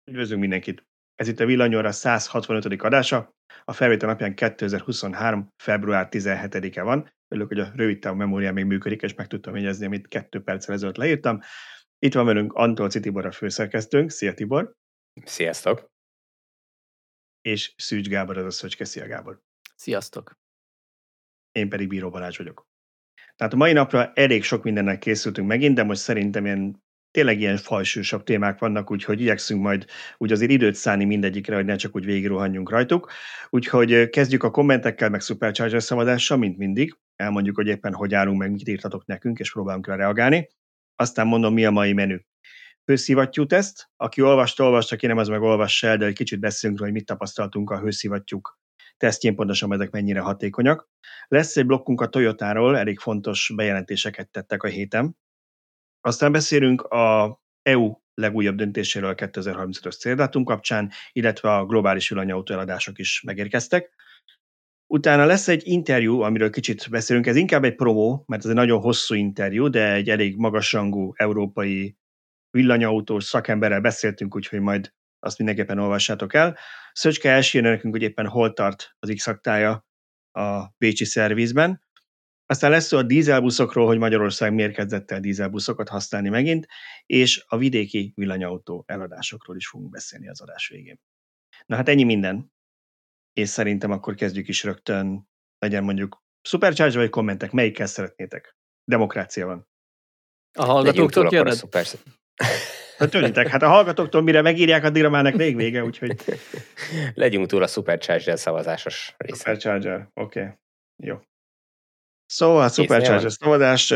Üdvözlünk mindenkit! Ez itt a Villanyóra 165. adása. A felvétel napján 2023. február 17-e van. Örülök, hogy a rövid távú memóriám még működik, és meg tudtam jegyezni, amit 2 perccel ezelőtt leírtam. Itt van velünk Antolczy Tibor, a főszerkesztőnk. Szia, Tibor! Sziasztok! És Szűcs Gábor, az a Szöcske. Szia, Gábor! Sziasztok! Én pedig Bíró Balázs vagyok. Tehát a mai napra elég sok mindennel készültünk megint, de most szerintem tényleg ilyen fajsúlyosabb témák vannak, úgyhogy igyekszünk majd úgy azért időt szállni mindegyikre, hogy ne csak úgy végigrohanjunk rajtuk. Úgyhogy kezdjük a kommentekkel, meg Supercharger szavazással, mint mindig. Elmondjuk, hogy éppen hogy állunk, meg mit írtatok nekünk, és próbálunk rá reagálni. Aztán mondom, mi a mai menü. Hőszivattyú teszt. Aki olvasta, aki nem, az meg olvassa el, de egy kicsit beszélünk róla, hogy mit tapasztaltunk a hőszivattyúk tesztjén, pontosan ezek mennyire hatékonyak. Lesz egy blokkunk a Toyotáról, elég fontos bejelentéseket tettek a héten. Aztán beszélünk a EU legújabb döntéséről a 2035-ös céldátum kapcsán, illetve a globális villanyautó eladások is megérkeztek. Utána lesz egy interjú, amiről kicsit beszélünk, ez inkább egy promó, mert ez egy nagyon hosszú interjú, de egy elég magasrangú európai villanyautós szakemberrel beszéltünk, úgyhogy majd azt mindenképpen olvassátok el. Szöcske elsírja nekünk, hogy éppen hol tart az X-aktája a bécsi szervizben. Aztán lesz szó a dízelbuszokról, hogy Magyarország miért kezdett el dízelbuszokat használni megint, és a vidéki villanyautó eladásokról is fogunk beszélni az adás végén. Na hát ennyi minden, és szerintem akkor kezdjük is rögtön, legyen mondjuk Supercharger vagy kommentek, melyikkel szeretnétek? Demokrácia van. A hallgatóktól kérdez? Hát tőlitek, hát a hallgatóktól mire megírják, addigra már rég vége, úgyhogy... Legyünk túl a Supercharger szavazásos része. Supercharger, oké. Jó. Szóval a Supercharger szavazás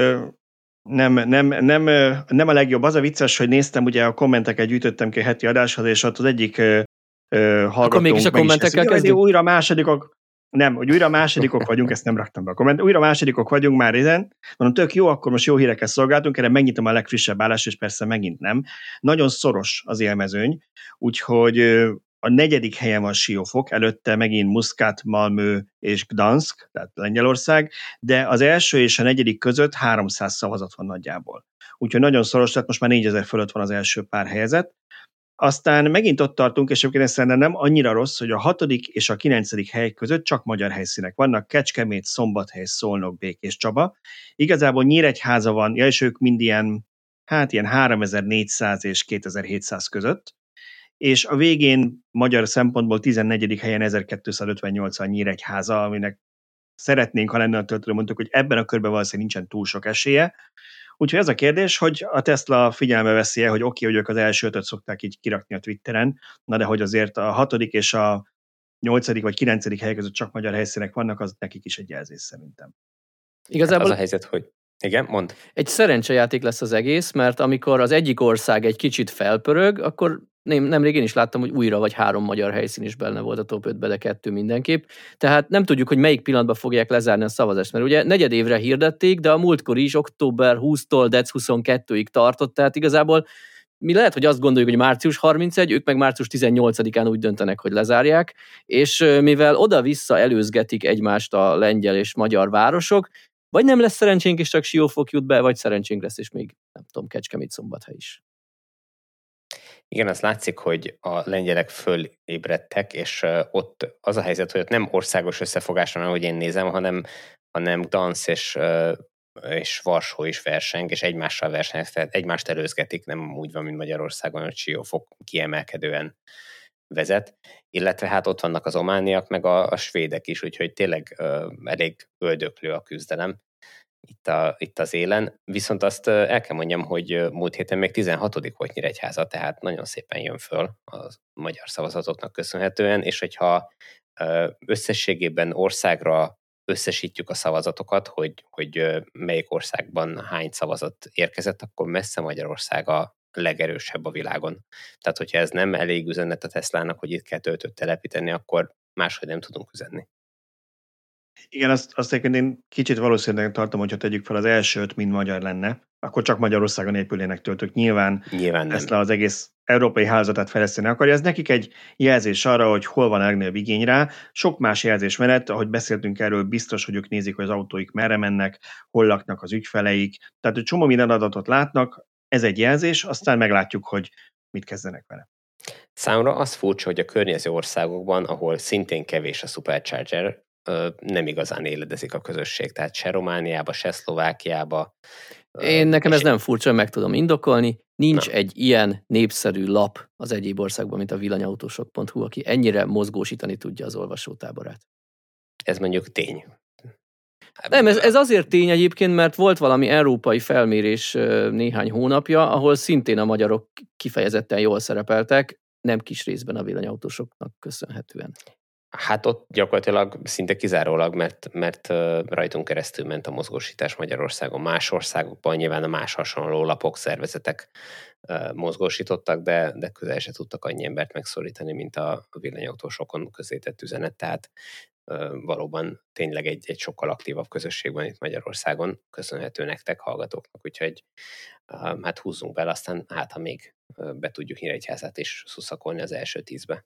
nem a legjobb. Az a vicces, hogy néztem, ugye a kommenteket gyűjtöttem ki a heti adáshoz, és ott az egyik hallgatónk... Akkor mégis a kommentekkel kezdjük? Újra másodikok... Nem, hogy újra másodikok vagyunk, ezt nem raktam be a komment. Újra másodikok vagyunk már ezen. Mondom, tök jó, akkor most jó hírekkel szolgáltunk, erre megnyitom a legfrissebb állást, és persze megint nem. Nagyon szoros az élmezőny, úgyhogy a 4. helyen van Siófok, előtte megint Muscat, Malmö és Gdansk, tehát Lengyelország, de az első és a 4. között 300 szavazat van nagyjából. Úgyhogy nagyon szoros, tehát most már 4000 fölött van az első pár helyezett. Aztán megint ott tartunk, és egyébként szerintem nem annyira rossz, hogy a 6. és a 9. hely között csak magyar helyszínek vannak, Kecskemét, Szombathely, Szolnok, Békés Csaba. Igazából Nyíregyháza van, és ők mind ilyen 3400 és 2700 között, és a végén magyar szempontból 14. helyen 1258-an Nyíregyháza, aminek szeretnénk, ha lenne a töltőre, mondtuk, hogy ebben a körben valószínűleg nincsen túl sok esélye. Úgyhogy ez a kérdés, hogy a Tesla figyelme veszi-e, hogy oké, hogy ők az első 5-öt szokták így kirakni a Twitteren, na de hogy azért a 6. és a 8. vagy 9. hely között csak magyar helyszínek vannak, az nekik is egy jelzés szerintem. Igazából az a helyzet, hogy... Igen, mondd. Egy szerencsejáték lesz az egész, mert amikor az egyik ország egy kicsit felpörög, akkor nemrég én is láttam, hogy újra vagy 3 magyar helyszín is benne volt a top 5-be, de 2 mindenképp. Tehát nem tudjuk, hogy melyik pillanatban fogják lezárni a szavazást, mert ugye negyed évre hirdették, de a múltkor is október 20-tól dec 22-ig tartott, tehát igazából mi lehet, hogy azt gondoljuk, hogy március 31, ők meg március 18-án úgy döntenek, hogy lezárják, és mivel oda-vissza előzgetik egymást a lengyel és magyar városok, vagy nem lesz szerencsénk, és csak Siófok jut be, vagy szerencsénk lesz, és még, nem tudom, Kecskemét, Szombathely is. Igen, az látszik, hogy a lengyelek fölébredtek, és ott az a helyzet, hogy ott nem országos összefogás van, ahogy én nézem, hanem Gdansk és Varsó is verseng, és egymással versenyeznek, tehát egymást előzgetik, nem úgy van, mint Magyarországon, hogy Siófok kiemelkedően vezet, illetve hát ott vannak az omániak, meg a svédek is, úgyhogy tényleg elég öldöklő a küzdelem itt az élen. Viszont azt el kell mondjam, hogy múlt héten még 16. volt Nyíregyháza, tehát nagyon szépen jön föl a magyar szavazatoknak köszönhetően, és hogyha összességében országra összesítjük a szavazatokat, hogy melyik országban hány szavazat érkezett, akkor messze Magyarország a legerősebb a világon. Tehát, hogyha ez nem elég üzenet a Teslának, hogy itt kell töltőt telepíteni, akkor máshogy nem tudunk üzenni. Igen, azt én kicsit valószínűleg tartom, hogyha tegyük fel az első 5 mind magyar lenne, akkor csak Magyarországon épülnének töltők. Nyilván Tesla az egész európai hálózatát fejleszteni akarja. Ez nekik egy jelzés arra, hogy hol van a legnagyobb igény rá. Sok más jelzés mellett, ahogy beszéltünk erről, biztos, hogy ők nézik, hogy az autóik merre mennek, hol laknak az ügyfeleik. Tehát, hogy csomó minden adatot látnak, ez egy jelzés, aztán meglátjuk, hogy mit kezdenek vele. Számomra az furcsa, hogy a környező országokban, ahol szintén kevés a Supercharger, nem igazán éledezik a közösség. Tehát se Romániába, se Szlovákiába. Nekem ez nem furcsa, meg tudom indokolni. Nincs egy ilyen népszerű lap az egyéb országban, mint a villanyautósok.hu, aki ennyire mozgósítani tudja az olvasótáborát. Ez mondjuk tény. Nem, ez azért tény egyébként, mert volt valami európai felmérés néhány hónapja, ahol szintén a magyarok kifejezetten jól szerepeltek, nem kis részben a villanyautósoknak köszönhetően. Hát ott gyakorlatilag szinte kizárólag, mert rajtunk keresztül ment a mozgósítás Magyarországon. Más országokban nyilván a más hasonló lapok, szervezetek mozgósítottak, de közel se tudtak annyi embert megszólítani, mint a villanyautósokon közétett üzenet. Tehát valóban tényleg egy sokkal aktívabb közösség van itt Magyarországon, köszönhető nektek, hallgatóknak, úgyhogy hát húzzunk bele, aztán ha még be tudjuk Nyíregyházát is szuszakolni az első 10-be.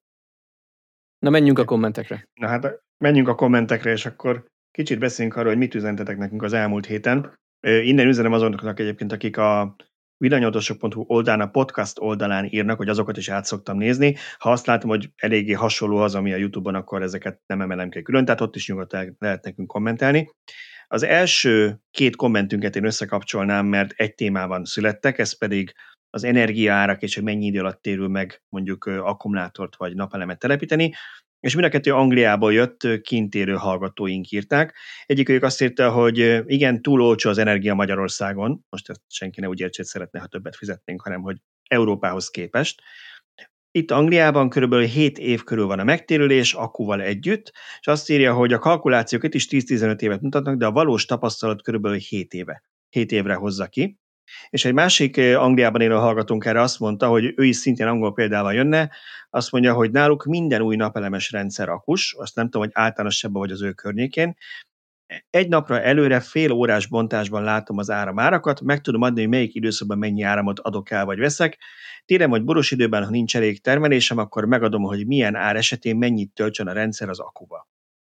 Na, menjünk a kommentekre. Na hát, menjünk a kommentekre, és akkor kicsit beszéljünk arról, hogy mit üzentetek nekünk az elmúlt héten. Innen üzenem azonoknak egyébként, akik a villanyautósok.hu oldalán, a podcast oldalán írnak, hogy azokat is át szoktam nézni. Ha azt látom, hogy eléggé hasonló az, ami a YouTube-on, akkor ezeket nem emelem ki külön, tehát ott is nyugodtan lehet nekünk kommentelni. Az első 2 kommentünket én összekapcsolnám, mert egy témában születtek, ez pedig az energiaárak, és hogy mennyi idő alatt térül meg mondjuk akkumulátort vagy napelemet telepíteni, és mind a 2 Angliából jött, kint élő hallgatóink írták. Egyikőjük azt írta, hogy igen, túl olcsó az energia Magyarországon, most ezt senki ne úgy értse, hogy szeretne, ha többet fizetnénk, hanem hogy Európához képest. Itt Angliában körülbelül 7 év körül van a megtérülés, akkuval együtt, és azt írja, hogy a kalkulációk itt is 10-15 évet mutatnak, de a valós tapasztalat körülbelül 7 évre hozza ki. És egy másik Angliában élő hallgatónk erre azt mondta, hogy ő is szintén angol példával jönne, azt mondja, hogy náluk minden új napelemes rendszer akus, azt nem tudom, hogy általánosabban vagy az ő környékén. Egy napra előre fél órás bontásban látom az áramárakat, meg tudom adni, hogy melyik időszakban mennyi áramot adok el vagy veszek. Télen vagy boros időben, ha nincs elég termelésem, akkor megadom, hogy milyen ár esetén mennyit töltsön a rendszer az akkuba.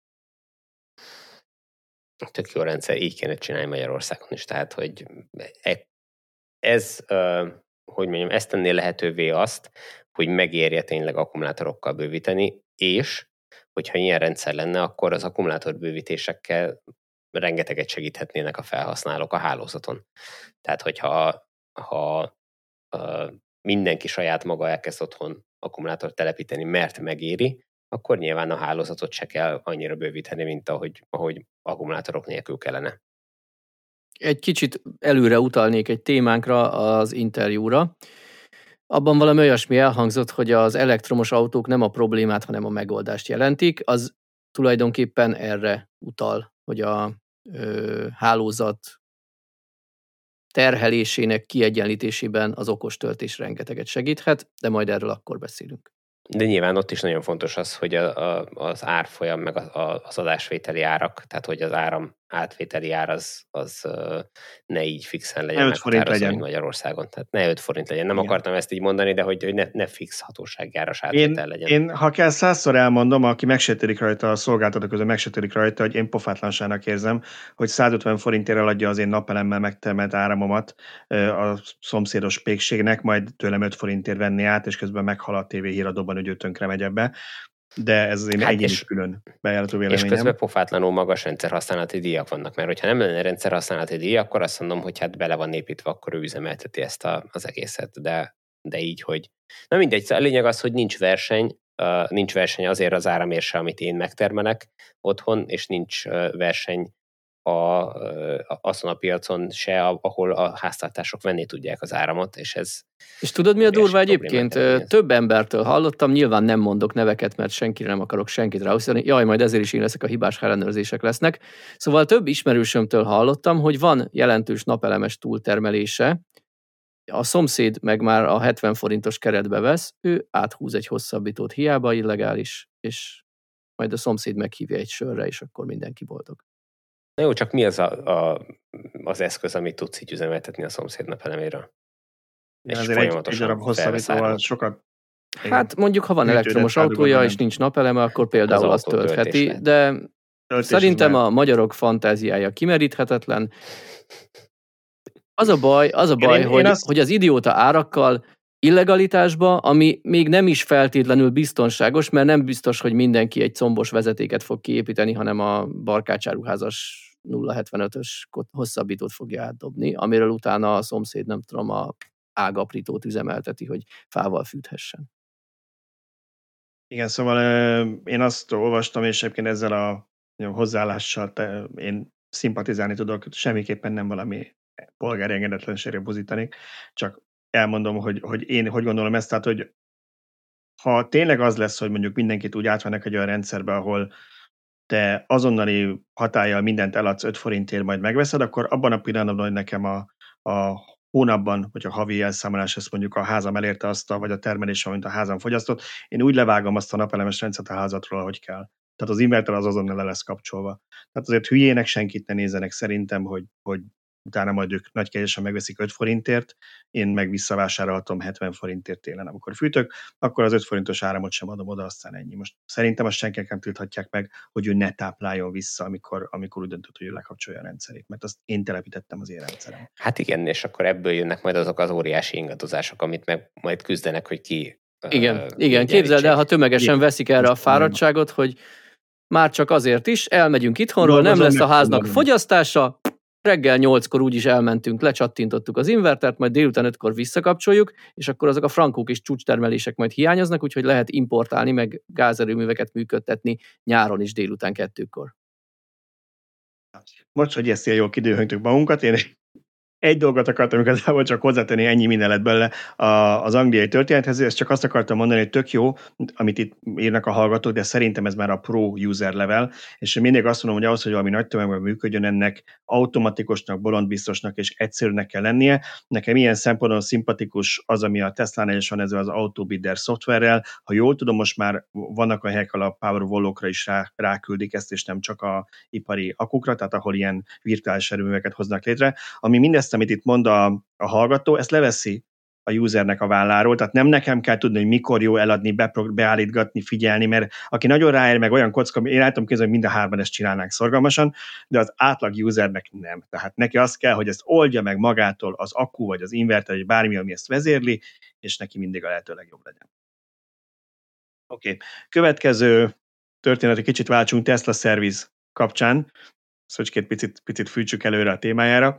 Tök jó rendszer, így kéne csinálni Magyarországon is, tehát hogy ez, hogy mondjam, ezt tenné lehetővé azt, hogy megérje tényleg akkumulátorokkal bővíteni, és hogyha ilyen rendszer lenne, akkor az akkumulátorbővítésekkel rengeteget segíthetnének a felhasználók a hálózaton. Tehát, hogyha mindenki saját maga elkezd otthon akkumulátort telepíteni, mert megéri, akkor nyilván a hálózatot se kell annyira bővíteni, mint ahogy akkumulátorok nélkül kellene. Egy kicsit előre utalnék egy témánkra, az interjúra. Abban valami olyasmi elhangzott, hogy az elektromos autók nem a problémát, hanem a megoldást jelentik. Az tulajdonképpen erre utal, hogy a hálózat terhelésének kiegyenlítésében az okostöltés rengeteget segíthet, de majd erről akkor beszélünk. De nyilván ott is nagyon fontos az, hogy az árfolyam, meg az adásvételi árak, tehát hogy az áram átvételi ár az ne így fixen legyen meghatározva, mint Magyarországon. Tehát ne 5 forint legyen. Nem akartam ezt így mondani, de hogy ne fix hatósági áras átvétel legyen. Én, ha kell 100-szor elmondom, aki megsértelik rajta, a szolgáltatók közül megsértelik rajta, hogy én pofátlansának érzem, hogy 150 forintért eladja az én napelemmel megtermelt áramomat a szomszédos pékségnek, majd tőlem 5 forintért venni át, és közben meghal a tévéhíradóban, hogy ő tönkre megy ebbe. De ez az én egyéni külön bejárató véleményem. És közben pofátlanul magas rendszerhasználati díjak vannak, mert hogyha nem lenne rendszerhasználati díj, akkor azt mondom, hogy hát bele van építve, akkor ő üzemelteti ezt az egészet, de így, hogy... Na mindegy, a lényeg az, hogy nincs verseny azért az áramért se, amit én megtermelek otthon, és nincs verseny azon a piacon se, ahol a háztartások venni tudják az áramot, és ez... És tudod, mi a durva egyébként? Több embertől hallottam, nyilván nem mondok neveket, mert senkire nem akarok senkit ráhúzni, jaj, majd ezért is én leszek, a hibás ellenőrzések lesznek. Szóval több ismerősömtől hallottam, hogy van jelentős napelemes túltermelése, a szomszéd meg már a 70 forintos keretbe vesz, ő áthúz egy hosszabbítót, hiába illegális, és majd a szomszéd meghívja egy sörre, és akkor mindenki boldog. Na jó, csak mi az az eszköz, amit tudsz így üzemeltetni a szomszéd napeleméről? Ezért egy darab hosszabbítóval sokat... Hát mondjuk, ha van elektromos autója, és nincs napeleme, akkor például azt töltheti, de szerintem a magyarok fantáziája kimeríthetetlen. Az a baj, hogy az idióta árakkal illegalitásba, ami még nem is feltétlenül biztonságos, mert nem biztos, hogy mindenki egy combos vezetéket fog kiépíteni, hanem a barkácsáruházas 0,75-ös hosszabbítót fogja átdobni, amiről utána a szomszéd, nem tudom, a ágaprítót üzemelteti, hogy fával fűthessen. Igen, szóval én azt olvastam, és egyébként ezzel a hozzáállással én szimpatizálni tudok, semmiképpen nem valami polgári engedetlenségre buzítanék, csak elmondom, hogy én hogy gondolom ezt, tehát, hogy ha tényleg az lesz, hogy mondjuk mindenkit úgy átvennek egy olyan rendszerbe, ahol te azonnali hatállyal mindent eladsz 5 forintért, majd megveszed, akkor abban a pillanatban, hogy nekem a hónapban, vagy a havi elszámolás, ezt mondjuk a házam elérte azt, vagy a termelés, amit a házam fogyasztott, én úgy levágom azt a napelemes rendszert a házatról, ahogy kell. Tehát az inverter az azonnal le lesz kapcsolva. Tehát azért hülyének senkit ne nézzenek szerintem, hogy utána majd ők nagykegyesen megveszik 5 forintért, én meg visszavásárolhatom 70 forintért télen. Amikor fűtök, akkor az 5 forintos áramot sem adom oda, aztán ennyi. Most szerintem azt senkinek nem tilthatják meg, hogy ő ne tápláljon vissza, amikor úgy döntött, hogy ő lekapcsolja a rendszerét, mert azt én telepítettem az én rendszerem. Hát igen, és akkor ebből jönnek majd azok az óriási ingadozások, amit meg majd küzdenek, hogy ki... Igen, képzeld el, ha tömegesen veszik erre a fáradtságot, hogy már csak azért is, elmegyünk itthonról, nem lesz a háznak fogyasztása, reggel 8-kor úgyis elmentünk, lecsattintottuk az invertert, majd délután 5-kor visszakapcsoljuk, és akkor azok a frankók és csúcstermelések majd hiányoznak, úgyhogy lehet importálni, meg gázerőműveket működtetni nyáron is délután 2-kor. Most, hogy ezt ilyen jól kidőhöntük magunkat, én egy dolgot akartam igazából csak hozzátenni, ennyi minden lett belőle az angliai történethez, ezt csak azt akartam mondani, hogy tök jó, amit itt írnak a hallgatók, de szerintem ez már a pro user level, és én mindig azt mondom, hogy ahhoz, hogy valami nagy tömegben működjön, ennek automatikusnak, bolondbiztosnak és egyszerűnek kell lennie. Nekem ilyen szempontból szimpatikus az, ami a Tesla-nál is van, ez az Autobidder szoftverrel. Ha jól tudom, most már vannak a helyek, a Powerwall-okra is ráküldik ezt, és nem csak a ipari akukra, tehát ahol ilyen virtuális erőműveket hoznak létre, ami mindezt, amit itt mond a hallgató, ezt leveszi a usernek a válláról, tehát nem nekem kell tudni, hogy mikor jó eladni, beállítgatni, figyelni, mert aki nagyon ráér, meg olyan kocka, én látom kézzel, hogy mind a hárman ezt csinálnánk szorgalmasan, de az átlag usernek nem. Tehát neki az kell, hogy ezt oldja meg magától az akku, vagy az inverter, vagy bármi, ami ezt vezérli, és neki mindig a lehető legjobb legyen. Oké. Következő történet, egy kicsit váltsunk Tesla Service kapcsán, Szöcskét picit fűtsük előre a témájára.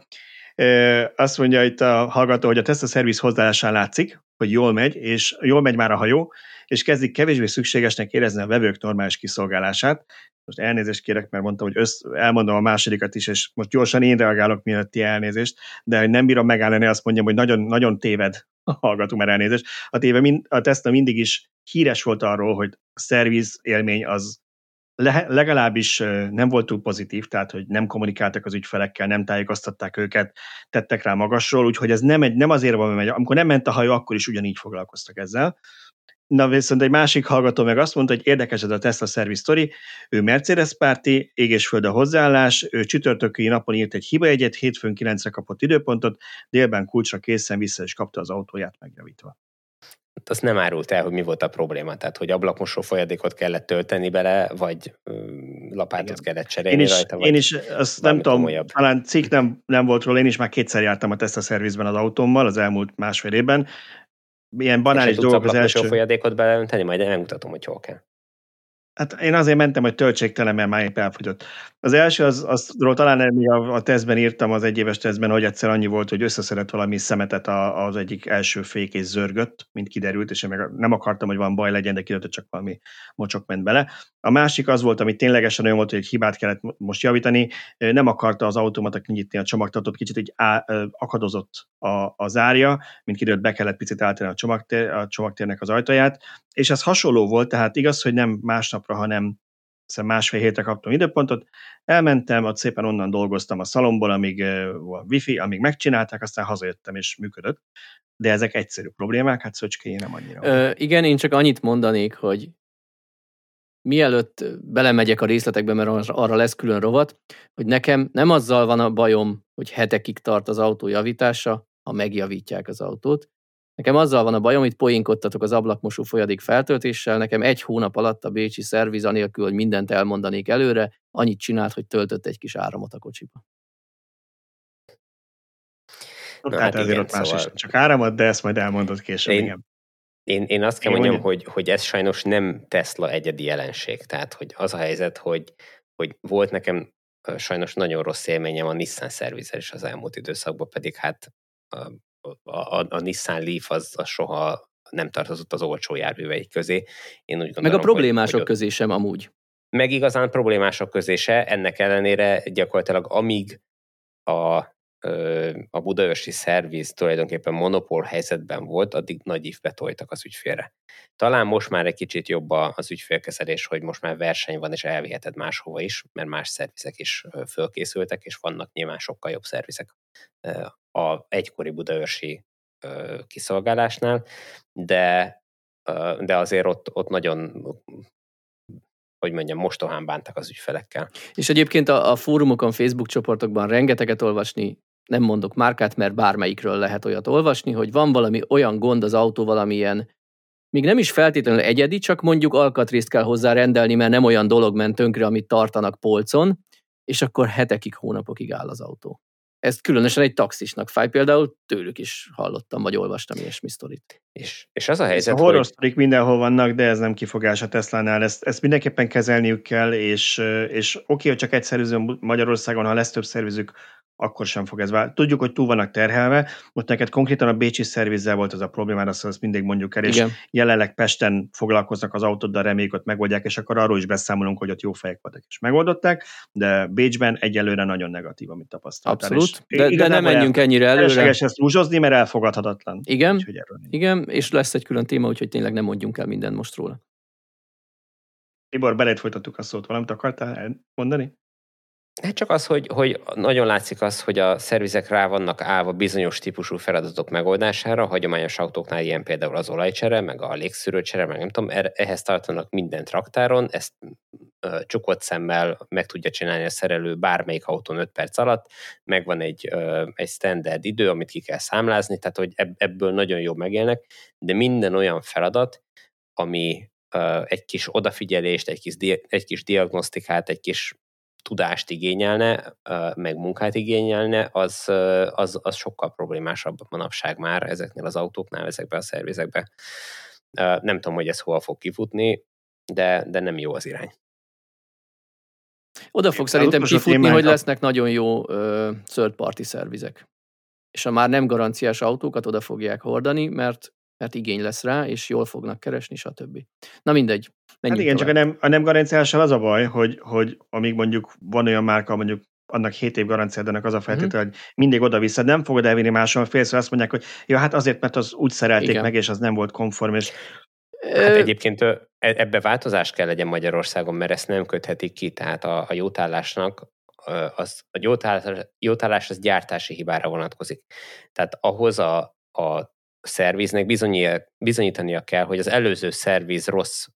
Azt mondja itt a hallgató, hogy a Tesla Service hozzáállásán látszik, hogy jól megy, és jól megy már a hajó, és kezdik kevésbé szükségesnek érezni a vevők normális kiszolgálását. Most elnézést kérek, mert mondtam, hogy elmondom a másodikat is, és most gyorsan én reagálok mielőtti elnézést, de hogy nem bírom megállni, azt mondjam, hogy nagyon, nagyon téved a hallgató, mert elnézést. A Tesla mindig is híres volt arról, hogy a szerviz élmény az legalábbis nem volt túl pozitív, tehát hogy nem kommunikáltak az ügyfelekkel, nem tájékoztatták őket, tettek rá magasról, úgyhogy ez nem azért van, mert amikor nem ment a hajó, akkor is ugyanígy foglalkoztak ezzel. Na viszont egy másik hallgató meg azt mondta, hogy érdekes ez a Tesla Service Story, ő Mercedes párti, ég és föld a hozzáállás, ő csütörtöki napon írt egy hibajegyet, hétfőn 9-re kapott időpontot, délben kulcsra készen vissza is kapta az autóját megjavítva. Azt nem árult el, hogy mi volt a probléma, tehát hogy ablakmosó folyadékot kellett tölteni bele, vagy lapátot kellett cserélni rajta. Én is azt nem tudom, talán cikk nem volt róla, én is már 2-szer jártam a Tesla Service-ben az autómmal az elmúlt 1,5 évben. Ilyen banális dolgok az első. És folyadékot beleönteni, majd megmutatom, hogy hol kell. Hát én azért mentem, hogy töltségtelen, mert már épp elfogyott. Az első, azról talán még a tesztben írtam, az egyéves tesztben, hogy egyszer annyi volt, hogy összeszedett valami szemetet az egyik első fék és zörgött, mint kiderült, és én meg nem akartam, hogy van baj legyen, de kiderült, csak valami mocsok ment bele. A másik az volt, ami ténylegesen olyan volt, hogy egy hibát kellett most javítani, nem akarta az automata kinyitni a csomagtartót, kicsit így akadozott a zárja, mint kiderült, be kellett picit állítani a csomagtérnek az ajtaját, és ez hasonló volt, tehát igaz, hogy nem másnapra, hanem 1,5 hétre kaptam időpontot, elmentem, ott szépen onnan dolgoztam a szalomból, amíg a wifi, amíg megcsinálták, aztán hazajöttem és működött, de ezek egyszerű problémák, hát Szöcské, nem annyira. Igen, én csak annyit mondanék, hogy mielőtt belemegyek a részletekbe, mert arra lesz külön rovat, hogy nekem nem azzal van a bajom, hogy hetekig tart az autó javítása, ha megjavítják az autót. Nekem azzal van a bajom, hogy poénkodtatok az ablakmosó folyadék feltöltéssel, nekem 1 hónap alatt a bécsi szerviz anélkül, hogy mindent elmondanék előre, annyit csinált, hogy töltött egy kis áramot a kocsiba. Tehát ezért igen, ott más is szóval csak áramad, de ezt majd elmondod később, én, igen. én azt kell Igen, mondjam, mondjad. hogy ez sajnos nem Tesla egyedi jelenség. Tehát, hogy az a helyzet, hogy volt nekem sajnos nagyon rossz élményem a Nissan szervizer is az elmúlt időszakban, pedig hát a Nissan Leaf az soha nem tartozott az olcsó járműveik közé. Én úgy gondolom, Meg a problémások hogy közé sem amúgy. meg igazán problémások közé se, ennek ellenére gyakorlatilag amíg a budaörsi szerviz tulajdonképpen monopól helyzetben volt, addig nagy ívbe tojtak az ügyfélre. Talán most már egy kicsit jobb az ügyfélkezelés, hogy most már verseny van, és elviheted máshova is, mert más szervizek is fölkészültek, és vannak nyilván sokkal jobb szervizek a egykori budaörsi kiszolgálásnál, de azért ott nagyon, hogy mondjam, mostohán bántak az ügyfelekkel. És egyébként a fórumokon, Facebook csoportokban rengeteget olvasni, nem mondok márkát, mert bármelyikről lehet olyat olvasni, hogy van valami olyan gond az autóval, amilyen még nem is feltétlenül egyedi, csak mondjuk alkatrészt kell hozzá rendelni, mert nem olyan dolog ment tönkre, amit tartanak polcon, és akkor hetekig, hónapokig áll az autó. Ez különösen egy taxisnak fáj, például tőlük is hallottam, vagy olvastam ilyesmi sztorit. És az a helyzet, a horror sztorik mindenhol vannak, de ez nem kifogás a Teslánál. Ezt mindenképpen kezelniük kell, és oké, hogy csak egy szerviző Magyarországon, ha lesz több szervizük, akkor sem fog ez válni. Tudjuk, hogy túl vannak terhelve, ott neked konkrétan a bécsi szervizzel volt az a problémád, azt mindig mondjuk el, és Igen. jelenleg Pesten foglalkoznak az autóddal, reméljük, ott megoldják, és akkor arról is beszámolunk, hogy ott jó fejek voltak, és megoldották, de Bécsben egyelőre nagyon negatív, amit tapasztaltál. Abszolút, de nem menjünk ennyire előre. Felesleges ezt rúzsozni, mert elfogadhatatlan. Igen, igen, és lesz egy külön téma, úgyhogy tényleg nem mondjunk el mindent most róla. Tibor, beled folytattuk a szót, valamit akartál mondani? Hát csak az, hogy nagyon látszik az, hogy a szervizek rá vannak állva bizonyos típusú feladatok megoldására, a hagyományos autóknál ilyen például az olajcsere, meg a légszűrőcsere, meg nem tudom, ehhez tartanak mindent raktáron, ezt csukott szemmel meg tudja csinálni a szerelő bármelyik autón 5 perc alatt, megvan egy standard idő, amit ki kell számlázni, tehát hogy ebből nagyon jó megélnek, de minden olyan feladat, ami egy kis odafigyelést, egy kis diagnosztikát, egy kis tudást igényelne, meg munkát igényelne, az sokkal problémásabb manapság már ezeknél az autóknál, ezekben a szervizekben. Nem tudom, hogy ez hol fog kifutni, de nem jó az irány. Oda fog szerintem kifutni, hogy lesznek nagyon jó third party szervizek. És a már nem garanciás autókat oda fogják hordani, mert igény lesz rá, és jól fognak keresni, stb. Na mindegy. Hát igen, tovább. Csak a nem garanciással az a baj, hogy amíg mondjuk van olyan márka, mondjuk annak 7 év garanciádának az a feltétel, hogy mindig oda-vissza, nem fogod elvinni máshol, félszor azt mondják, hogy ja, hát azért, mert az úgy szerelték igen. meg, és az nem volt konform, és hát egyébként ebbe változás kell legyen Magyarországon, mert ezt nem köthetik ki, tehát a jótállásnak a jótállás az gyártási hibára vonatkozik. Tehát ahhoz a szerviznek bizonyítania kell, hogy az előző szerviz rossz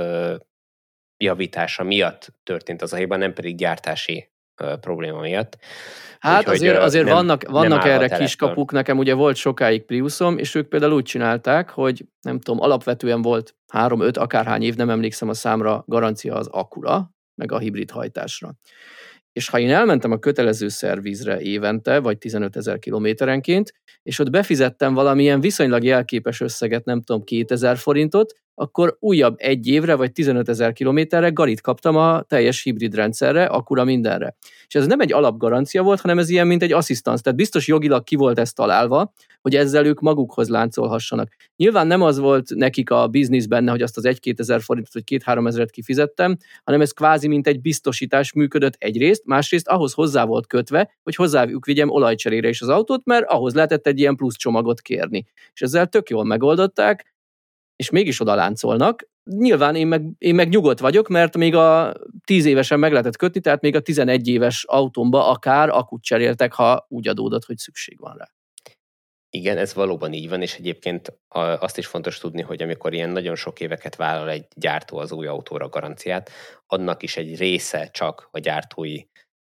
javítása miatt történt az a hiba, nem pedig gyártási probléma miatt. Hát úgy, azért vannak erre kiskapuk, nekem ugye volt sokáig Priusom, és ők például úgy csinálták, hogy nem tudom, alapvetően volt 3-5 akárhány év, nem emlékszem a számra, garancia az akkura, meg a hibrid hajtásra. És ha én elmentem a kötelező szervizre évente, vagy 15 000 kilométerenként, és ott befizettem valamilyen viszonylag jelképes összeget, nem tudom, 2000 forintot, akkor újabb 1 évre, vagy 15 000 kilométerre garit kaptam a teljes hibrid rendszerre, akkora mindenre. És ez nem egy alapgarancia volt, hanem ez ilyen, mint egy asszisztans. Tehát biztos jogilag ki volt ez találva, hogy ezzel ők magukhoz láncolhassanak. Nyilván nem az volt nekik a biznisz benne, hogy azt az 1-2 ezer forintot, vagy 2-3 ezeret kifizettem, hanem ez kvázi mint egy biztosítás működött egyrészt, másrészt ahhoz hozzá volt kötve, hogy hozzájuk vigyem olajcserére is az autót, mert ahhoz lehetett egy ilyen plusz csomagot kérni. És ezzel tök jól megoldották, és mégis oda láncolnak. Nyilván én meg nyugodt vagyok, mert még a 10 évesen meg lehetett kötni, tehát még a 11 éves autómba akár akut cseréltek, ha úgy adódott, hogy szükség van rá. Igen, ez valóban így van, és egyébként azt is fontos tudni, hogy amikor ilyen nagyon sok éveket vállal egy gyártó az új autóra garanciát, annak is egy része csak a gyártói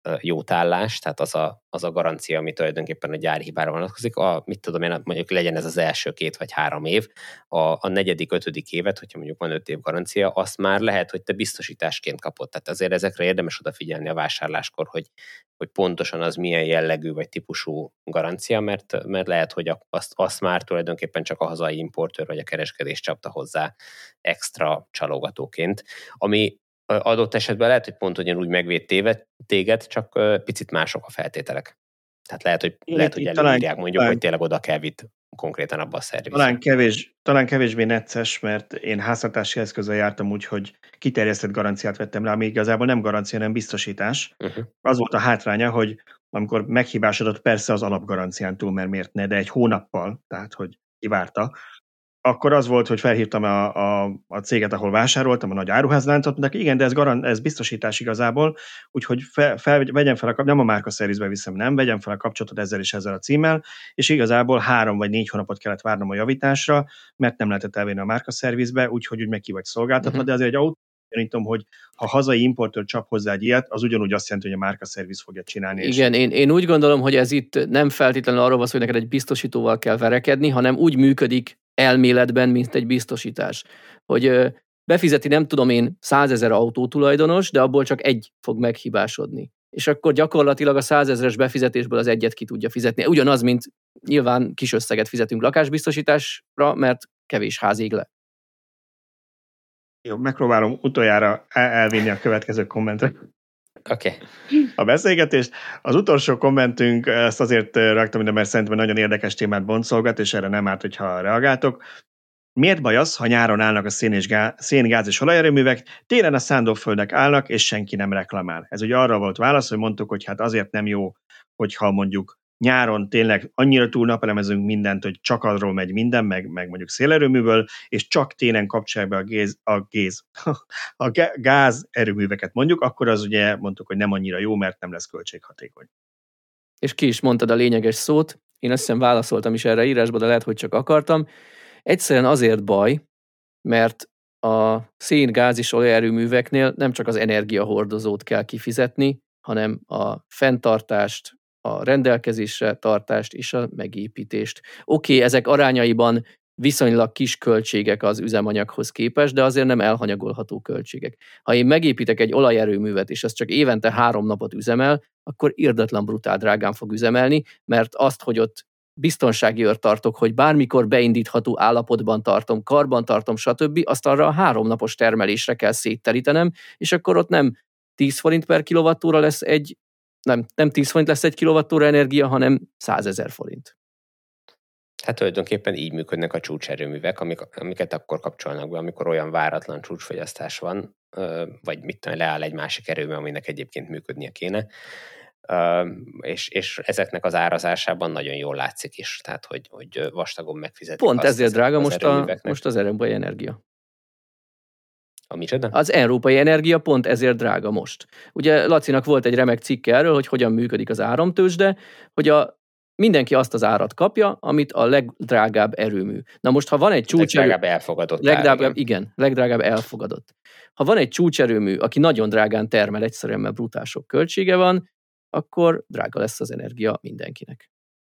jótállás, tehát az a garancia, ami tulajdonképpen a gyári hibára vonatkozik, mit tudom én, mondjuk legyen ez az első 2 vagy 3 év, a 4., 5. évet, hogyha mondjuk van 5 év garancia, azt már lehet, hogy te biztosításként kapod. Tehát azért ezekre érdemes odafigyelni a vásárláskor, hogy pontosan az milyen jellegű vagy típusú garancia, mert lehet, hogy azt már tulajdonképpen csak a hazai importőr vagy a kereskedés csapta hozzá extra csalogatóként, ami adott esetben lehet, hogy pont ugyanúgy megvéd téged, csak picit mások a feltételek. Tehát lehet, hogy előírják mondjuk, hogy tényleg oda kell vitt konkrétan abba a szervizre. Talán kevésbé necces, mert én háztartási eszközzel jártam úgy, hogy kiterjesztett garanciát vettem rá, ami igazából nem garancia, hanem biztosítás. Az volt a hátránya, hogy amikor meghibásodott, persze az alapgarancián túl, mert miért ne, de egy hónappal, tehát hogy kivárta, akkor az volt, hogy felhívtam a céget, ahol vásároltam, a nagy áruházláncot, mondták, igen, de ez biztosítás igazából, úgyhogy vegyem fel nem a márkaszervizbe viszem, nem, vegyem fel a kapcsolatot ezzel a címmel, és igazából 3 vagy 4 hónapot kellett várnom a javításra, mert nem lehetett elvinni a márkaszervizbe, úgyhogy úgy meg ki vagy szolgáltatva, de azért egy autó, gyanítom, hogy ha hazai importőr csap hozzá egy ilyet, az ugyanúgy azt jelenti, hogy a márkaszerviz fogja csinálni. Igen, én úgy gondolom, hogy ez itt nem feltétlenül arról van szó, hogy neked egy biztosítóval kell verekedni, hanem úgy működik elméletben, mint egy biztosítás. Hogy befizeti, nem tudom én, 100 000 autótulajdonos, de abból csak egy fog meghibásodni. És akkor gyakorlatilag a 100 000-es befizetésből az egyet ki tudja fizetni. Ugyanaz, mint nyilván kis összeget fizetünk lakásbiztosításra, mert kevés ház ég le. Jó, megpróbálom utoljára elvinni a következő kommentre. Oké. A beszélgetést. Az utolsó kommentünk, ezt azért raktam ide, mert szerintem nagyon érdekes témát boncolgat, és erre nem árt, hogyha reagáltok. Miért baj az, ha nyáron állnak a szén, gáz és olajerőművek, télen a szándóföldek állnak, és senki nem reklamál? Ez ugye arra volt válasz, hogy mondtuk, hogy hát azért nem jó, hogyha mondjuk nyáron tényleg annyira túlnapelemezünk mindent, hogy csak arról megy minden, meg mondjuk szélerőműből, és csak télen kapcsolják be a gázerőműveket mondjuk, akkor az ugye mondtuk, hogy nem annyira jó, mert nem lesz költséghatékony. És ki is mondtad a lényeges szót, én azt hiszem válaszoltam is erre írásba, de lehet, hogy csak akartam. Egyszerűen azért baj, mert a szén, gáz és olajerőműveknél nem csak az energiahordozót kell kifizetni, hanem a fenntartást, a rendelkezésre tartást és a megépítést. Oké, ezek arányaiban viszonylag kis költségek az üzemanyaghoz képest, de azért nem elhanyagolható költségek. Ha én megépítek egy olajerőművet, és ez csak évente 3 napot üzemel, akkor irdatlan brutál drágán fog üzemelni, mert azt, hogy ott biztonsági őrt tartok, hogy bármikor beindítható állapotban tartom, karban tartom, stb., azt arra a 3 napos termelésre kell szétterítenem, és akkor ott nem 10 forint per kilowattóra lesz nem 10 forint lesz egy kilowattóra energia, hanem 100 000 forint. Hát tulajdonképpen így működnek a csúcserőművek, amiket akkor kapcsolnak be, amikor olyan váratlan csúcsfogyasztás van, vagy mit tudom, leáll egy másik erőmű, aminek egyébként működnie kéne. És ezeknek az árazásában nagyon jól látszik is, tehát hogy vastagon megfizetik. Pont ezért drága most az európai energia. A micsoda? Az európai energia pont ezért drága most. Ugye Lacinak volt egy remek cikke erről, hogy hogyan működik az áramtőzsde, hogy mindenki azt az árat kapja, amit a legdrágább erőmű. Na most, ha van egy csúcserőmű... Legdrágább elfogadott. Legdrágább elfogadott. Ha van egy csúcserőmű, aki nagyon drágán termel egyszerűen, mert brutál sok költsége van, akkor drága lesz az energia mindenkinek.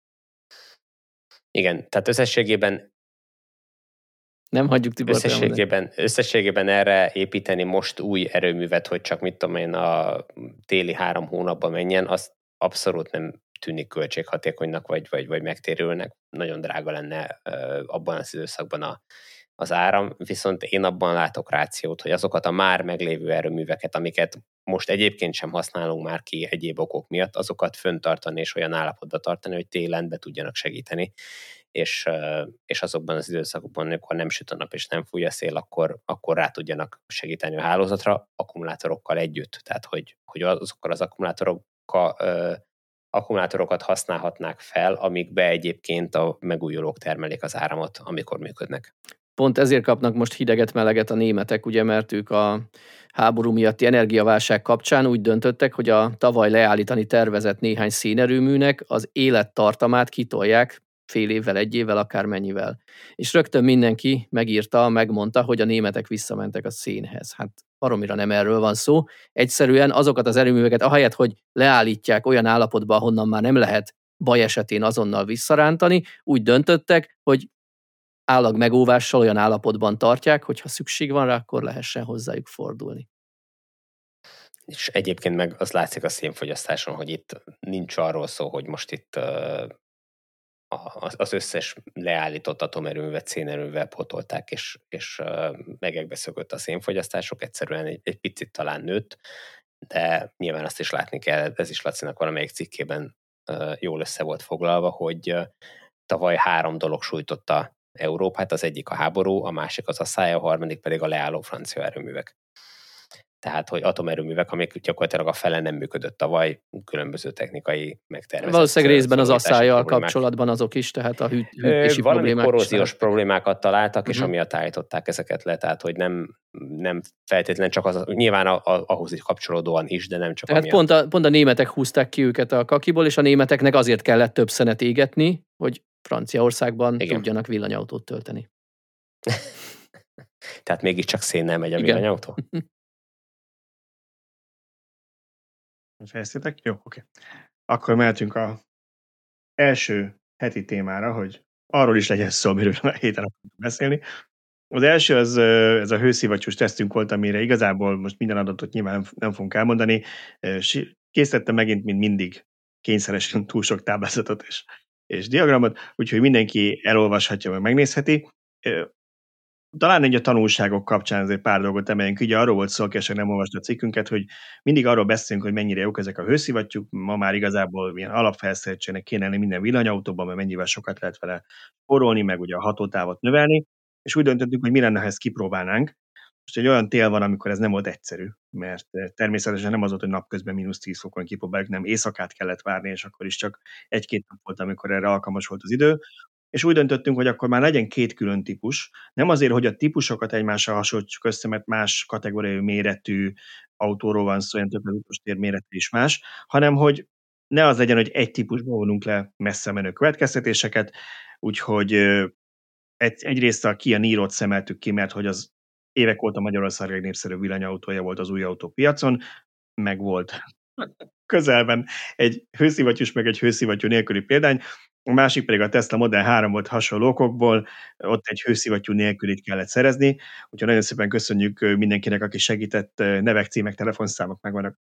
Igen, tehát összességében nem hagyjuk Tibort összességében erre építeni most új erőművet, hogy csak mit tudom én a téli 3 hónapban menjen, az abszolút nem tűnik költséghatékonynak, vagy megtérülnek. Nagyon drága lenne abban az időszakban az áram, viszont én abban látok rációt, hogy azokat a már meglévő erőműveket, amiket most egyébként sem használunk már ki egyéb okok miatt, azokat föntartani és olyan állapotba tartani, hogy télen be tudjanak segíteni, és azokban az időszakokban, amikor nem süt a nap és nem fúj a szél, akkor rá tudjanak segíteni a hálózatra akkumulátorokkal együtt. Tehát, hogy azokkal az akkumulátorokat használhatnák fel, amikbe egyébként a megújulók termelik az áramot, amikor működnek. Pont ezért kapnak most hideget-meleget a németek, ugye, mert ők a háború miatti energiaválság kapcsán úgy döntöttek, hogy a tavaly leállítani tervezett néhány szénerőműnek az élettartamát kitolják fél évvel, egy évvel, akármennyivel. És rögtön mindenki megmondta, hogy a németek visszamentek a szénhez. Hát baromira nem erről van szó. Egyszerűen azokat az erőműveket, ahelyett, hogy leállítják olyan állapotba, ahonnan már nem lehet baj esetén azonnal visszarántani, úgy döntöttek, hogy állag megóvással olyan állapotban tartják, hogy ha szükség van rá, akkor lehessen hozzájuk fordulni. És egyébként meg az látszik a szénfogyasztáson, hogy itt nincs arról szó, hogy most itt az összes leállított atomerőművet szénerőművel pótolták, és megekbe szökött a szénfogyasztások, egyszerűen egy picit talán nőtt, de nyilván azt is látni kell, ez is Lacinak valamelyik cikkében jól össze volt foglalva, hogy tavaly 3 dolog sújtotta Európát, az egyik a háború, a másik az asszály, a harmadik pedig a leálló francia erőművek. Tehát, hogy atomerőművek, amik gyakorlatilag a fele nem működött tavaly, különböző technikai megtervezett. Valószínűleg részben az asszályjal kapcsolatban azok is, tehát a hűtési problémák. Korróziós problémákat találtak, és amiatt állították ezeket le, tehát, hogy nem feltétlenül csak az, nyilván ahhoz is kapcsolódóan is, de nem csak tehát pont a németek húzták ki őket a kakiból, és a németeknek azért kellett több szenet égetni, hogy Franciaországban tudjanak villanyautót tölteni. Tehát mégiscsak szénnel megy a villanyautó? Fejeztétek? Jó, oké. Akkor mehetünk a első heti témára, hogy arról is legyen szó, amiről a héten akartunk beszélni. Az első az ez a hőszivattyús tesztünk volt, amire igazából most minden adatot nyilván nem fogunk elmondani. Készítettem megint, mint mindig, kényszeresen túl sok táblázatot és diagramot, úgyhogy mindenki elolvashatja, meg megnézheti. Talán egy a tanulságok kapcsán azért pár dolgot emeljünk. Ugye arról volt szó, aki esetleg nem olvasta a cikkünket, hogy mindig arról beszélünk, hogy mennyire jók ezek a hőszivattyúk. Ma már igazából ilyen alapfelszereltségnek kéne lenni minden villanyautóban, mert mennyivel sokat lehet vele spórolni, meg ugye a hatótávot növelni. És úgy döntöttünk, hogy mi lenne, ha ezt kipróbálnánk. Most egy olyan tél van, amikor ez nem volt egyszerű, mert természetesen nem az volt, hogy napközben -10 fokon kipróbáljuk, nem éjszakát kellett várni, és akkor is csak 1-2 nap volt, amikor erre alkalmas volt az idő. És úgy döntöttünk, hogy akkor már legyen 2 külön típus. Nem azért, hogy a típusokat egymással hasonlítsuk össze, mert más kategóriai méretű autóról van szó, olyan több az utastér méretű is más, hanem hogy ne az legyen, hogy egy típusból vonunk le messze menő következtetéseket, úgyhogy egyrészt a Kia Niro-t szemeltük ki, mert hogy az évek óta Magyarország legnépszerűbb villanyautója volt az új autópiacon, meg volt közelben egy hőszivattyús, meg egy hőszivattyú nélküli példány, a másik pedig a Tesla Model 3 volt hasonló okokból, ott egy hőszivattyú nélkülit kellett szerezni, úgyhogy nagyon szépen köszönjük mindenkinek, aki segített, nevek, címek, telefonszámok megvannak.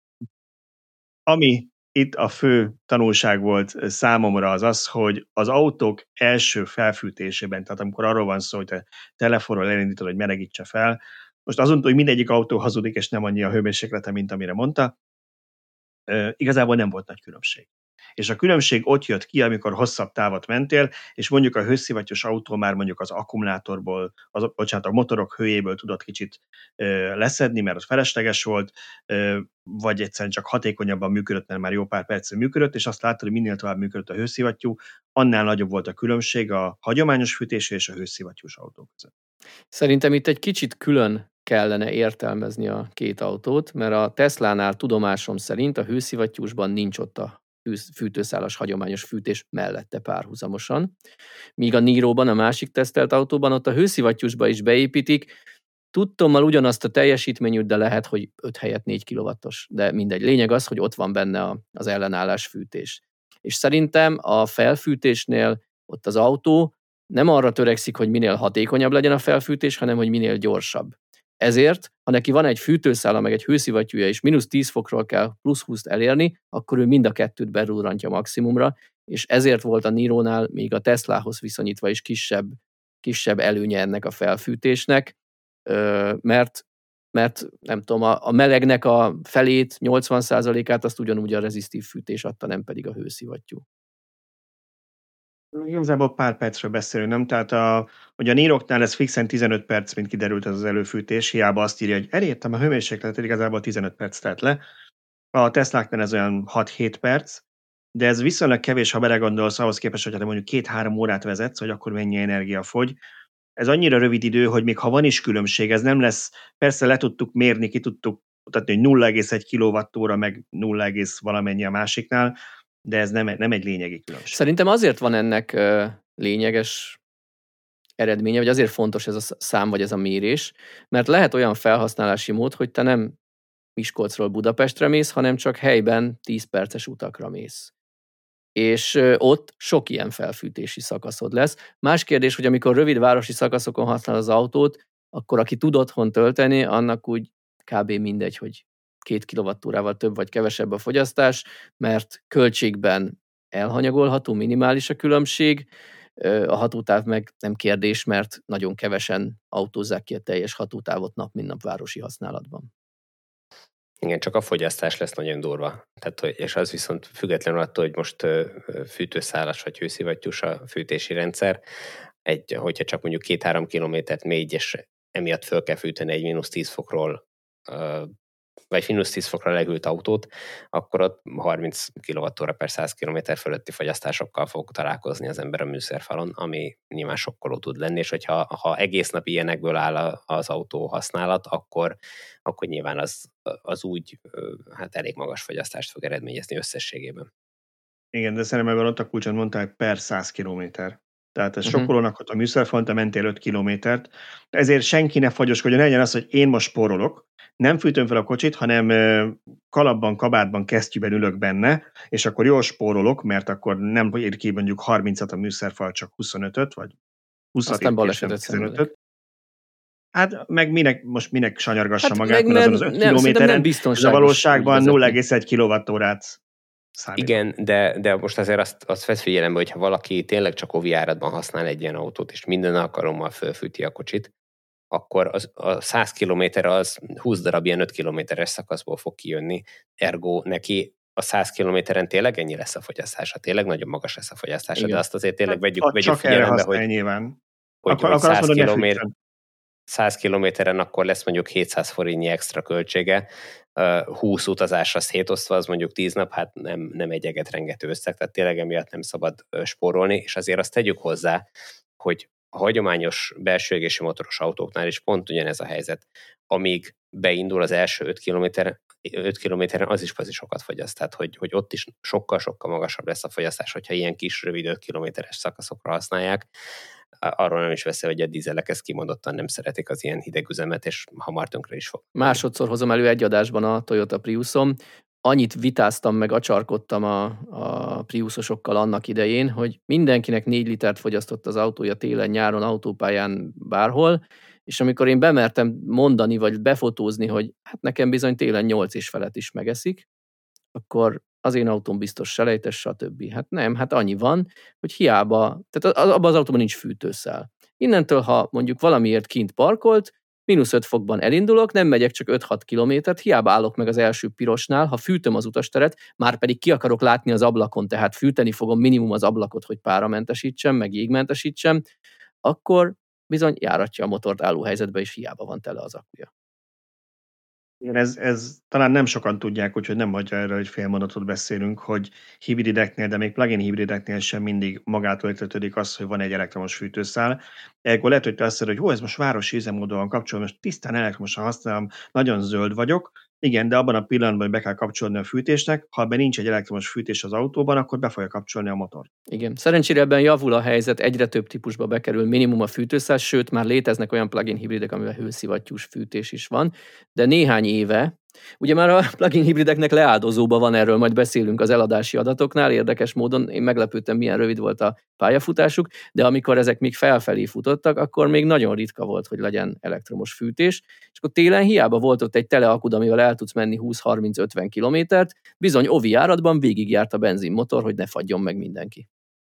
Ami itt a fő tanulság volt számomra az, hogy az autók első felfűtésében, tehát amikor arról van szó, hogy te telefonról elindítod, hogy melegítse fel, most azon, hogy mindegyik autó hazudik, és nem annyi a hőmérséklete, mint amire mondta, igazából nem volt nagy különbség. És a különbség ott jött ki, amikor hosszabb távot mentél, és mondjuk a hőszivattyús autó már mondjuk az akkumulátorból, a motorok hőjéből tudott kicsit leszedni, mert az felesleges volt, vagy egyszerűen csak hatékonyabban működött, mert már jó pár percig működött, és azt láttad, hogy minél tovább működött a hőszivattyú, annál nagyobb volt a különbség a hagyományos fűtés és a hőszivattyús autó között. Szerintem itt egy kicsit külön kellene értelmezni a két autót, mert a Teslánál tudomásom szerint a hőszivattyúsban nincs ott a fűtőszálas hagyományos fűtés mellette párhuzamosan, míg a Niroban, a másik tesztelt autóban ott a hőszivattyúsba is beépítik, tudtommal ugyanazt a teljesítményűt, de lehet, hogy 5 helyett 4 kW-os, de mindegy. Lényeg az, hogy ott van benne az ellenállás fűtés. És szerintem a felfűtésnél ott az autó nem arra törekszik, hogy minél hatékonyabb legyen a felfűtés, hanem hogy minél gyorsabb. Ezért, ha neki van egy fűtőszála, meg egy hőszivattyúja, és -10 fokról kell +20-t elérni, akkor ő mind a kettőt berúrantja maximumra, és ezért volt a Nirónál még a Teslához viszonyítva is kisebb előnye ennek a felfűtésnek, mert nem tudom, a melegnek a felét, 80%-át azt ugyanúgy a rezisztív fűtés adta, nem pedig a hőszivattyú. Igazából pár percről beszélünk, nem? Tehát hogy a Niroknál ez fixen 15 perc, mint kiderült ez az előfűtés, hiába azt írja, hogy elértem a hőmérsékletet, igazából 15 perc telt le. A Tesláknál ez olyan 6-7 perc, de ez viszonylag kevés, ha belegondolsz ahhoz képest, hogy mondjuk 2-3 órát vezetsz, hogy akkor mennyi energia fogy. Ez annyira rövid idő, hogy még ha van is különbség, ez nem lesz, persze le tudtuk mérni, ki tudtuk mutatni, hogy 0,1 kWh, meg 0, valamennyi a másiknál, de ez nem egy lényegi különbség. Szerintem azért van ennek lényeges eredménye, vagy azért fontos ez a szám, vagy ez a mérés, mert lehet olyan felhasználási mód, hogy te nem Miskolcról Budapestre mész, hanem csak helyben 10 perces utakra mész. És ott sok ilyen felfűtési szakaszod lesz. Más kérdés, hogy amikor rövid városi szakaszokon használ az autót, akkor aki tud otthon tölteni, annak úgy kb. Mindegy, hogy 2 kWh-val több vagy kevesebb a fogyasztás, mert költségben elhanyagolható, minimális a különbség, a hatótáv meg nem kérdés, mert nagyon kevesen autózzák ki a teljes hatótávot nap mint nap városi használatban. Igen, csak a fogyasztás lesz nagyon durva. Tehát, és az viszont függetlenül attól, hogy most fűtőszálas vagy hőszivattyús a fűtési rendszer, hogyha csak mondjuk 2-3 kilométert megy, és emiatt föl kell fűteni egy -10 fokról, vagy -10 fokra lehűlt autót, akkor ott 30 kWh per 100 km fölötti fogyasztásokkal fog találkozni az ember a műszerfalon, ami nyilván sokkoló tud lenni, és hogyha egész nap ilyenekből áll az autó használat, akkor nyilván az úgy hát elég magas fogyasztást fog eredményezni összességében. Igen, de szerintem ebben ott a kulcsot mondtál, hogy per 100 kilométer. Tehát ez sokkolónak, hogy a műszerfalon te mentél 5 kilométert, ezért senki ne fagyoskodjon, legyen az, hogy én most spórolok, nem fűtöm fel a kocsit, hanem kalapban, kabátban, kesztyűben ülök benne, és akkor jól spórolok, mert akkor nem ér ki mondjuk 30-at a műszerfal, csak 25-öt, vagy 20-at aztán ér ki, és nem balesetet 15-öt. Hát meg minek sanyargassa Hát magát, meg, mert azon az 5 kilométeren, ez a valóságban 0,1 kWh-t számít. Igen, de most azért azt vesz figyelembe, hogyha valaki tényleg csak ovi áratban használ egy ilyen autót, és minden alkalommal fölfűti a kocsit, akkor a 100 kilométer az 20 darab ilyen 5 kilométeres szakaszból fog kijönni, ergo neki a 100 kilométeren tényleg ennyi lesz a fogyasztása, tényleg nagyon magas lesz a fogyasztása, igen. De azt azért tényleg vegyük figyelembe, hogy, nyilván. Hogy 100 kilométeren akkor lesz mondjuk 700 forintnyi extra költsége, 20 utazásra szétosztva, az mondjuk 10 nap, hát nem egy egetrengető összeg, tehát tényleg emiatt nem szabad spórolni, és azért azt tegyük hozzá, hogy a hagyományos belső égésű motoros autóknál is pont ugyanez a helyzet. Amíg beindul az első 5 kilométeren, az is sokat fogyaszt, tehát hogy ott is sokkal-sokkal magasabb lesz a fogyasztás, hogyha ilyen kis, rövid 5 kilométeres szakaszokra használják. Arról nem is beszél, hogy a dízelek ezt kimondottan nem szeretik az ilyen hideg üzemet, és hamar tönkre is fog. Másodszor hozom elő egy adásban a Toyota Priusom. Annyit vitáztam, meg acsarkodtam a Priusosokkal annak idején, hogy mindenkinek 4 litert fogyasztott az autója télen, nyáron, autópályán, bárhol, és amikor én bemertem mondani, vagy befotózni, hogy hát nekem bizony télen 8 és felett is megeszik, akkor az én autóm biztos selejtes, stb. Hát nem, hát annyi van, hogy hiába, tehát abban az autóban nincs fűtőszál. Innentől, ha mondjuk valamiért kint parkolt, -5 fokban elindulok, nem megyek csak 5-6 kilométert, hiába állok meg az első pirosnál, ha fűtöm az utasteret, már pedig ki akarok látni az ablakon, tehát fűteni fogom minimum az ablakot, hogy páramentesítsem, meg jégmentesítsem, akkor bizony járatja a motort állóhelyzetbe, és hiába van tele az akkuja. Igen, ez talán nem sokan tudják, úgyhogy nem hagyja erre, hogy fél mondatot beszélünk, hogy hibrideknél, de még plug-in hibrideknél sem mindig magától értetődik az, hogy van egy elektromos fűtőszál. Ekkor lehet, hogy te azt mondod, hogy ez most városi üzemmódon van kapcsolva, most tisztán elektromosan használom, nagyon zöld vagyok. Igen, de abban a pillanatban, hogy be kell kapcsolni a fűtésnek, ha ebben nincs egy elektromos fűtés az autóban, akkor be fogja kapcsolni a motor. Igen. Szerencsére ebben javul a helyzet, egyre több típusba bekerül minimum a fűtőszál, sőt már léteznek olyan plug-in hibridek, amivel hőszivattyús fűtés is van, de néhány éve, ugye már a plug-in hibrideknek leáldozóban van, erről majd beszélünk az eladási adatoknál, érdekes módon én meglepődtem, milyen rövid volt a pályafutásuk, de amikor ezek még felfelé futottak, akkor még nagyon ritka volt, hogy legyen elektromos fűtés, és akkor télen hiába volt ott egy teleakud, amivel el tudsz menni 20-30-50 kilométert, bizony ovi járatban végigjárt a benzinmotor, hogy ne fagyjon meg mindenki.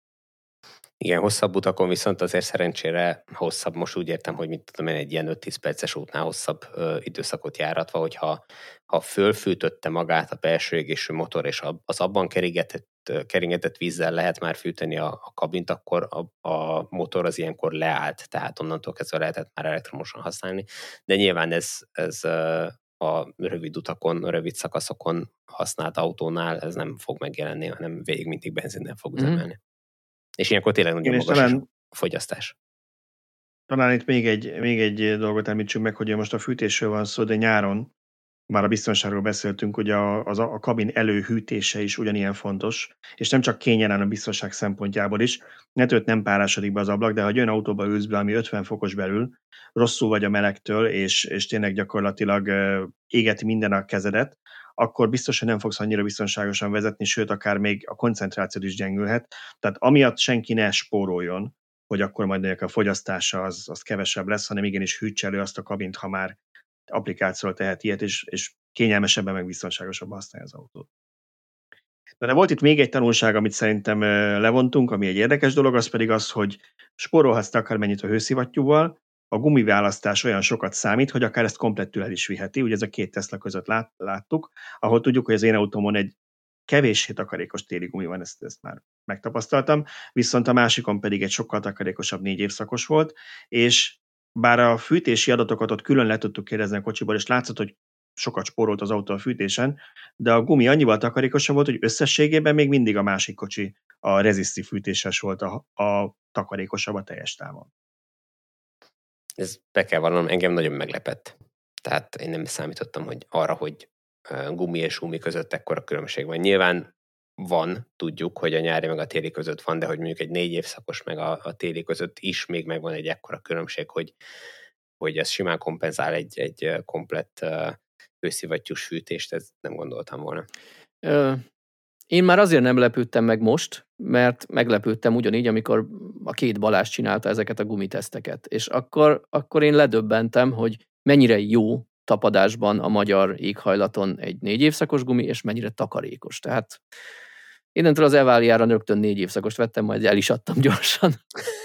Igen, hosszabb utakon viszont azért szerencsére hosszabb, most úgy értem, hogy mit tudom én, egy ilyen 5-10 perces útnál hosszabb időszakot járatva, hogyha fölfűtötte magát a belső égésű motor, és az abban keringetett vízzel lehet már fűteni a kabint, akkor a motor az ilyenkor leállt, tehát onnantól kezdve lehetett már elektromosan használni. De nyilván ez a rövid utakon, a rövid szakaszokon használt autónál ez nem fog megjelenni, hanem végig mindig benzinnel fog üzemelni. És ilyenkor tényleg nagyon magas a fogyasztás. Talán itt még egy dolgot említsünk meg, hogy most a fűtésről van szó, de nyáron már a biztonságról beszéltünk, hogy a kabin előhűtése is ugyanilyen fontos, és nem csak kényelem a biztonság szempontjából is. Netőt nem párásodik be az ablak, de ha egy olyan autóba ülsz be, ami 50 fokos belül, rosszul vagy a melegtől, és tényleg gyakorlatilag égeti minden a kezedet, akkor biztos, hogy nem fogsz annyira biztonságosan vezetni, sőt, akár még a koncentrációd is gyengülhet. Tehát amiatt senki ne spóroljon, hogy akkor majd a fogyasztása az kevesebb lesz, hanem igenis hűtse elő azt a kabint, ha már applikációval tehet ilyet, és kényelmesebben, meg biztonságosabban használja az autót. De volt itt még egy tanulság, amit szerintem levontunk, ami egy érdekes dolog, az pedig az, hogy spórolhatsz te akármennyit a hőszivattyúval, a gumiválasztás olyan sokat számít, hogy akár ezt komplettül el is viheti. Ugye ez a két Tesla között láttuk, ahol tudjuk, hogy az én autómon egy kevéssé takarékos téli gumi van, ezt már megtapasztaltam, viszont a másikon pedig egy sokkal takarékosabb 4 évszakos volt, és bár a fűtési adatokat ott külön le tudtuk kérdezni a kocsiból, és látszott, hogy sokat spórolt az autó a fűtésen, de a gumi annyival takarékosabb volt, hogy összességében még mindig a másik kocsi a rezisztív fűtéses volt a takarékosabb a teljes távon. Ez be kell vallanom, engem nagyon meglepett. Tehát én nem számítottam, hogy arra, hogy gumi és gumi között ekkora különbség van. Nyilván van, tudjuk, hogy a nyári meg a téli között van, de hogy mondjuk egy 4 évszakos meg a téli között is még megvan egy ekkora különbség, hogy ez simán kompenzál egy komplett hőszivattyús fűtést, ezt nem gondoltam volna. Én már azért nem lepődtem meg most, mert meglepődtem ugyanígy, amikor a két Balázs csinálta ezeket a gumiteszteket. És akkor én ledöbbentem, hogy mennyire jó tapadásban a magyar éghajlaton egy 4 évszakos gumi, és mennyire takarékos. Tehát innentől az Eváliára rögtön 4 évszakost vettem, majd el is adtam gyorsan.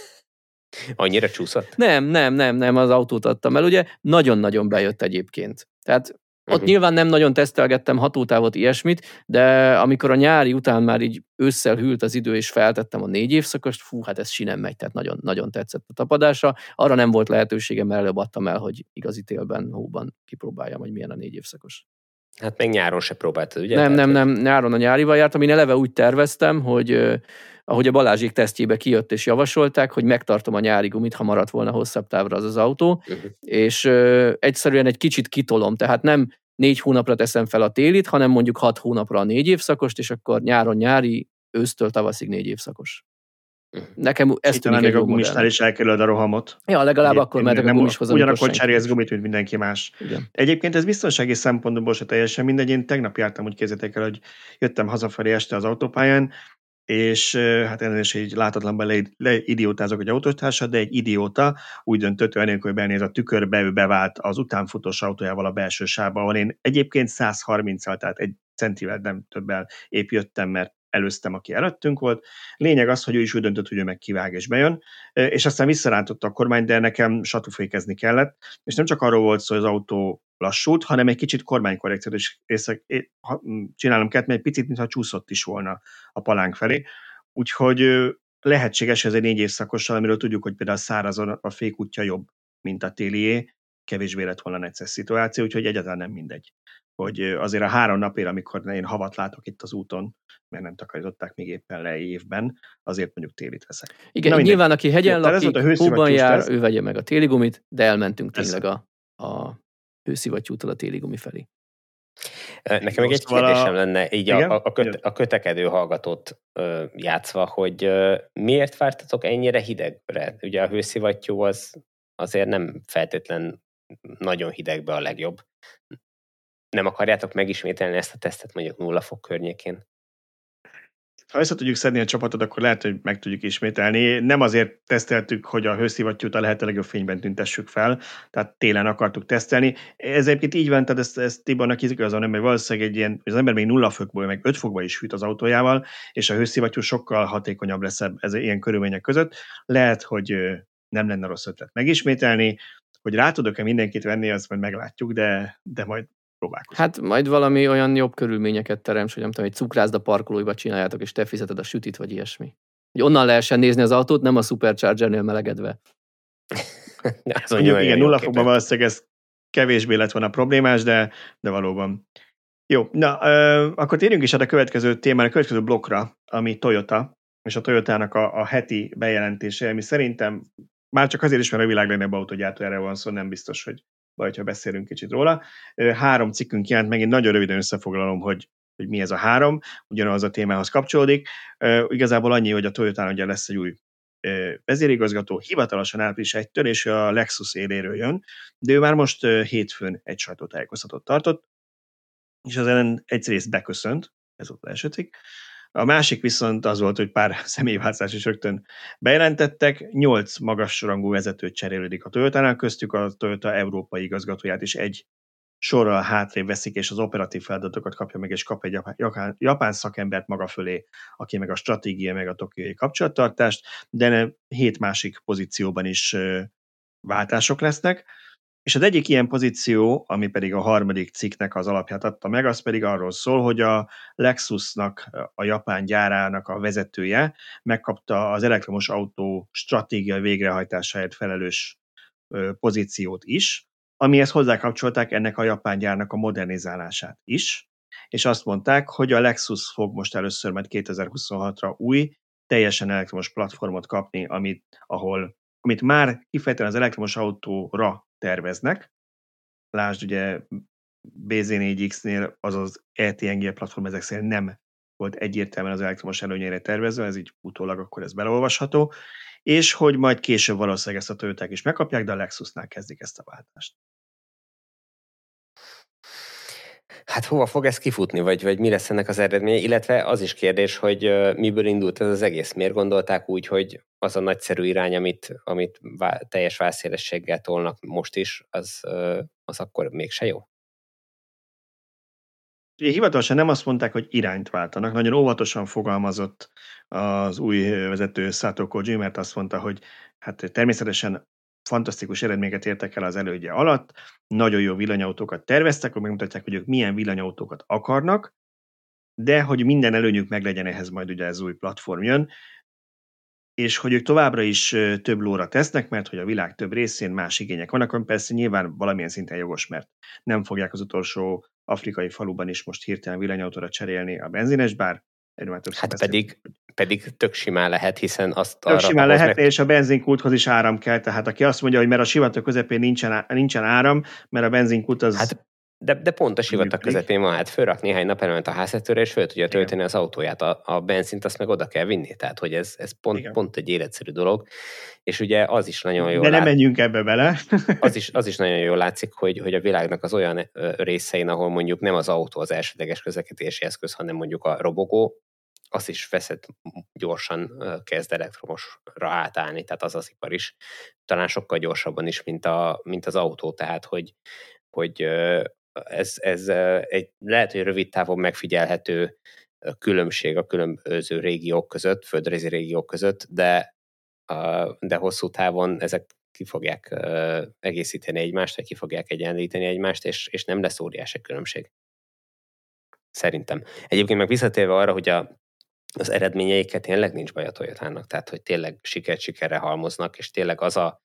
Annyira csúszott? Nem, az autót adtam el. Ugye nagyon-nagyon bejött egyébként. Tehát ott nyilván nem nagyon tesztelgettem hatótávot, ilyesmit, de amikor a nyári után már így ősszel hűlt az idő, és feltettem a 4 évszakost, hát ez sinem megy, tehát nagyon, nagyon tetszett a tapadása. Arra nem volt lehetőségem, mert előbb adtam el, hogy igazi télben, hóban kipróbáljam, hogy milyen a 4 évszakos. Hát még nyáron se próbáltad, ugye? Nem, nyáron a nyárival jártam. Én eleve úgy terveztem, hogy ahogy a Balázsék tesztjébe kijött és javasolták, hogy megtartom a nyári gumit, ha maradt volna hosszabb távra az autó, és egyszerűen egy kicsit kitolom, tehát nem 4 hónapra teszem fel a télit, hanem mondjuk 6 hónapra a 4 évszakost, és akkor nyáron nyári, ősztől tavaszig 4 évszakos. Nekem ez tűnik egy jó modell. Gumisnál is elkerülöd a rohamot. Ja, legalább akkor mehetek a gumishoz. Ugyanakkor cserélsz gumit, mint mindenki más. Igen. Egyébként ez biztonsági szempontból se teljesen mindegy. Én tegnap jártam, úgy képzeljétek el, hogy jöttem hazafelé este az autópályán, és hát ennél is így látatlanban leidiótázok egy autóstársat, de egy idióta úgy döntött, hogy hogy benéz a tükörbe, ő bevált az utánfutós autójával a belső sávba, ahol én egyébként 130-al, tehát egy centivel nem többel épp jöttem, mert előztem, aki előttünk volt. Lényeg az, hogy ő is úgy döntött, hogy ő meg kivág és bejön, és aztán visszarántotta a kormány, de nekem satúfékezni kellett, és nem csak arról volt szó, hogy az autó lassult, hanem egy kicsit kormánykorrekciót is csinálnom kellett, mert egy picit, mintha csúszott is volna a palánk felé. Úgyhogy lehetséges, hogy ez egy 4 évszakossal, amiről tudjuk, hogy például szárazon a fékútja jobb, mint a télié, kevésbé lett volna necces szituáció, úgyhogy egyáltalán nem mindegy. Hogy azért a 3 napért, amikor én havat látok itt az úton, mert nem takarították még éppen le évben, azért mondjuk télit veszek. Igen, nyilván aki hegyen lakik, hóban jár, ő vegye meg a téligumit, de elmentünk tényleg a hőszivattyútól a téligumi felé. Nekem még egy kérdésem lenne, így a kötekedő hallgatót játszva, hogy miért vártatok ennyire hidegre? Ugye a hőszivattyú az azért nem feltétlen nagyon hidegbe a legjobb. Nem akarjátok megismételni ezt a tesztet mondjuk 0 fok környékén? Ha össze tudjuk szedni a csapatot, akkor lehet, hogy meg tudjuk ismételni. Nem azért teszteltük, hogy a hőszivattyút a lehető legjobb fényben tüntessük fel, tehát télen akartuk tesztelni. Ez egyébként így van, tehát ezt Tibornak igazán nem, mert valószínűleg egy ilyen, az ember még 0 fokból, meg 5 fokba is hűt az autójával, és a hőszivattyú sokkal hatékonyabb lesz ez ilyen körülmények között. Lehet, hogy nem lenne rossz ötlet megismételni, hogy rá tudok-e mindenkit venni, azt majd meglátjuk, de majd próbálkozunk. Hát majd valami olyan jobb körülményeket teremts, hogy nem tudom, egy cukrászda parkolóiba csináljátok, és te fizeted a sütit, vagy ilyesmi. Hogy onnan lehessen nézni az autót, nem a Superchargernél melegedve. Igen, 0 fokban valószínűleg ez kevésbé lett volna problémás, de valóban. Jó, na, akkor térjünk is a következő témára, a következő blokkra, ami Toyota, és a Toyotának a heti bejelentése, ami szerintem már csak azért is, mert a világ legnagyobb autógyártó, erre van szó, nem biztos, hogy vagy ha beszélünk kicsit róla. 3 cikkünk jelent meg, én nagyon röviden összefoglalom, hogy mi ez a 3, ugyanaz a témához kapcsolódik. Igazából annyi, hogy a Toyotán ugye lesz egy új vezérigazgató, hivatalosan április 1-től, és a Lexus éléről jön, de ő már most hétfőn egy sajtótájékoztatót tartott, és az ellen egyrészt beköszönt, ez volt az első cikk. A másik viszont az volt, hogy pár személyváltás is rögtön bejelentettek, 8 magasrangú vezetőt cserélődik a Toyotánál, köztük a Toyota európai igazgatóját is egy sorral hátrébb veszik, és az operatív feladatokat kapja meg, és kap egy japán szakembert maga fölé, aki meg a stratégia, meg a tokiói kapcsolattartást, de 7 másik pozícióban is váltások lesznek, és az egyik ilyen pozíció, ami pedig a harmadik cikknek az alapját adta meg, az pedig arról szól, hogy a Lexusnak, a japán gyárának a vezetője megkapta az elektromos autó stratégia végrehajtásáért felelős pozíciót is, amihez hozzákapcsolták ennek a japán gyárnak a modernizálását is, és azt mondták, hogy a Lexus fog most először majd 2026-ra új, teljesen elektromos platformot kapni, amit már kifejezetten az elektromos autóra terveznek. Lásd, ugye BZ4X-nél az ETNG platform ezek szerint nem volt egyértelműen az elektromos előnyére tervezve, ez így utólag akkor ez beleolvasható, és hogy majd később valószínűleg ezt a Toyoták is megkapják, de a Lexusnál kezdik ezt a váltást. Hát hova fog ez kifutni, vagy mi lesz ennek az eredménye, illetve az is kérdés, hogy miből indult ez az egész. Miért gondolták úgy, hogy az a nagyszerű irány, amit teljes válszélességgel tolnak most is, az akkor mégse jó? Ugye hivatalosan nem azt mondták, hogy irányt váltanak, nagyon óvatosan fogalmazott az új vezető Sato Koji, mert azt mondta, hogy hát természetesen fantasztikus eredményeket értek el az elődje alatt, nagyon jó villanyautókat terveztek, hogy megmutatják, hogy ők milyen villanyautókat akarnak, de hogy minden előnyük meglegyen, ehhez majd ugye ez új platform jön, és hogy ők továbbra is több lóra tesznek, mert hogy a világ több részén más igények vannak, ami persze nyilván valamilyen szinten jogos, mert nem fogják az utolsó afrikai faluban is most hirtelen villanyautóra cserélni a benzines, bár erről már többször beszéltünk. Pedig tök simán lehet, hiszen azt tök simán lehet, és a benzinkulthoz is áram kell, tehát aki azt mondja, hogy mert a sivatag közepén nincsen áram, mert a benzinkút az... Hát, de pont a sivatag közepén van, hát fölrak néhány napelemet a háztetőre, és föl tudja tölteni az autóját. A benzint azt meg oda kell vinni, tehát hogy ez pont egy életszerű dolog, és ugye az is nagyon jól de nem menjünk ebbe bele. az is nagyon jól látszik, hogy a világnak az olyan részein, ahol mondjuk nem az autó az elsődleges közlekedési eszköz, hanem mondjuk a robogó, az is veszett gyorsan kezd elektromosra átállni, tehát az ipar is talán sokkal gyorsabban is, mint az autó, tehát hogy ez egy lehet, hogy rövid távon megfigyelhető különbség a különböző régiók között, földrajzi régiók között, de hosszú távon ezek ki fogják egészíteni egymást, vagy ki fogják egyenlíteni egymást, és nem lesz óriási különbség. Szerintem. Egyébként meg visszatérve arra, hogy az eredményeiket tényleg nincs baj a Toyotának, tehát hogy tényleg sikerre halmoznak, és tényleg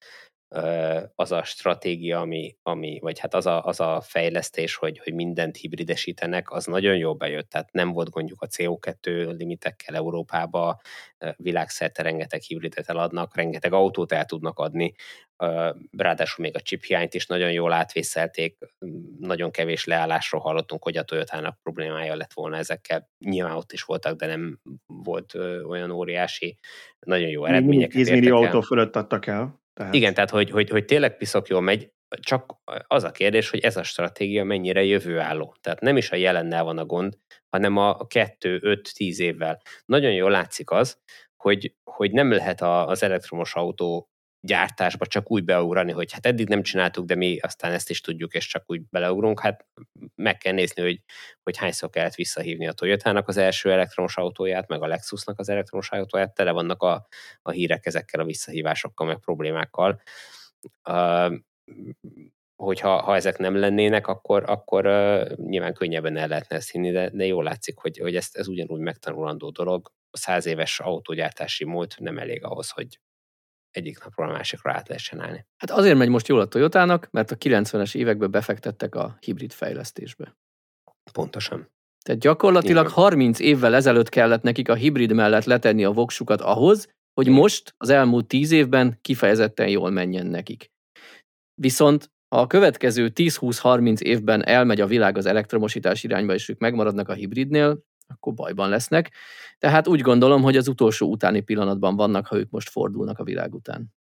az a stratégia, vagy hát az a fejlesztés, hogy mindent hibridesítenek, az nagyon jól bejött, tehát nem volt gondjuk a CO2 limitekkel Európába, világszerte rengeteg hibridet eladnak, rengeteg autót el tudnak adni, ráadásul még a chip hiányt is nagyon jól átvészelték, nagyon kevés leállásról hallottunk, hogy a Toyotának problémája lett volna ezekkel. Nyilván ott is voltak, de nem volt olyan óriási, nagyon jó eredményeket értek el. 10 millió autó fölött adtak el. Tehát... Igen, tehát hogy tényleg piszok jól megy, csak az a kérdés, hogy ez a stratégia mennyire jövőálló. Tehát nem is a jelennel van a gond, hanem a 2-5-10 évvel. Nagyon jól látszik az, hogy nem lehet az elektromos autó gyártásba csak úgy beugrani, hogy hát eddig nem csináltuk, de mi aztán ezt is tudjuk, és csak úgy beleugrunk. Hát meg kell nézni, hogy hányszor kellett visszahívni a Toyotának az első elektromos autóját, meg a Lexusnak az elektromos autóját, tele vannak a hírek ezekkel a visszahívásokkal, meg problémákkal. Hogyha ezek nem lennének, akkor nyilván könnyebben el lehetne ezt hinni, de jól látszik, hogy ez ugyanúgy megtanulandó dolog. A 100 éves autógyártási múlt nem elég ahhoz, hogy egyik napról a másikra át lehessen állni. Hát azért megy most jól a Toyotának, mert a 90-es években befektettek a hibrid fejlesztésbe. Pontosan. Tehát gyakorlatilag 30 évvel ezelőtt kellett nekik a hibrid mellett letenni a voksukat ahhoz, hogy most az elmúlt 10 évben kifejezetten jól menjen nekik. Viszont Ha a következő 10-20-30 évben elmegy a világ az elektromosítás irányba, és ők megmaradnak a hibridnél, akkor bajban lesznek. Tehát úgy gondolom, hogy az utolsó utáni pillanatban vannak, ha ők most fordulnak a világ után.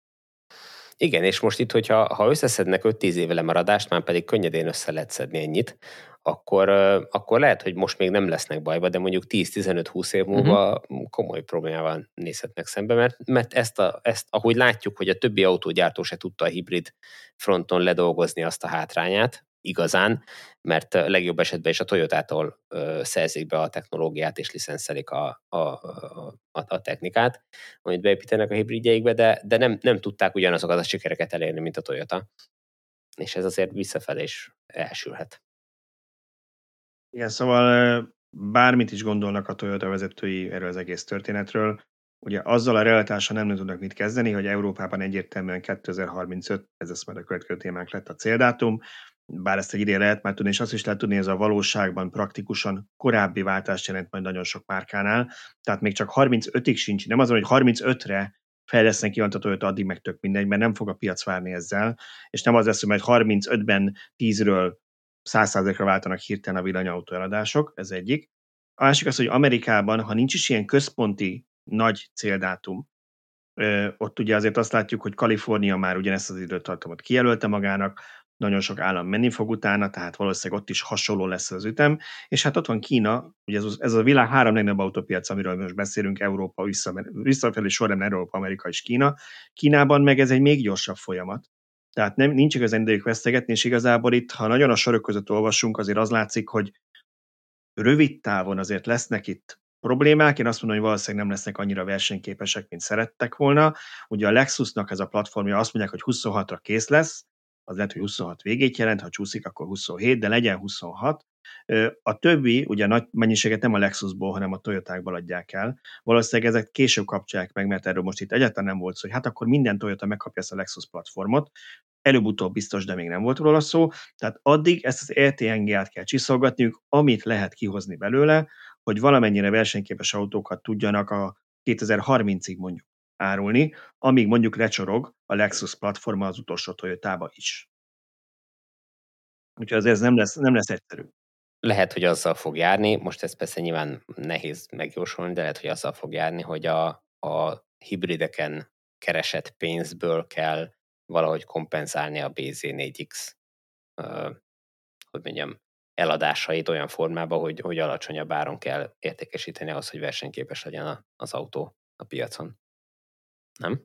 Igen, és most itt, hogyha összeszednek 5-10 éve lemaradást, már pedig könnyedén össze lehet szedni ennyit, akkor lehet, hogy most még nem lesznek bajba, de mondjuk 10-15-20 év múlva komoly problémával nézhetnek szembe, mert ezt, ahogy látjuk, hogy a többi autógyártó se tudta a hibrid fronton ledolgozni azt a hátrányát, igazán, mert legjobb esetben is a Toyotától szerzik be a technológiát és licenszelik a technikát, amit beépítenek a hibridjeikbe, de nem tudták ugyanazokat a sikereket elérni, mint a Toyota. És ez azért visszafelé is elsülhet. Igen, szóval bármit is gondolnak a Toyota vezetői erről az egész történetről, ugye azzal a realitással nem tudnak mit kezdeni, hogy Európában egyértelműen 2035, ez lesz majd a következő témánk lett a céldátum, bár ezt egy ideje lehet már tudni, és azt is lehet tudni, hogy ez a valóságban praktikusan korábbi váltást jelent majd nagyon sok márkánál, tehát még csak 35-ig sincs, nem azon, hogy 35-re fejlesztenek ki a Toyota, addig meg tök mindegy, mert nem fog a piac várni ezzel, és nem az lesz, hogy majd 35-ben 10-ről 100%-ra váltanak hirtelen a villanyautó eladások, ez egyik. A másik az, hogy Amerikában, ha nincs is ilyen központi nagy céldátum, ott ugye azért azt látjuk, hogy Kalifornia már ugyanezt az időtartamot kijelölte magának, nagyon sok állam menni fog utána, tehát valószínűleg ott is hasonló lesz az ütem, és hát ott van Kína, ugye ez a világ 3 legnagyobb autópiac, amiről most beszélünk, Európa, visszafelé sorrendben Európa, Amerika és Kína. Kínában meg ez egy még gyorsabb folyamat. Tehát nincs igazán idejük vesztegetni, és igazából itt, ha nagyon a sorok között olvasunk, azért az látszik, hogy rövid távon azért lesznek itt problémák. Én azt mondom, hogy valószínűleg nem lesznek annyira versenyképesek, mint szerettek volna. Ugye a Lexusnak ez a platformja, azt mondják, hogy 26-ra kész lesz, az lehet, hogy 26 végét jelent, ha csúszik, akkor 27, de legyen 26. A többi, ugye a nagy mennyiséget nem a Lexusból, hanem a Toyotákból adják el. Valószínűleg ezek később kapcsolják meg, mert erről most itt egyáltalán nem volt szó, hogy hát akkor minden Toyota megkapja ezt a Lexus platformot. Előbb-utóbb biztos, de még nem volt róla szó. Tehát addig ezt az ETNG-át kell csiszolgatniuk, amit lehet kihozni belőle, hogy valamennyire versenyképes autókat tudjanak a 2030-ig mondjuk árulni, amíg mondjuk lecsorog a Lexus platforma az utolsó Toyotába is. Úgyhogy ez nem lesz egyszerű. Lehet, hogy azzal fog járni, most ez persze nyilván nehéz megjósolni, de lehet, hogy azzal fog járni, hogy a hibrideken keresett pénzből kell valahogy kompenzálni a BZ4X hogy mondjam, eladásait olyan formában, hogy alacsonyabb áron kell értékesíteni ahhoz, hogy versenyképes legyen az autó a piacon. Nem?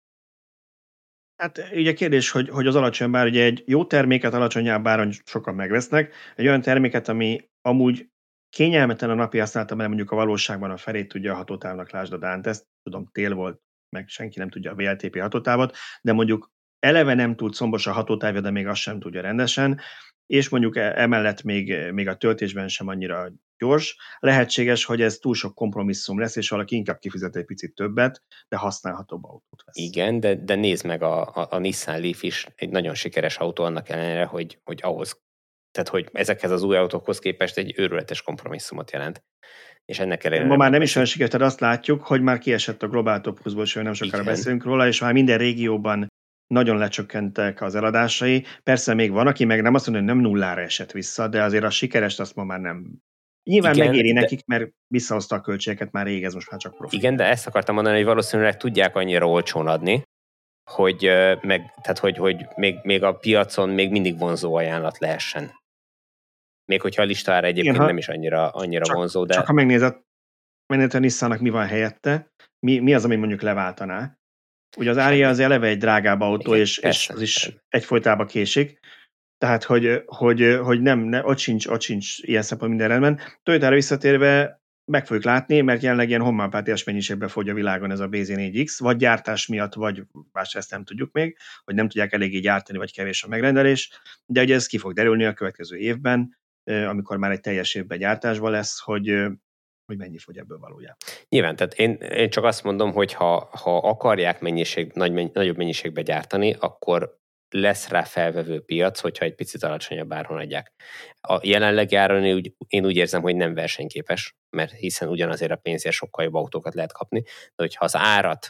Hát ugye kérdés, hogy az alacsony ár, ugye egy jó terméket alacsonyabb áron sokan megvesznek, egy olyan terméket, ami amúgy kényelmetlen a napi használatban, mert mondjuk a valóságban a felét tudja a hatótávnak, lásd a Dantest, tudom, tél volt, meg senki nem tudja a VLTP hatótávot, de mondjuk eleve nem tud szombos a hatótávja, de még azt sem tudja rendesen, és mondjuk emellett még a töltésben sem annyira gyors. Lehetséges, hogy ez túl sok kompromisszum lesz, és valaki inkább kifizet egy picit többet, de használhatóbb autót vesz. Igen, de nézd meg, a Nissan Leaf is egy nagyon sikeres autó annak ellenére, hogy ahhoz, tehát hogy ezekhez az új autókhoz képest egy őrületes kompromisszumot jelent. És ennek ellenére ma már nem is olyan sikeres, tehát azt látjuk, hogy már kiesett a Global Top 20-ból, és nem sokára beszélünk róla, és már minden régióban nagyon lecsökkentek az eladásai. Persze még van, aki meg nem azt mondja, hogy nem nullára esett vissza, de azért a sikerest azt ma már nem. Nyilván igen, megéri nekik, mert visszahozta a költségeket már rég, ez most már csak profit. Igen, de ezt akartam mondani, hogy valószínűleg tudják annyira olcsón adni, hogy, hogy még a piacon még mindig vonzó ajánlat lehessen. Még hogyha a listára egyébként igen, nem is annyira vonzó, de... Csak ha megnézed a Nissannak mi van helyette, mi az, ami mondjuk leváltaná. Ugye az Aria az eleve egy drágább autó, igen, és az is egyfolytában késik. Tehát, hogy nem, ott sincs ilyen szempont minden rendben. Toyotára visszatérve meg fogjuk látni, mert jelenleg ilyen homeopátiás mennyiségben fogy a világon ez a BZ4X, vagy gyártás miatt, vagy más, ezt nem tudjuk még, hogy nem tudják eléggé gyártani, vagy kevés a megrendelés, de ugye ez ki fog derülni a következő évben, amikor már egy teljes évben gyártásban lesz, hogy mennyi fogy ebből valójában. Nyilván, tehát én csak azt mondom, hogy ha akarják nagyobb mennyiségbe gyártani, akkor lesz rá felvevő piac, hogyha egy picit alacsonyabb áron adják. A jelenlegi áron én úgy érzem, hogy nem versenyképes, mert hiszen ugyanazért a pénzért sokkal jobb autókat lehet kapni, de hogyha az árat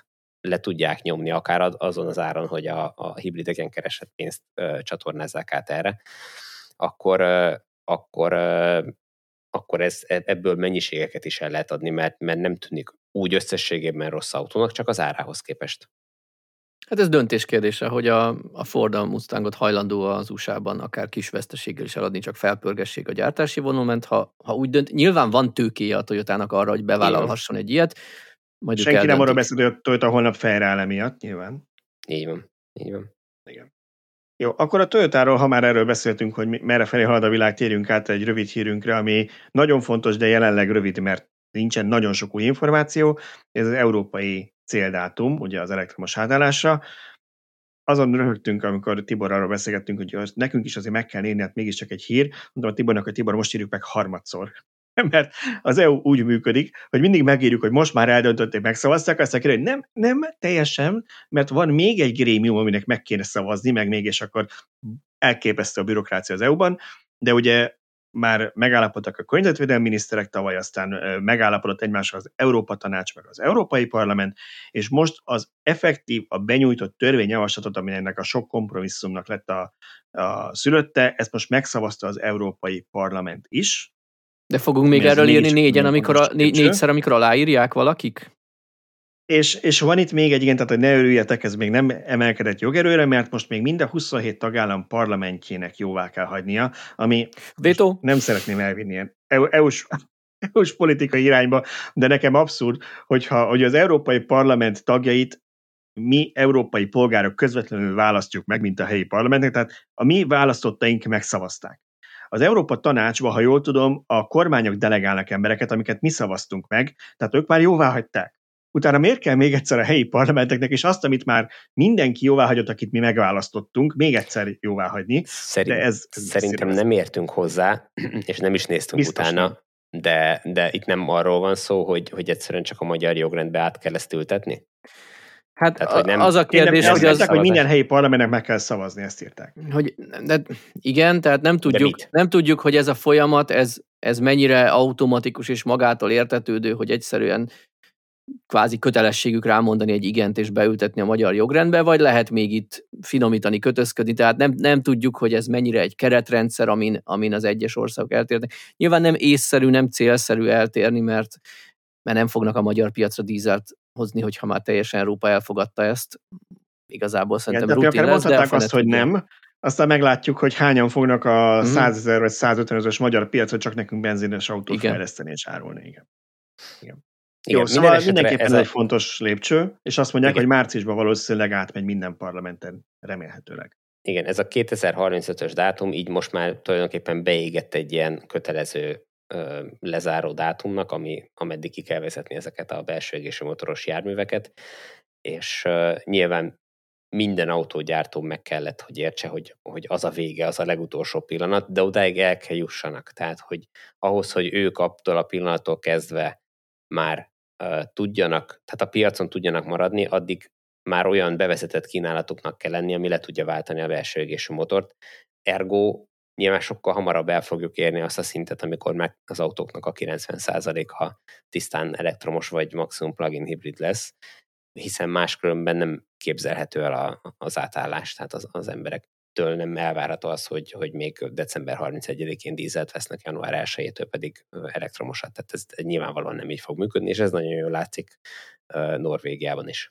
le tudják nyomni, akár azon az áron, hogy a hibrideken keresett pénzt csatornázzák át erre, akkor ebből mennyiségeket is el lehet adni, mert nem tűnik úgy összességében rossz autónak, csak az árához képest. Hát ez döntés kérdése, hogy a Ford a Mustangot hajlandó az USA-ban akár kis veszteséggel is eladni, csak felpörgessék a gyártási vonulment. Ha úgy dönt, nyilván van tőkéje a Toyotának arra, hogy bevállalhasson egy ilyet. Majd senki nem arra beszél, hogy a Toyota holnap fejreáll emiatt, nyilván. Így van. Igen. Jó, akkor a Toyotáról, ha már erről beszéltünk, hogy merre felé halad a világ, térjünk át egy rövid hírünkre, ami nagyon fontos, de jelenleg rövid, mert nincsen nagyon sok új információ. Ez az európai céldátum, ugye az elektromos átállásra. Azon röhögtünk, amikor Tibor arról beszélgettünk, hogy nekünk is azért meg kell érni, hát mégiscsak egy hír. Mondom a Tibornak, hogy Tibor, most írjuk meg harmadszor. Mert az EU úgy működik, hogy mindig megírjuk, hogy most már eldöntötték, megszavazták, aztán kérdezik, hogy nem teljesen, mert van még egy grémium, aminek meg kéne szavazni, meg mégis akkor elképesztő a bürokrácia az EU-ban, de ugye már megállapodtak a környezetvédelmi miniszterek tavaly, aztán megállapodott egymással az Európa Tanács, meg az Európai Parlament, és most az effektív, a benyújtott törvényjavaslatot, ami ennek a sok kompromisszumnak lett a szülötte, ezt most megszavazta az Európai Parlament is. De fogunk még erről írni négyszer, amikor aláírják valakik? És van itt még egy, igen, tehát hogy ne örüljetek, ez még nem emelkedett jogerőre, mert most még minden 27 tagállam parlamentjének jóvá kell hagynia, ami nem szeretném elvinni ilyen EU-s politikai irányba, de nekem abszurd, hogy az Európai Parlament tagjait mi európai polgárok közvetlenül választjuk meg, mint a helyi parlamentnek, tehát a mi választottaink megszavazták. Az Európa Tanácsban, ha jól tudom, a kormányok delegálnak embereket, amiket mi szavaztunk meg, tehát ők már jóvá hagyták. Utána miért kell még egyszer a helyi parlamenteknek, és azt, amit már mindenki jóvá hagyott, akit mi megválasztottunk, még egyszer jóvá hagyni? Szerintem nem értünk hozzá, és nem is néztünk biztos utána, de itt nem arról van szó, hogy egyszerűen csak a magyar jogrendbe át kell ezt ültetni? Hát tehát, hogy nem, az a kérdés, hogy minden helyi parlamentnek meg kell szavazni, ezt írták. Igen, tehát nem tudjuk, hogy ez a folyamat, ez mennyire automatikus és magától értetődő, hogy egyszerűen kvázi kötelességük rámondani egy igent és beültetni a magyar jogrendbe, vagy lehet még itt finomítani, kötözködni, tehát nem tudjuk, hogy ez mennyire egy keretrendszer, amin az egyes országok eltérnek. Nyilván nem észszerű, nem célszerű eltérni, mert nem fognak a magyar piacra dízelt hozni, hogyha már teljesen Európa elfogadta ezt. Igazából szerintem rutin lesz, de azt, hogy nem. Aztán meglátjuk, hogy hányan fognak a 100 000 vagy 150 000-ös magyar piacon csak nekünk benzines autót fejleszteni és árulni. Igen. Jó, szóval mindenképpen ez egy fontos lépcső, és azt mondják, hogy márciusban valószínűleg átmegy minden parlamenten, remélhetőleg. Igen, ez a 2035-ös dátum így most már tulajdonképpen beégett egy ilyen kötelező lezáró dátumnak, ameddig ki kell vezetni ezeket a belső égésű motoros járműveket, és nyilván minden autógyártó meg kellett, hogy értse, hogy az a vége, az a legutolsó pillanat, de odáig el kell jussanak. Tehát, hogy ahhoz, hogy ők attól a pillanattól kezdve már tudjanak, tehát a piacon tudjanak maradni, addig már olyan bevezetett kínálatuknak kell lenni, ami le tudja váltani a belső égésű motort. Ergo nyilván sokkal hamarabb el fogjuk érni azt a szintet, amikor meg az autóknak a 90%-a tisztán elektromos vagy maximum plug-in hibrid lesz, hiszen máskülönben nem képzelhető el az átállás, tehát az emberektől nem elvárható az, hogy még december 31-én dízelt vesznek, január 1-től pedig elektromosat, tehát ez nyilvánvalóan nem így fog működni, és ez nagyon jól látszik Norvégiában is.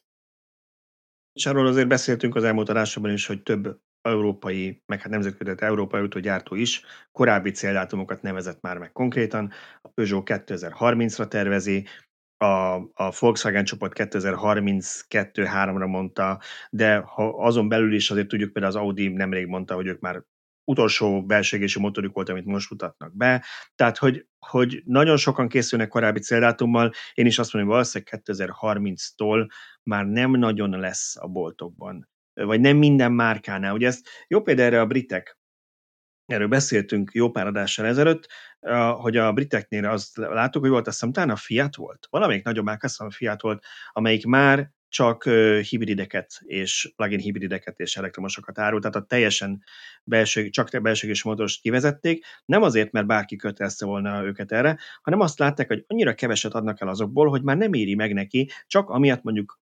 És arról azért beszéltünk az elmúlt adásokban is, hogy több európai, meg hát nemzetközi európai autógyártó is korábbi céldátumokat nevezett már meg konkrétan. A Peugeot 2030-ra tervezi, a Volkswagen csoport 2032-3-ra mondta, de ha azon belül is azért tudjuk, például az Audi nemrég mondta, hogy ők már utolsó belső égésű motorjuk volt, amit most mutatnak be. Tehát, hogy nagyon sokan készülnek korábbi céldátummal, én is azt mondom, hogy valószínűleg 2030-tól már nem nagyon lesz a boltokban, vagy nem minden márkánál. Ugye ezt jó például erre a britek, erről beszéltünk jó pár adással ezelőtt, hogy a briteknél azt láttuk, hogy volt, azt hiszem, talán a Fiat volt. Valamelyik nagyobb márka, azt hiszem, a Fiat volt, amelyik már csak hibrideket és plug-in hibrideket és elektromosokat árul, tehát a teljesen csak belsőgés motorost kivezették, nem azért, mert bárki kötelezte volna őket erre, hanem azt látták, hogy annyira keveset adnak el azokból, hogy már nem éri meg neki, csak amiatt mondjuk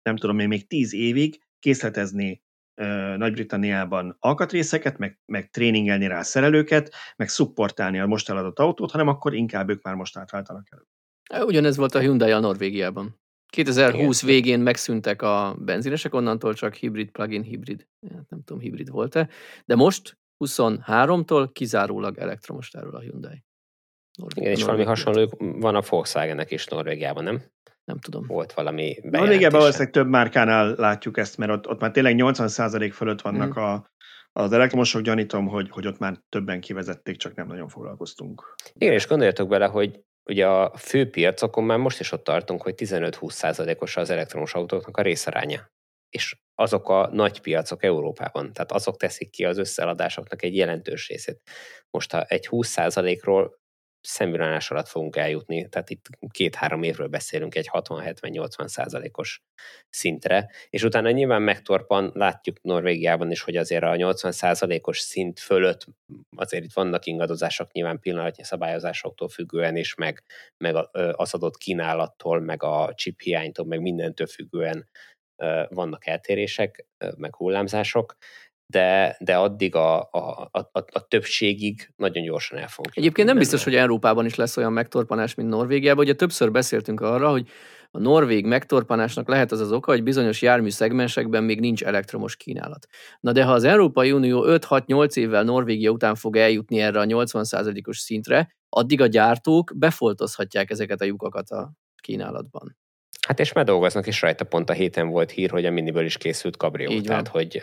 nem tudom, még 10 évig készletezni Nagy-Britanniában alkatrészeket, meg tréningelni rá szerelőket, meg szupportálni a most eladott autót, hanem akkor inkább ők már most átváltanak elő. Ugyanez volt a Hyundai-a Norvégiában. 2020 Igen. végén megszűntek a benzinesek, onnantól csak hibrid, plug-in hibrid, nem tudom, hibrid volt-e, de most 23-tól kizárólag elektromos tárol a Hyundai. Igen, és valami hasonló van a Volkswagennek is Norvégiában, nem? Nem tudom. Volt valami bejelentése. Norvégiában valószínűleg több márkánál látjuk ezt, mert ott már tényleg 80% fölött vannak az elektromosok, gyanítom, hogy ott már többen kivezették, csak nem nagyon foglalkoztunk. Igen, és gondoljatok bele, hogy ugye a főpiacokon már most is ott tartunk, hogy 15-20%-os az elektromos autóknak a részaránya. És azok a nagy piacok Európában, tehát azok teszik ki az összeeladásoknak egy jelentős részét. Most ha egy 20%-ról szemvillanás alatt fogunk eljutni, tehát itt 2-3 évről beszélünk egy 60-70-80%-os szintre, és utána nyilván megtorpan, látjuk Norvégiában is, hogy azért a 80%-os szint fölött azért itt vannak ingadozások, nyilván pillanatnyi szabályozásoktól függően is, meg az adott kínálattól, meg a chip hiánytól, meg mindentől függően vannak eltérések, meg hullámzások, de addig a többségig nagyon gyorsan el fogunk. Egyébként nem biztos, hogy Európában is lesz olyan megtorpanás, mint Norvégiában. Ugye többször beszéltünk arra, hogy a norvég megtorpanásnak lehet az oka, hogy bizonyos jármű szegmensekben még nincs elektromos kínálat. Na de ha az Európai Unió 5-6-8 évvel Norvégia után fog eljutni erre a 80%-os szintre, addig a gyártók befoltozhatják ezeket a lyukakat a kínálatban. Hát és már dolgoznak is rajta, pont a héten volt hír, hogy a Miniből is készült kabrió, tehát hogy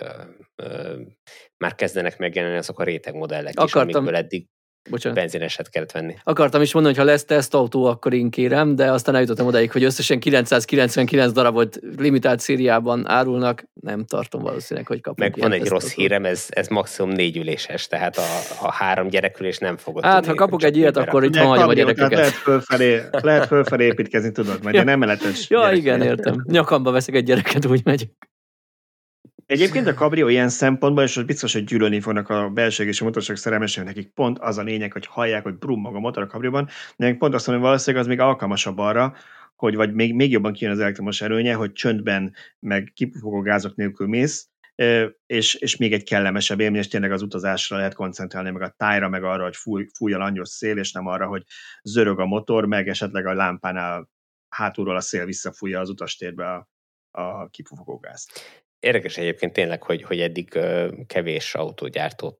már kezdenek megjelenni azok a rétegmodellek is, amikből eddig benzineset kellett venni. Akartam is mondani, hogy ha lesz tesztautó, akkor én kérem, de aztán eljutottam odáig, hogy összesen 999 darabot limitált szériában árulnak, nem tartom valószínűleg, hogy kapunk. Meg van egy rossz hírem, ez maximum 4 üléses, tehát a 3 gyerekülés nem fogod hát, tudni. ha kapok egy ilyet, akkor itt hagyom a gyerekeket. Lehet fölfelé építkezni, tudod, majd nem emeletes. Ja, igen, értem. Nyakamba veszek egy gyereket, úgy megyek. Egyébként a kabrió ilyen szempontból, és biztos, hogy gyűlölni fognak a belsőégési motorosok szerelmesek, nekik pont az a lényeg, hogy hallják, hogy brummog a motor a kabrióban, de pont azt mondom, hogy valószínűleg az még alkalmasabb arra, hogy vagy még jobban kijön az elektromos erőnye, hogy csöndben, meg kipufogó gázok nélkül mész, és még egy kellemesebb élmény, és tényleg az utazásra lehet koncentrálni, meg a tájra, meg arra, hogy fúj a langyos szél, és nem arra, hogy zörög a motor, meg esetleg a lámpánál hátulról a szél visszafújja az utastérbe a kipufogó gázt. Érdekes egyébként tényleg, hogy eddig kevés autógyártót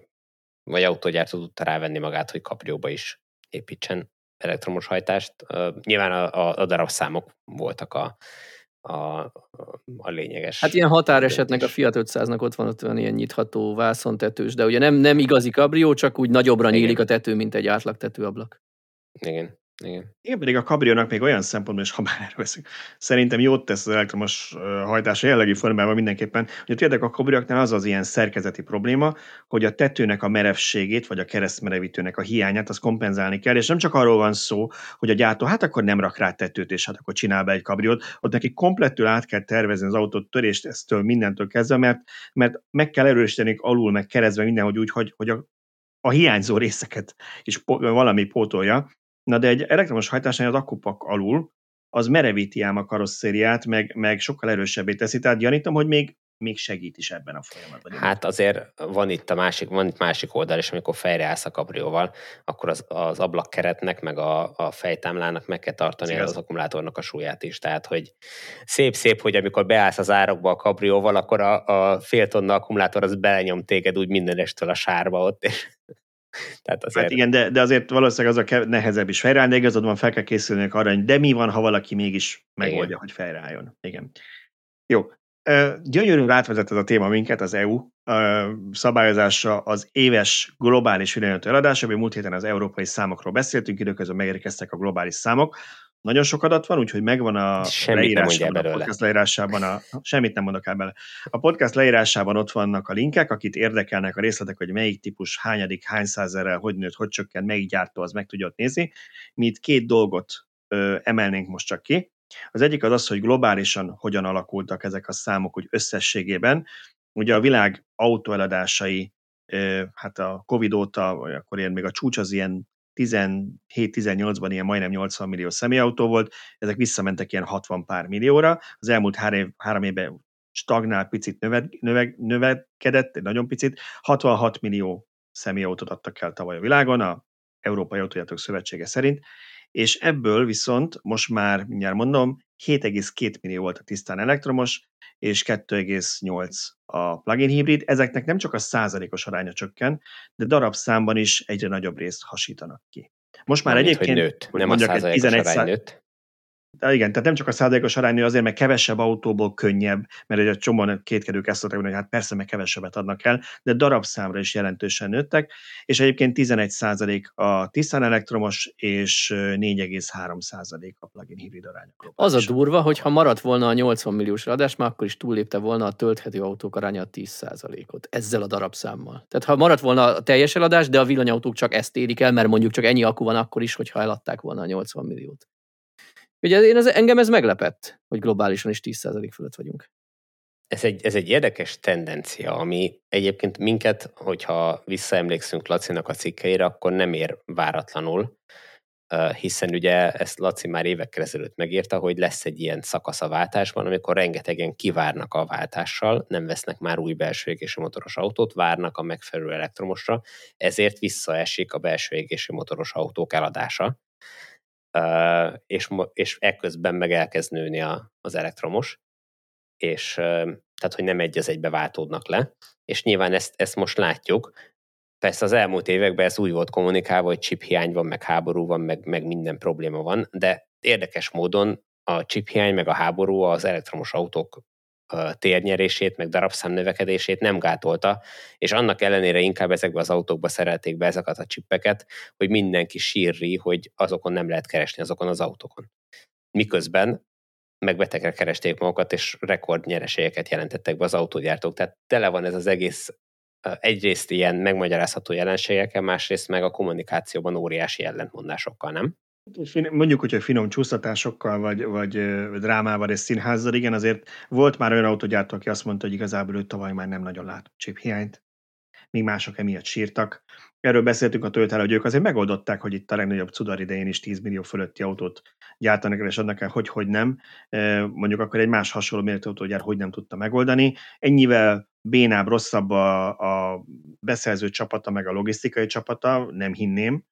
tudta rávenni magát, hogy kabrióba is építsen elektromos hajtást. Nyilván a darabszámok voltak a lényeges. Hát ilyen határesetnek a Fiat 500-nak ott van olyan ilyen nyitható vászontetős, de ugye nem igazi kabrió, csak úgy nagyobbra nyílik a tető, mint egy átlag tetőablak. Igen. Igen, pedig a kabriónak még olyan szempontból is, ha már erről veszünk, szerintem jót tesz az elektromos hajtás a jellegi formában mindenképpen, hogy tényleg a kabrióknál az ilyen szerkezeti probléma, hogy a tetőnek a merevségét, vagy a keresztmerevítőnek a hiányát, azt kompenzálni kell, és nem csak arról van szó, hogy a gyártó, hát akkor nem rak rá tetőt, és hát akkor csinál be egy kabriót, ott neki komplettül át kell tervezni az autót törést, eztől mindentől kezdve, mert meg kell erősíteni alul, meg keresztbe mindenhogy úgy, hogy a hiányzó részeket is valami pótolja. Na de egy elektromos hajtásnál az akkupak alul, az merevíti ám a karosszériát, meg sokkal erősebbé teszi, tehát gyanítom, hogy még segít is ebben a folyamatban. Hát azért van itt másik oldal is, amikor fejreállsz a kabrióval, akkor az ablakkeretnek, meg a fejtámlának meg kell tartani az akkumulátornak a súlyát is. Tehát, hogy szép, hogy amikor beállsz az árokba a kabrióval, akkor a fél tonna akkumulátor az belenyom téged úgy mindenestől a sárba ott, tehát azért... Hát igen, de azért valószínűleg az a nehezebb is fejreállni, de igazad van, fel kell készülni arra, hogy de mi van, ha valaki mégis megoldja, igen, hogy fejreálljon. Igen. Jó. Gyönyörűen átvezet ez a téma minket, az EU szabályozása, az éves globális világító eladása, ami múlt héten az európai számokról beszéltünk, időközben megérkeztek a globális számok. Nagyon sok adat van, úgyhogy megvan a leírásban, a podcast leírásában, semmit nem mondok el bele. A podcast leírásában ott vannak a linkek, akit érdekelnek a részletek, hogy melyik típus, hányadik, hány százezerrel, hogy nőtt, hogy csökkent, melyik gyártó, az meg tudja ott nézni. Mi itt 2 dolgot emelnénk most csak ki. Az egyik az, hogy globálisan hogyan alakultak ezek a számok úgy összességében. Ugye a világ autóeladásai, hát a Covid óta, vagy akkor még a csúcs az ilyen 17-18-ban ilyen majdnem 80 millió személyautó volt, ezek visszamentek ilyen 60 pár millióra, az elmúlt 3 évben stagnál, picit növekedett, egy nagyon picit, 66 millió személyautót adtak el tavaly a világon, a Európai Autógyártók Szövetsége szerint, és ebből viszont most már, mindjárt mondom, 7,2 millió volt a tisztán elektromos, és 2,8 a plug-in hibrid. Ezeknek nem csak a százalékos aránya csökken, de darabszámban is egyre nagyobb részt hasítanak ki. Most már Mármint, hogy egyébként, nőtt, nem a százalékos 11 arány nőtt. De igen, tehát nem csak a százalékos arány nő azért, mert kevesebb autóból könnyebb, mert egy csomóan kétkedők ezt szokták mondani, hogy hát persze, mert kevesebbet adnak el, de darabszámra is jelentősen nőttek, és egyébként 11% a tisztán elektromos, és 4,3% a plug-in hibrid aránya. Az a durva, hogy ha maradt volna a 80 milliós adás, már akkor is túllépte volna a tölthető autók aránya a 10%-ot. Ezzel a darabszámmal. Tehát ha maradt volna a teljes eladás, de a villanyautók csak ezt érik el, mert mondjuk csak ennyi akku van akkor is, hogyha eladták volna a 80 milliót. Ugye engem ez meglepett, hogy globálisan is 10% fölött vagyunk. Ez egy érdekes tendencia, ami egyébként minket, hogyha visszaemlékszünk Lacinak a cikkeire, akkor nem ér váratlanul, hiszen ugye ezt Laci már évekkel ezelőtt megírta, hogy lesz egy ilyen szakasz a váltásban, amikor rengetegen kivárnak a váltással, nem vesznek már új belső égésű motoros autót, várnak a megfelelő elektromosra, ezért visszaesik a belső égésű motoros autók eladása, és ekközben meg elkezd nőni az elektromos, és tehát, hogy nem egy az egybe váltódnak le, és nyilván ezt most látjuk. Persze az elmúlt években ez úgy volt kommunikálva, hogy chiphiány van, meg háború van, meg minden probléma van, de érdekes módon a chiphiány meg a háború az elektromos autók térnyerését, meg darabszám növekedését nem gátolta, és annak ellenére inkább ezekbe az autókba szerelték be ezeket a csippeket, hogy mindenki sírri, hogy azokon nem lehet keresni, azokon az autókon. Miközben meg betegre keresték magukat, és rekordnyereségeket jelentettek be az autógyártók. Tehát tele van ez az egész, egyrészt ilyen megmagyarázható jelenségekkel, másrészt meg a kommunikációban óriási ellentmondásokkal, nem? Mondjuk, hogy finom csúsztatásokkal, vagy drámával és színházzal, igen, azért volt már olyan autógyártó, aki azt mondta, hogy igazából ő tavaly már nem nagyon lát chiphiányt, míg mások emiatt sírtak. Erről beszéltünk a Toyotára, hogy ők azért megoldották, hogy itt a legnagyobb cudar idején is 10 millió fölötti autót gyártanak el, és adnak el, hogy nem. Mondjuk akkor egy más hasonló méretű autógyár hogy nem tudta megoldani. Ennyivel bénább, rosszabb a beszerző csapata, meg a logisztikai csapata, nem hinném.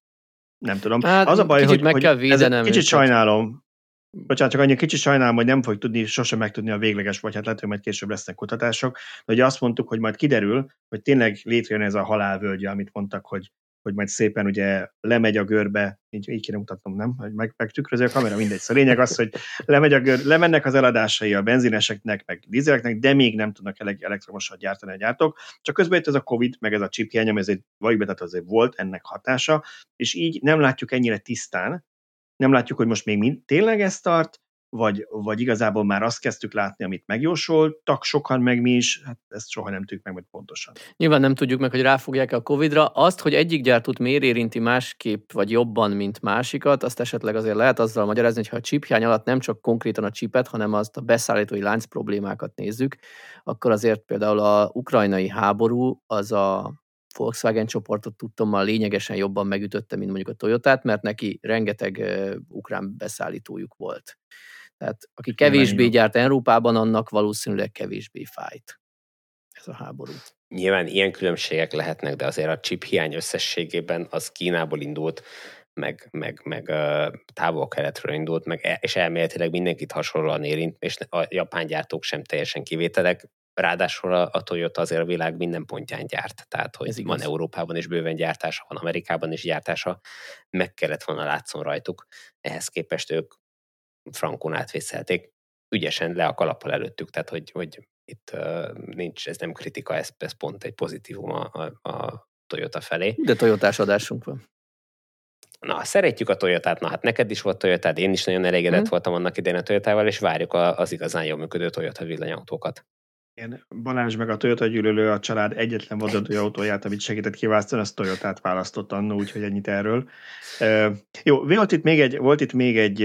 Nem tudom. Hát, az a baj, kicsit meg hogy kell védenem kicsit őket. Sajnálom. Bocsánat, csak annyi kicsit sajnálom, hogy nem fogjuk tudni sosem megtudni a végleges, vagy hát lehet, hogy majd később lesznek kutatások. De ugye azt mondtuk, hogy majd kiderül, hogy tényleg létrejön ez a halálvölgye, amit mondtak, hogy majd szépen ugye lemegy a görbe, így kéne mutatnom, nem? Megtükrözi a kamera, mindegy. Szóval lényeg az, hogy lemennek az eladásai a benzineseknek, meg dízeleknek, de még nem tudnak elektromosat gyártani a gyártók. Csak közben jött ez a Covid, meg ez a chiphiány, ami azért azért volt ennek hatása, és így nem látjuk ennyire tisztán, nem látjuk, hogy most még tényleg ez tart, vagy igazából már azt kezdtük látni, amit megjósoltak sokan, meg mi is, hát ezt soha nem tudjuk meg majd pontosan. Nyilván nem tudjuk meg, hogy ráfogják a Covid-ra. Azt, hogy egyik gyártót miért érinti másképp, vagy jobban, mint másikat, azt esetleg azért lehet azzal magyarázni, hogy ha a chiphiány alatt nem csak konkrétan a chipet, hanem azt a beszállítói lánc problémákat nézzük, akkor azért például a ukrajnai háború az a Volkswagen csoportot tudtommal lényegesen jobban megütötte, mint mondjuk a Toyotát, mert neki rengeteg ukrán beszállítójuk volt. Tehát aki kevésbé gyárt Európában, annak valószínűleg kevésbé fájt ez a háború. Nyilván ilyen különbségek lehetnek, de azért a chip hiány összességében az Kínából indult, meg távol-keletről indult, és elméletileg mindenkit hasonlóan érint, és a japán gyártók sem teljesen kivételek. Ráadásul a Toyota azért a világ minden pontján gyárt, tehát hogy van Európában is bőven gyártása, van Amerikában is gyártása, meg kellett volna látszon rajtuk. Ehhez képest ők frankon átvészelték, ügyesen le a kalappal előttük, tehát hogy itt nincs, ez nem kritika, ez pont egy pozitívum a Toyota felé. De Toyotás adásunk van. Na, szeretjük a Toyotát, na hát neked is volt Toyotád, én is nagyon elégedett voltam annak idején a Toyotával, és várjuk az igazán jól működő Toyota villanyautókat. Igen, Balázs meg a Toyota gyűlölő a család egyetlen vadonatúj autóját, amit segített kiválasztani, az Toyotát választott annó, úgyhogy ennyit erről. Jó, volt itt még egy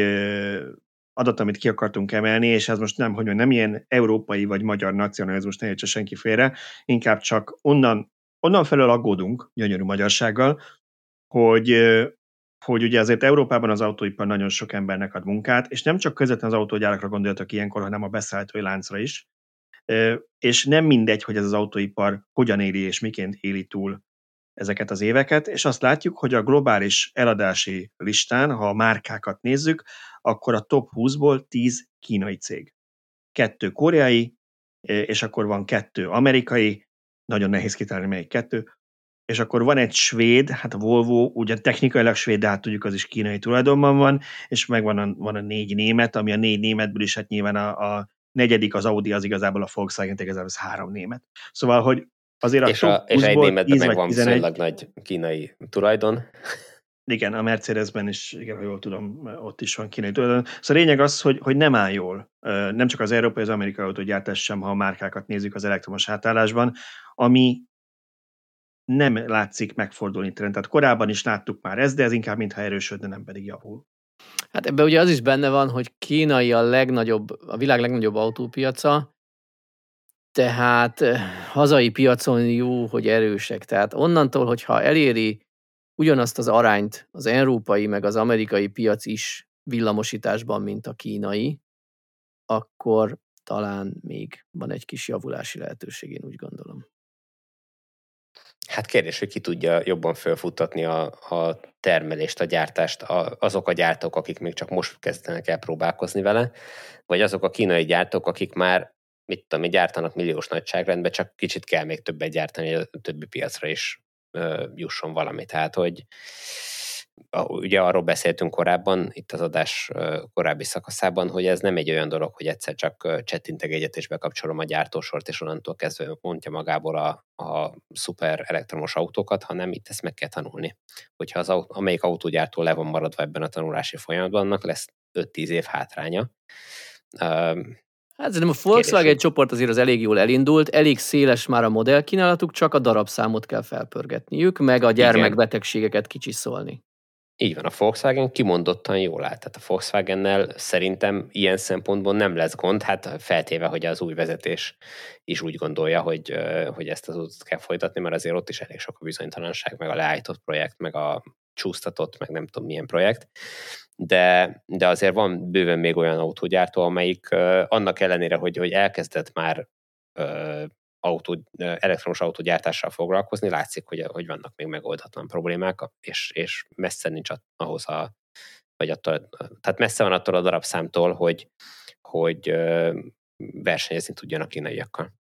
adat, amit ki akartunk emelni, és ez most nem ilyen európai vagy magyar nacionalizmus, ne értse senki félre, inkább csak onnan felől aggódunk, gyönyörű magyarsággal, hogy ugye azért Európában az autóipar nagyon sok embernek ad munkát, és nem csak közvetlenül az autógyárakra gondoltak ilyenkor, hanem a beszállítói láncra is. És nem mindegy, hogy ez az autóipar hogyan éli és miként éli túl ezeket az éveket, és azt látjuk, hogy a globális eladási listán, ha a márkákat nézzük, akkor a top 20-ból 10 kínai cég. 2 koreai, és akkor van 2 amerikai, nagyon nehéz kitalálni melyik 2, és akkor van egy svéd, hát a Volvo ugyan technikailag svéd, de hát tudjuk, az is kínai tulajdonban van, és megvan van a 4 német, ami a 4 németből is, hát nyilván a negyedik az Audi, az igazából a Volkswagen, igazából az 3 német. Szóval, hogy azért és egy németben meg van viszonylag nagy kínai tulajdon. Igen, a Mercedesben is, igen, ha jól tudom, ott is van kínai tulajdon. Szóval a lényeg az, hogy nem áll jól. Nem csak az európai, az amerikai autógyártás sem, ha a márkákat nézzük az elektromos átállásban, ami nem látszik megfordulni trend. Tehát korábban is láttuk már ezt, de ez inkább mintha erősödne, nem pedig javul. Hát ebben ugye az is benne van, hogy kínai a világ legnagyobb autópiaca, tehát hazai piacon jó, hogy erősek. Tehát onnantól, hogyha eléri ugyanazt az arányt az európai meg az amerikai piac is villamosításban, mint a kínai, akkor talán még van egy kis javulási lehetőség, én úgy gondolom. Hát kérdés, hogy ki tudja jobban felfuttatni a termelést, a gyártást, azok a gyártók, akik még csak most kezdenek el próbálkozni vele, vagy azok a kínai gyártók, akik már gyártanak milliós nagyságrendben, csak kicsit kell még többet gyártani, hogy a többi piacra is jusson valami. Tehát, hogy ugye arról beszéltünk korábban, itt az adás korábbi szakaszában, hogy ez nem egy olyan dolog, hogy egyszer csak csettinteg egyet és bekapcsolom a gyártósort, és onnantól kezdve mondja magából a szuper elektromos autókat, hanem itt ezt meg kell tanulni. Hogyha amelyik autógyártó le van maradva ebben a tanulási folyamatban, annak lesz 5-10 év hátránya. Hát szerintem a Volkswagen csoport azért az elég jól elindult, elég széles már a modellkínálatuk, csak a darabszámot kell felpörgetniük, meg a gyermekbetegségeket kicsiszolni. Így van, a Volkswagen kimondottan jól áll. Tehát a Volkswagennel szerintem ilyen szempontból nem lesz gond, hát feltéve, hogy az új vezetés is úgy gondolja, hogy ezt az útot kell folytatni, mert azért ott is elég sok a bizonytalanság, meg a leállított projekt, meg a csúsztatott, meg nem tudom milyen projekt. De azért van bőven még olyan autógyártó, amelyik annak ellenére, hogy elkezdett már elektromos autógyártással foglalkozni, látszik, hogy vannak még megoldatlan problémák, és messze nincs ahhoz tehát messze van attól a darabszámtól, hogy versenyezni tudjanak kínaiakkal.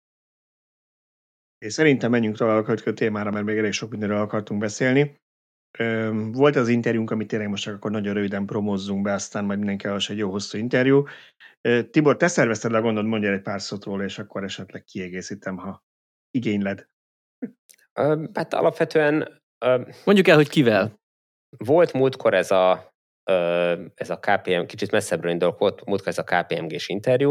És szerintem menjünk tovább a következő témára, mert még elég sok mindenről akartunk beszélni. Volt az interjúnk, amit tényleg most csak akkor nagyon röviden promózzunk be, aztán majd mindenki egy jó hosszú interjú. Tibor, te szervezted le a gondod, mondjál egy pár szót róla, és akkor esetleg kiegészítem, ha igényled. Hát alapvetően... Mondjuk el, hogy kivel. Volt múltkor ez a KPM, kicsit messzebbről indulok, volt múltkor ez a KPMG-s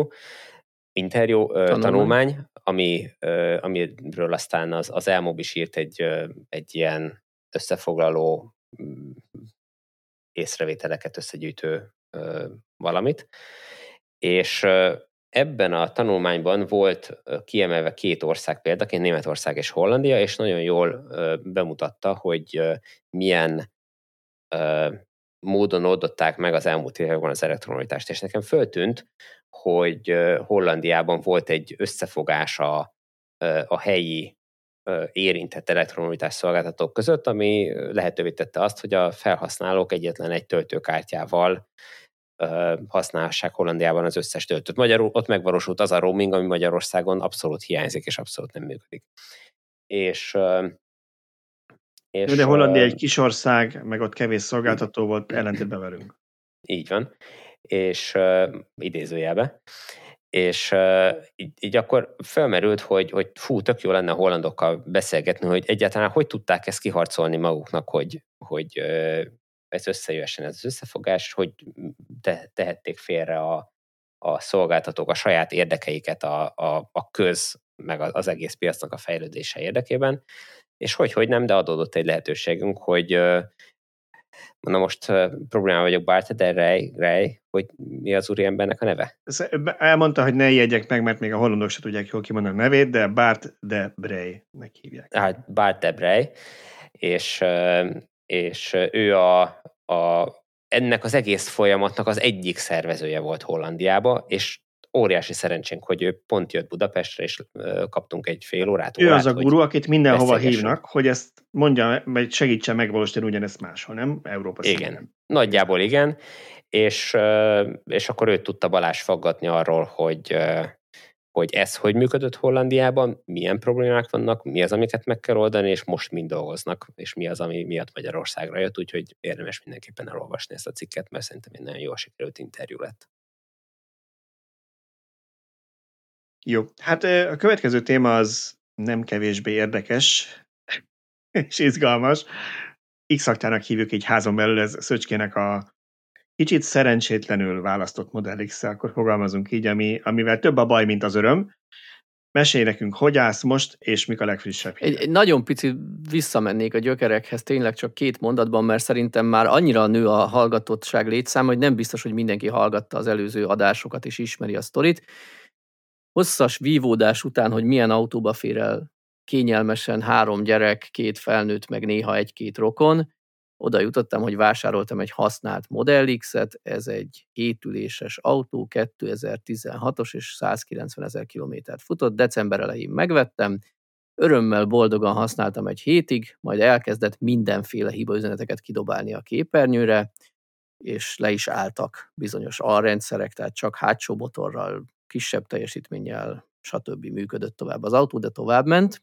tanulmány, amiről aztán az Elmob is írt egy ilyen összefoglaló észrevételeket összegyűjtő valamit, és ebben a tanulmányban volt kiemelve 2 ország példaként, Németország és Hollandia, és nagyon jól bemutatta, hogy milyen módon oldották meg az elmúlt években az elektromobilitást, és nekem föltűnt, hogy Hollandiában volt egy összefogás a helyi érintett elektromobilitás szolgáltatók között, ami lehetővé tette azt, hogy a felhasználók egyetlen egy töltőkártyával használhassák Hollandiában az összes töltőt. Magyarul ott megvalósult az a roaming, ami Magyarországon abszolút hiányzik, és abszolút nem működik. De Hollandia egy kis ország, meg ott kevés szolgáltató volt, ellentétben velünk. Így van, és idézőjelbe. És így akkor felmerült, hogy tök jó lenne a hollandokkal beszélgetni, hogy egyáltalán hogy tudták ezt kiharcolni maguknak, hogy ez összejöhessen, ez az összefogás, hogy tehették félre a szolgáltatók a saját érdekeiket a köz, meg az egész piacnak a fejlődése érdekében, és hogy nem, de adódott egy lehetőségünk, hogy na most problémában vagyok Bart de Ray, hogy mi az úriembernek a neve? Elmondta, hogy ne jegyek meg, mert még a hollandok se tudják jól kimondani a nevét, de Bart de Bray-nek hívják. Hát Bart de Bray, és és ő ennek az egész folyamatnak az egyik szervezője volt Hollandiába, és óriási szerencsénk, hogy ő pont jött Budapestre, és kaptunk egy fél órát. Ő az a guru, akit mindenhova beszélgessünk. hívnak, hogy ezt mondja, vagy segítsen megvalósítani ugyanezt máshol, nem? Európa Igen, szinten. nagyjából igen, és akkor őt tudta Balázs faggatni arról, hogy ez hogy működött Hollandiában, milyen problémák vannak, mi az, amiket meg kell oldani, és most mind dolgoznak, és mi az, ami miatt Magyarországra jött, úgyhogy érdemes mindenképpen elolvasni ezt a cikket, mert szerintem egy nagyon jól sikerült interjú lett. Jó, hát a következő téma az nem kevésbé érdekes és izgalmas. X-aktának hívjuk így házon belül, ez Szöcskének a kicsit szerencsétlenül választott Model X-szel, akkor fogalmazunk így, amivel több a baj, mint az öröm. Mesélj nekünk, hogy állsz most, és mik a legfrissebb hírek. Egy nagyon picit visszamennék a gyökerekhez, tényleg csak 2 mondatban, mert szerintem már annyira nő a hallgatottság létszám, hogy nem biztos, hogy mindenki hallgatta az előző adásokat és ismeri a sztorit. Hosszas vívódás után, hogy milyen autóba fér el kényelmesen 3 gyerek, 2 felnőtt, meg néha 1-2 rokon, oda jutottam, hogy vásároltam egy használt Model X-et, ez egy 7 üléses autó, 2016-os és 190 000 kilométert futott, december elején megvettem, örömmel, boldogan használtam egy hétig, majd elkezdett mindenféle hibaüzeneteket kidobálni a képernyőre, és le is álltak bizonyos alrendszerek, tehát csak hátsó motorral, kisebb teljesítménnyel, stb. Működött tovább az autó, de továbbment.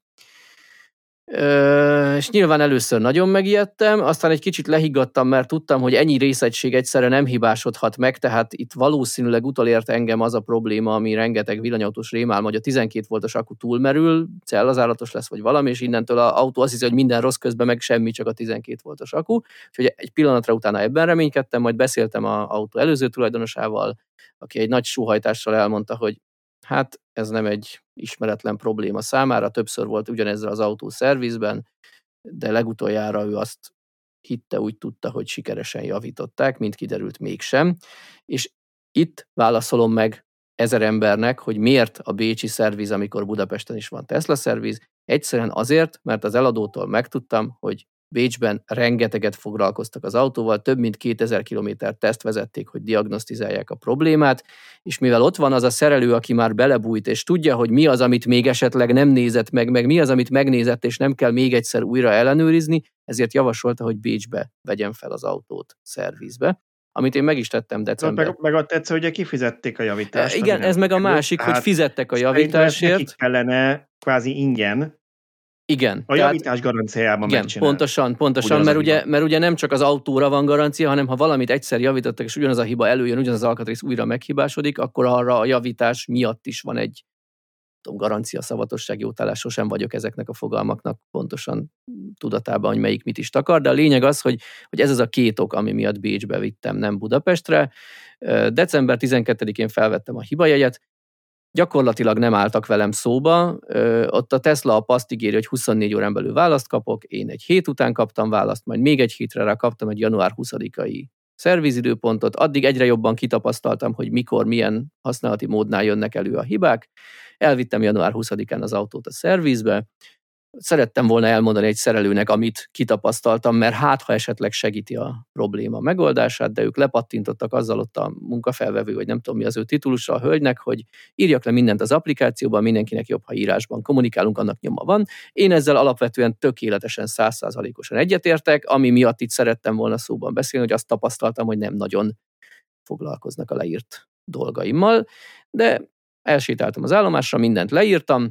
És nyilván először nagyon megijedtem, aztán egy kicsit lehiggadtam, mert tudtam, hogy ennyi részegység egyszerre nem hibásodhat meg, tehát itt valószínűleg utolért engem az a probléma, ami rengeteg villanyautós rémálom, hogy a 12 voltos akku túlmerül, cellazáratos lesz, vagy valami, és innentől az autó azt hiszi, hogy minden rossz, közben meg semmi, csak a 12 voltos akku. Úgyhogy egy pillanatra utána ebben reménykedtem, majd beszéltem az autó előző tulajdonosával, aki egy nagy sóhajtással elmondta, hogy hát ez nem egy ismeretlen probléma számára, többször volt ugyanezzel az autó szervizben, de legutoljára ő azt hitte, úgy tudta, hogy sikeresen javították, mint kiderült mégsem. És itt válaszolom meg 1000 embernek, hogy miért a bécsi szerviz, amikor Budapesten is van Tesla szerviz. Egyszerűen azért, mert az eladótól megtudtam, hogy Bécsben rengeteget foglalkoztak az autóval, több mint 2000 kilométer teszt vezették, hogy diagnosztizálják a problémát, és mivel ott van az a szerelő, aki már belebújt, és tudja, hogy mi az, amit még esetleg nem nézett meg mi az, amit megnézett, és nem kell még egyszer újra ellenőrizni, ezért javasolta, hogy Bécsbe vegyem fel az autót szervizbe, amit én meg is tettem decemberben. Meg ott egyszer ugye kifizették a javítást. Igen, ez meg a másik, hogy fizettek a javításért. Nekik kellene kvázi ingyen igen, a javítás garanciájában megcsinálni. Pontosan, mert ugye nem csak az autóra van garancia, hanem ha valamit egyszer javítottak, és ugyanaz a hiba előjön, ugyanaz az alkatrész újra meghibásodik, akkor arra a javítás miatt is van egy garancia, szavatosság, jótállás, sosem vagyok ezeknek a fogalmaknak pontosan tudatában, hogy melyik mit is takar, de a lényeg az, hogy ez az a 2 ok, ami miatt Bécsbe vittem, nem Budapestre. December 12-én felvettem a hibajegyet, gyakorlatilag nem álltak velem szóba, ott a Tesla azt ígéri, hogy 24 órán belül választ kapok, én egy hét után kaptam választ, majd még egy hétre rá kaptam egy január 20-ai szervizidőpontot, addig egyre jobban kitapasztaltam, hogy mikor, milyen használati módnál jönnek elő a hibák, elvittem január 20-án az autót a szervizbe, szerettem volna elmondani egy szerelőnek, amit kitapasztaltam, mert hát, ha esetleg segíti a probléma megoldását, de ők lepattintottak azzal ott a munkafelvevő, vagy nem tudom mi az ő titulusa a hölgynek, hogy írjak le mindent az applikációban, mindenkinek jobb, ha írásban kommunikálunk, annak nyoma van. Én ezzel alapvetően tökéletesen 100%-osan egyetértek, ami miatt itt szerettem volna szóban beszélni, hogy azt tapasztaltam, hogy nem nagyon foglalkoznak a leírt dolgaimmal, de elsétáltam az állomásra, mindent leírtam,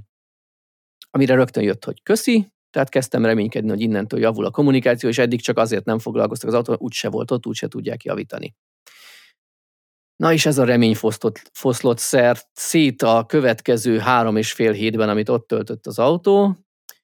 amire rögtön jött, hogy köszi, tehát kezdtem reménykedni, hogy innentől javul a kommunikáció, és eddig csak azért nem foglalkoztak az autóval, úgyse volt ott, úgyse tudják javítani. Na és ez a remény foszlott szét a következő 3,5 hétben, amit ott töltött az autó.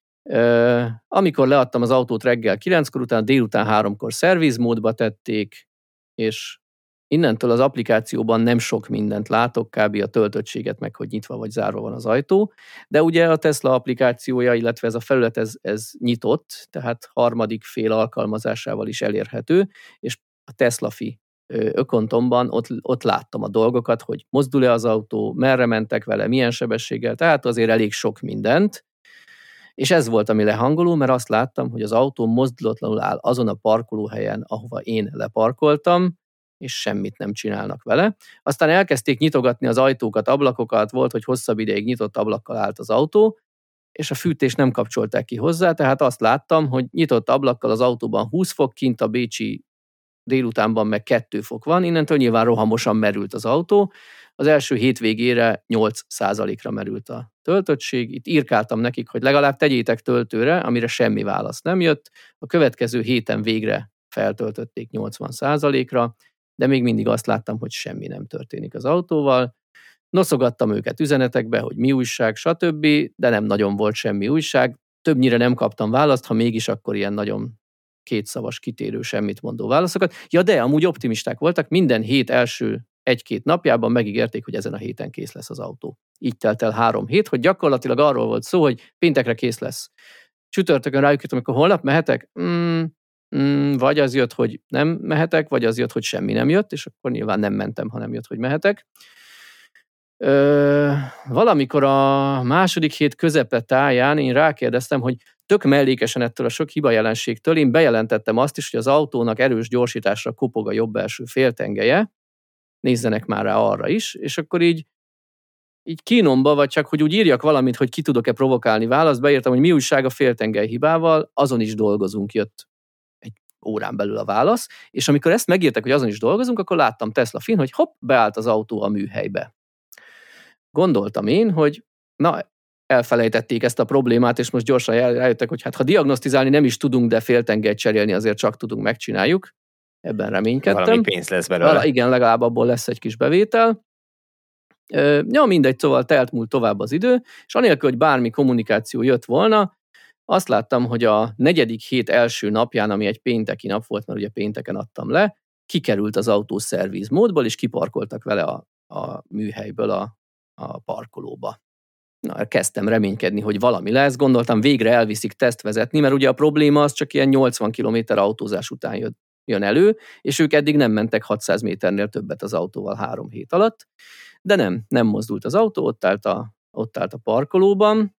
Amikor leadtam az autót reggel 9-kor, utána délután 3-kor szervizmódba tették, és innentől az applikációban nem sok mindent látok, kb. A töltöttséget meg, hogy nyitva vagy zárva van az ajtó, de ugye a Tesla applikációja, illetve ez a felület, ez nyitott, tehát harmadik fél alkalmazásával is elérhető, és a Tesla-fi ökontomban ott láttam a dolgokat, hogy mozdul-e az autó, merre mentek vele, milyen sebességgel, tehát azért elég sok mindent, És ez volt, ami lehangoló, mert azt láttam, hogy az autó mozdulatlanul áll azon a parkolóhelyen, ahova én leparkoltam, és semmit nem csinálnak vele. Aztán elkezdték nyitogatni az ajtókat, ablakokat, volt, hogy hosszabb ideig nyitott ablakkal állt az autó, és a fűtést nem kapcsolták ki hozzá, tehát azt láttam, hogy nyitott ablakkal az autóban 20 fok, kint a bécsi délutánban meg 2 fok van, innentől nyilván rohamosan merült az autó. Az első hétvégére 8%-ra merült a töltöttség. Itt írkáltam nekik, hogy legalább tegyétek töltőre, amire semmi válasz nem jött. A következő héten végre feltöltötték 80%-ra, de még mindig azt láttam, hogy semmi nem történik az autóval. Noszogattam őket üzenetekbe, hogy mi újság, stb., de nem nagyon volt semmi újság. Többnyire nem kaptam választ, ha mégis, akkor ilyen nagyon kétszavas, kitérő, semmit mondó válaszokat. Ja, de amúgy optimisták voltak, minden hét első 1-2 napjában megígérték, hogy ezen a héten kész lesz az autó. Így telt el 3 hét, hogy gyakorlatilag arról volt szó, hogy péntekre kész lesz. Csütörtökön rájuk írtam, amikor holnap mehetek? Vagy az jött, hogy nem mehetek, vagy az jött, hogy semmi nem jött, és akkor nyilván nem mentem, ha nem jött, hogy mehetek. Valamikor a második hét közepe táján én rákérdeztem, hogy tök mellékesen ettől a sok hibajelenségtől én bejelentettem azt is, hogy az autónak erős gyorsításra kopog a jobb első féltengelye, nézzenek már rá arra is, és akkor így kínomba, vagy csak, hogy úgy írjak valamit, hogy ki tudok-e provokálni választ, beírtam, hogy mi újság a féltengely hibával, azon is dolgozunk, jött egy órán belül a válasz, és amikor ezt megírtak, hogy azon is dolgozunk, akkor láttam Tesla Fin, hogy hopp, beállt az autó a műhelybe. Gondoltam én, hogy elfelejtették ezt a problémát, és most gyorsan rájöttek, hogy hát ha diagnosztizálni nem is tudunk, de féltengelyt cserélni azért csak tudunk, megcsináljuk. Ebben reménykedtem. Valami pénz lesz belőle. Igen, legalább abból lesz egy kis bevétel. Ja, mindegy, szóval múlt tovább az idő, és anélkül, hogy bármi kommunikáció jött volna, azt láttam, hogy a 4. hét első napján, ami egy pénteki nap volt, mert ugye pénteken adtam le, kikerült az autó szerviz módból, és kiparkoltak vele a műhelyből a parkolóba. Na, kezdtem reménykedni, hogy valami lesz, gondoltam, végre elviszik tesztvezetni, mert ugye a probléma az csak ilyen 80 km autózás után jön elő, és ők eddig nem mentek 600 méternél többet az autóval 3 hét alatt, de nem mozdult az autó, ott állt a parkolóban,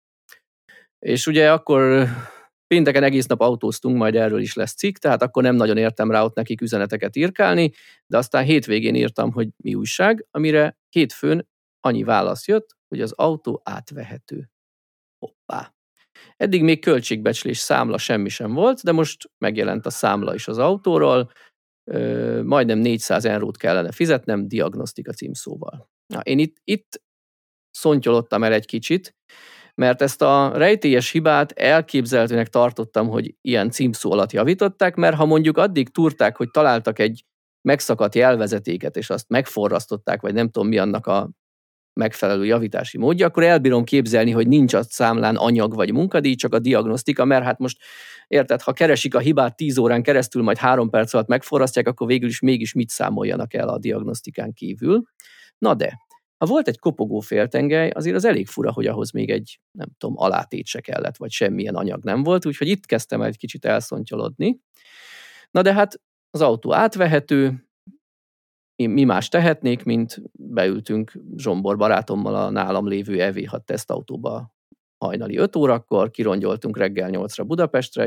és ugye akkor pénteken egész nap autóztunk, majd erről is lesz cikk, tehát akkor nem nagyon értem rá ott nekik üzeneteket írkálni, de aztán hétvégén írtam, hogy mi újság, amire hétfőn annyi válasz jött, hogy az autó átvehető. Hoppá. Eddig még költségbecslés, számla semmi sem volt, de most megjelent a számla is az autóról, majdnem 400 eurót kellene fizetnem diagnosztika címszóval. Na, én itt szontyolottam el egy kicsit, mert ezt a rejtélyes hibát elképzelhetőnek tartottam, hogy ilyen címszó alatt javították, mert ha mondjuk addig túrták, hogy találtak egy megszakadt jelvezetéket, és azt megforrasztották, vagy nem tudom mi annak a megfelelő javítási módja, akkor elbírom képzelni, hogy nincs a számlán anyag vagy munkadíj, csak a diagnosztika, mert hát most érted, ha keresik a hibát 10 órán keresztül, majd 3 perc alatt megforrasztják, akkor végül is mégis mit számoljanak el a diagnosztikán kívül. Na de, ha volt egy kopogó féltengely, azért az elég fura, hogy ahhoz még egy, nem tudom, alátét se kellett, vagy semmilyen anyag nem volt, úgyhogy itt kezdtem egy kicsit elszontyolodni. Na de hát az autó átvehető, mi más tehetnék, mint beültünk Zsombor barátommal a nálam lévő EV6 tesztautóba hajnali 5 órakor, kirongyoltunk reggel 8-ra Budapestre,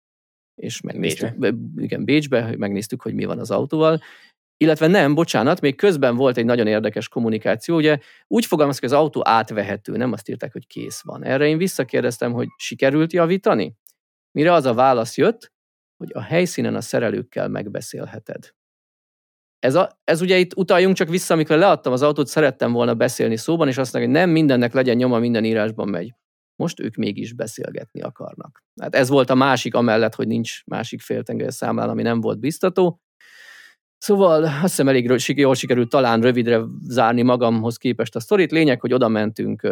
és megnéztük, Bécsbe, megnéztük, hogy mi van az autóval. Illetve nem, bocsánat, még közben volt egy nagyon érdekes kommunikáció, ugye úgy fogalmaztak, hogy az autó átvehető, nem azt írták, hogy kész van. Erre én visszakérdeztem, hogy sikerült javítani? Mire az a válasz jött, hogy a helyszínen a szerelőkkel megbeszélheted. Ez ugye itt utaljunk csak vissza, amikor leadtam az autót, szerettem volna beszélni szóban, és azt mondják, hogy nem mindennek legyen nyoma, minden írásban megy. Most ők mégis beszélgetni akarnak. Hát ez volt a másik, amellett, hogy nincs másik féltengely számlán, ami nem volt biztató. Szóval azt hiszem elég jól sikerült talán rövidre zárni magamhoz képest a sztorit. Lényeg, hogy oda mentünk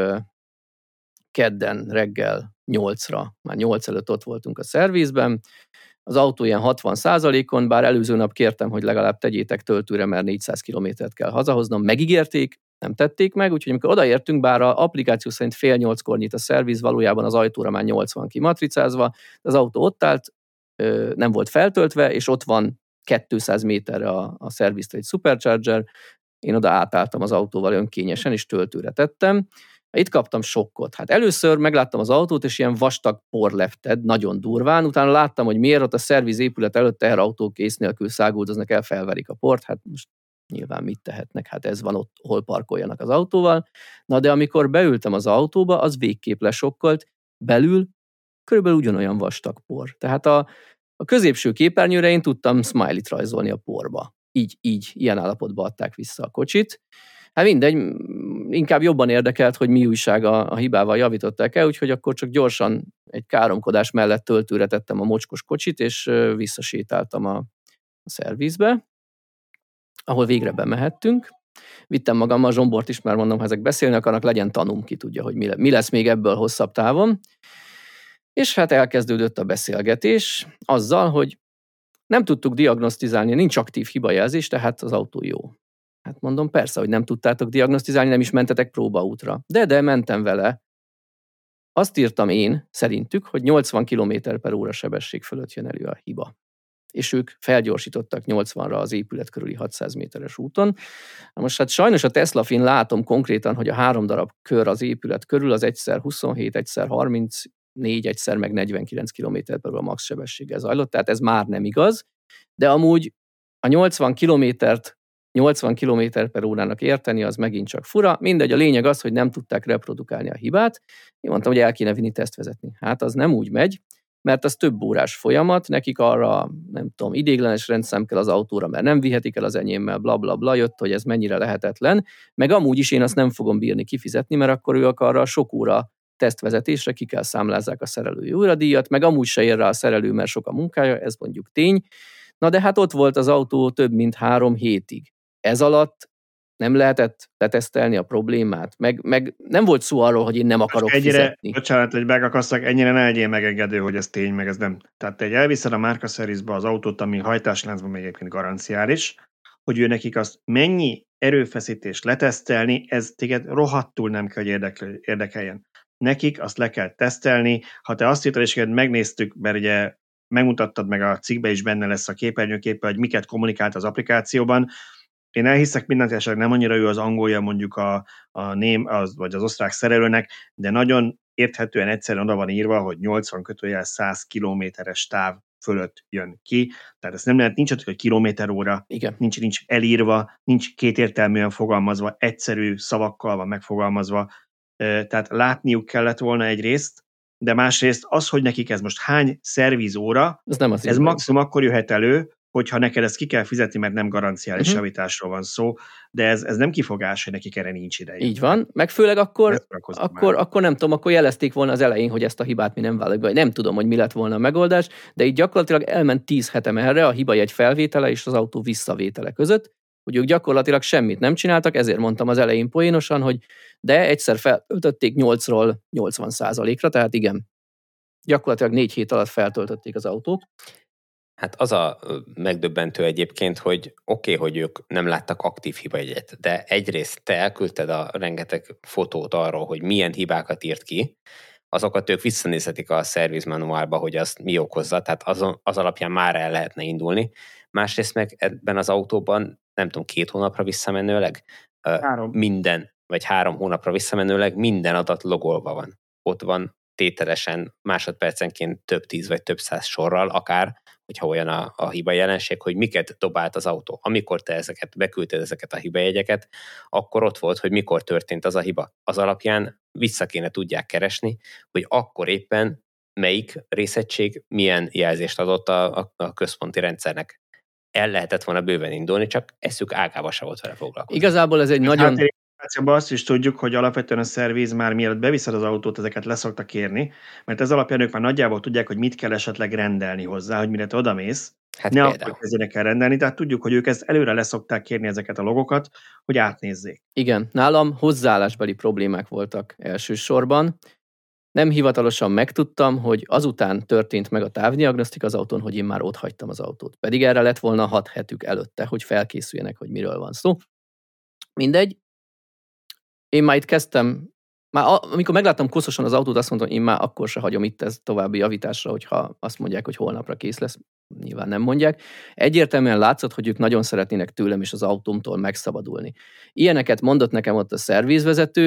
kedden reggel 8-ra, már 8 előtt ott voltunk a szervizben. Az autó ilyen 60%-on, bár előző nap kértem, hogy legalább tegyétek töltőre, mert 400 kilométert kell hazahoznom. Megígérték, nem tették meg, úgyhogy amikor odaértünk, bár az applikáció szerint 7:30-kor nyit a szerviz, valójában az ajtóra már 80 kimatricázva, az autó ott állt, nem volt feltöltve, és ott van 200 méterre a szerviztől egy Supercharger. Én oda átálltam az autóval önkényesen, és töltőre tettem. Itt kaptam sokkot. Hát először megláttam az autót, és ilyen vastag por lepted, nagyon durván. Utána láttam, hogy miért ott a szerviz épület előtt teherautó kész nélkül száguldoznak el, felverik a port. Hát most nyilván mit tehetnek? Hát ez van ott, hol parkoljanak az autóval. Na de amikor beültem az autóba, az végképp lesokkolt. Belül körülbelül ugyanolyan vastag por. Tehát a középső képernyőre én tudtam smiley-t rajzolni a porba. Így, ilyen állapotba adták vissza a kocsit. Hát mindegy, inkább jobban érdekelt, hogy mi újság a hibával javították el, úgyhogy akkor csak gyorsan egy káromkodás mellett töltőre tettem a mocskos kocsit, és visszasétáltam a szervizbe, ahol végre bemehettünk. Vittem magammal a Zsombort is, mert mondom, ha ezek beszélni akarnak, legyen tanúm, ki tudja, hogy mi lesz még ebből hosszabb távon. És hát elkezdődött a beszélgetés azzal, hogy nem tudtuk diagnosztizálni, nincs aktív hibajelzés, tehát az autó jó. Hát mondom, persze, hogy nem tudtátok diagnosztizálni, nem is mentetek próbaútra. De mentem vele. Azt írtam én, szerintük, hogy 80 km/h sebesség fölött jön elő a hiba. És ők felgyorsítottak 80-ra az épület körüli 600 méteres úton. Na most hát sajnos a Teslafin látom konkrétan, hogy a 3 darab kör az épület körül, az egyszer 27, egyszer 34, egyszer meg 49 km/h a max sebességgel zajlott, tehát ez már nem igaz, de amúgy a 80 kilométert 80 km/h-nak érteni, az megint csak fura. Mindegy, a lényeg az, hogy nem tudták reprodukálni a hibát. Én mondtam, hogy el kéne vinni tesztvezetni. Hát az nem úgy megy, mert az több órás folyamat, nekik arra, nem tudom, ideiglenes rendszám kell az autóra, mert nem vihetik el az enyémmel, blablabla, jött, hogy ez mennyire lehetetlen, meg amúgy is én azt nem fogom bírni kifizetni, mert akkor ők arra sok óra tesztvezetésre ki kell számlázzák a szerelői óradíjat, meg amúgy se ér rá a szerelő, mert sok a munkája, ez mondjuk tény. Na de hát ott volt az autó több mint 3 hétig. Ez alatt nem lehetett letesztelni a problémát, meg nem volt szó arról, hogy én nem akarok fizetni. Bocsánat, hogy megakasztak, ennyire ne legyél megengedő, hogy ez tény, meg ez nem. Tehát te elviszed a márkaszervizbe az autót, ami hajtásláncban még egyébként garanciális, hogy ő nekik azt mennyi erőfeszítés letesztelni, ez téged rohadtul nem kell, hogy érdekeljen. Nekik azt le kell tesztelni, ha te azt írtad, és megnéztük, mert ugye megmutattad, meg a cikkbe is benne lesz a képernyőképe, hogy miket kommunikált az applikációban. Én elhiszek mindent, esetleg nem annyira ő az angolja mondjuk vagy az osztrák szerelőnek, de nagyon érthetően egyszerűen oda van írva, hogy 80-100 kilométeres táv fölött jön ki. Tehát ez nem lehet, nincs ott, hogy kilométer-óra, nincs elírva, nincs kétértelműen fogalmazva, egyszerű szavakkal van megfogalmazva. Tehát látniuk kellett volna egyrészt, de másrészt az, hogy nekik ez most hány szervizóra, ez maximum akkor jöhet elő, hogyha neked ezt ki kell fizetni, mert nem garanciális javításról van szó, de ez nem kifogás, hogy nekik erre nincs ideje. Így van, meg főleg akkor nem tudom, akkor jelezték volna az elején, hogy ezt a hibát mi nem vállaljuk be. Nem tudom, hogy mi lett volna a megoldás, de így gyakorlatilag elment 10 hetem erre a hibajegy felvétele és az autó visszavétele között, hogy ők gyakorlatilag semmit nem csináltak, ezért mondtam az elején poénosan, hogy de egyszer feltöltötték 8-ról 80%-ra, tehát igen, gyakorlatilag 4 hét alatt feltöltötték az autót. Hát az a megdöbbentő egyébként, hogy oké, hogy ők nem láttak aktív hibajegyet, de egyrészt te elküldted a rengeteg fotót arról, hogy milyen hibákat írt ki, azokat ők visszanézhetik a szervizmanuálba, hogy azt mi okozza, tehát az alapján már el lehetne indulni. Másrészt meg ebben az autóban, nem tudom, 2 hónapra visszamenőleg 3 hónapra visszamenőleg minden adat logolva van. Ott van tételesen másodpercenként több 10 vagy több 100 sorral, akár, hogyha olyan a hiba jelenség, hogy miket dobált az autó. Amikor te beküldted ezeket a hibajegyeket, akkor ott volt, hogy mikor történt az a hiba. Az alapján vissza kéne tudják keresni, hogy akkor éppen melyik részegység milyen jelzést adott a központi rendszernek. El lehetett volna bőven indulni, csak eszük ágába se volt vele foglalkozni. Igazából ez egy nagyon... Azt is tudjuk, hogy alapvetően a szerviz már mielőtt beviszed az autót, ezeket leszoktak kérni, mert ez alapján ők már nagyjából tudják, hogy mit kell esetleg rendelni hozzá, hogy mire te odamész, hát ne akkor kezdjenek el rendelni, tehát tudjuk, hogy ők ezt előre leszokták kérni ezeket a logokat, hogy átnézzék. Igen, nálam hozzáállásbeli problémák voltak elsősorban. Nem hivatalosan megtudtam, hogy azután történt meg a távdiagnosztika az autón, hogy én már ott hagytam az autót. Pedig erre lett volna 6 hetük előtte, hogy felkészüljenek, hogy miről van szó. Mindegy. Én már itt kezdtem, amikor megláttam koszosan az autót, azt mondtam, én már akkor se hagyom itt ez további javításra, hogyha azt mondják, hogy holnapra kész lesz. Nyilván nem mondják. Egyértelműen látszott, hogy ők nagyon szeretnének tőlem és az autómtól megszabadulni. Ilyeneket mondott nekem ott a szervizvezető,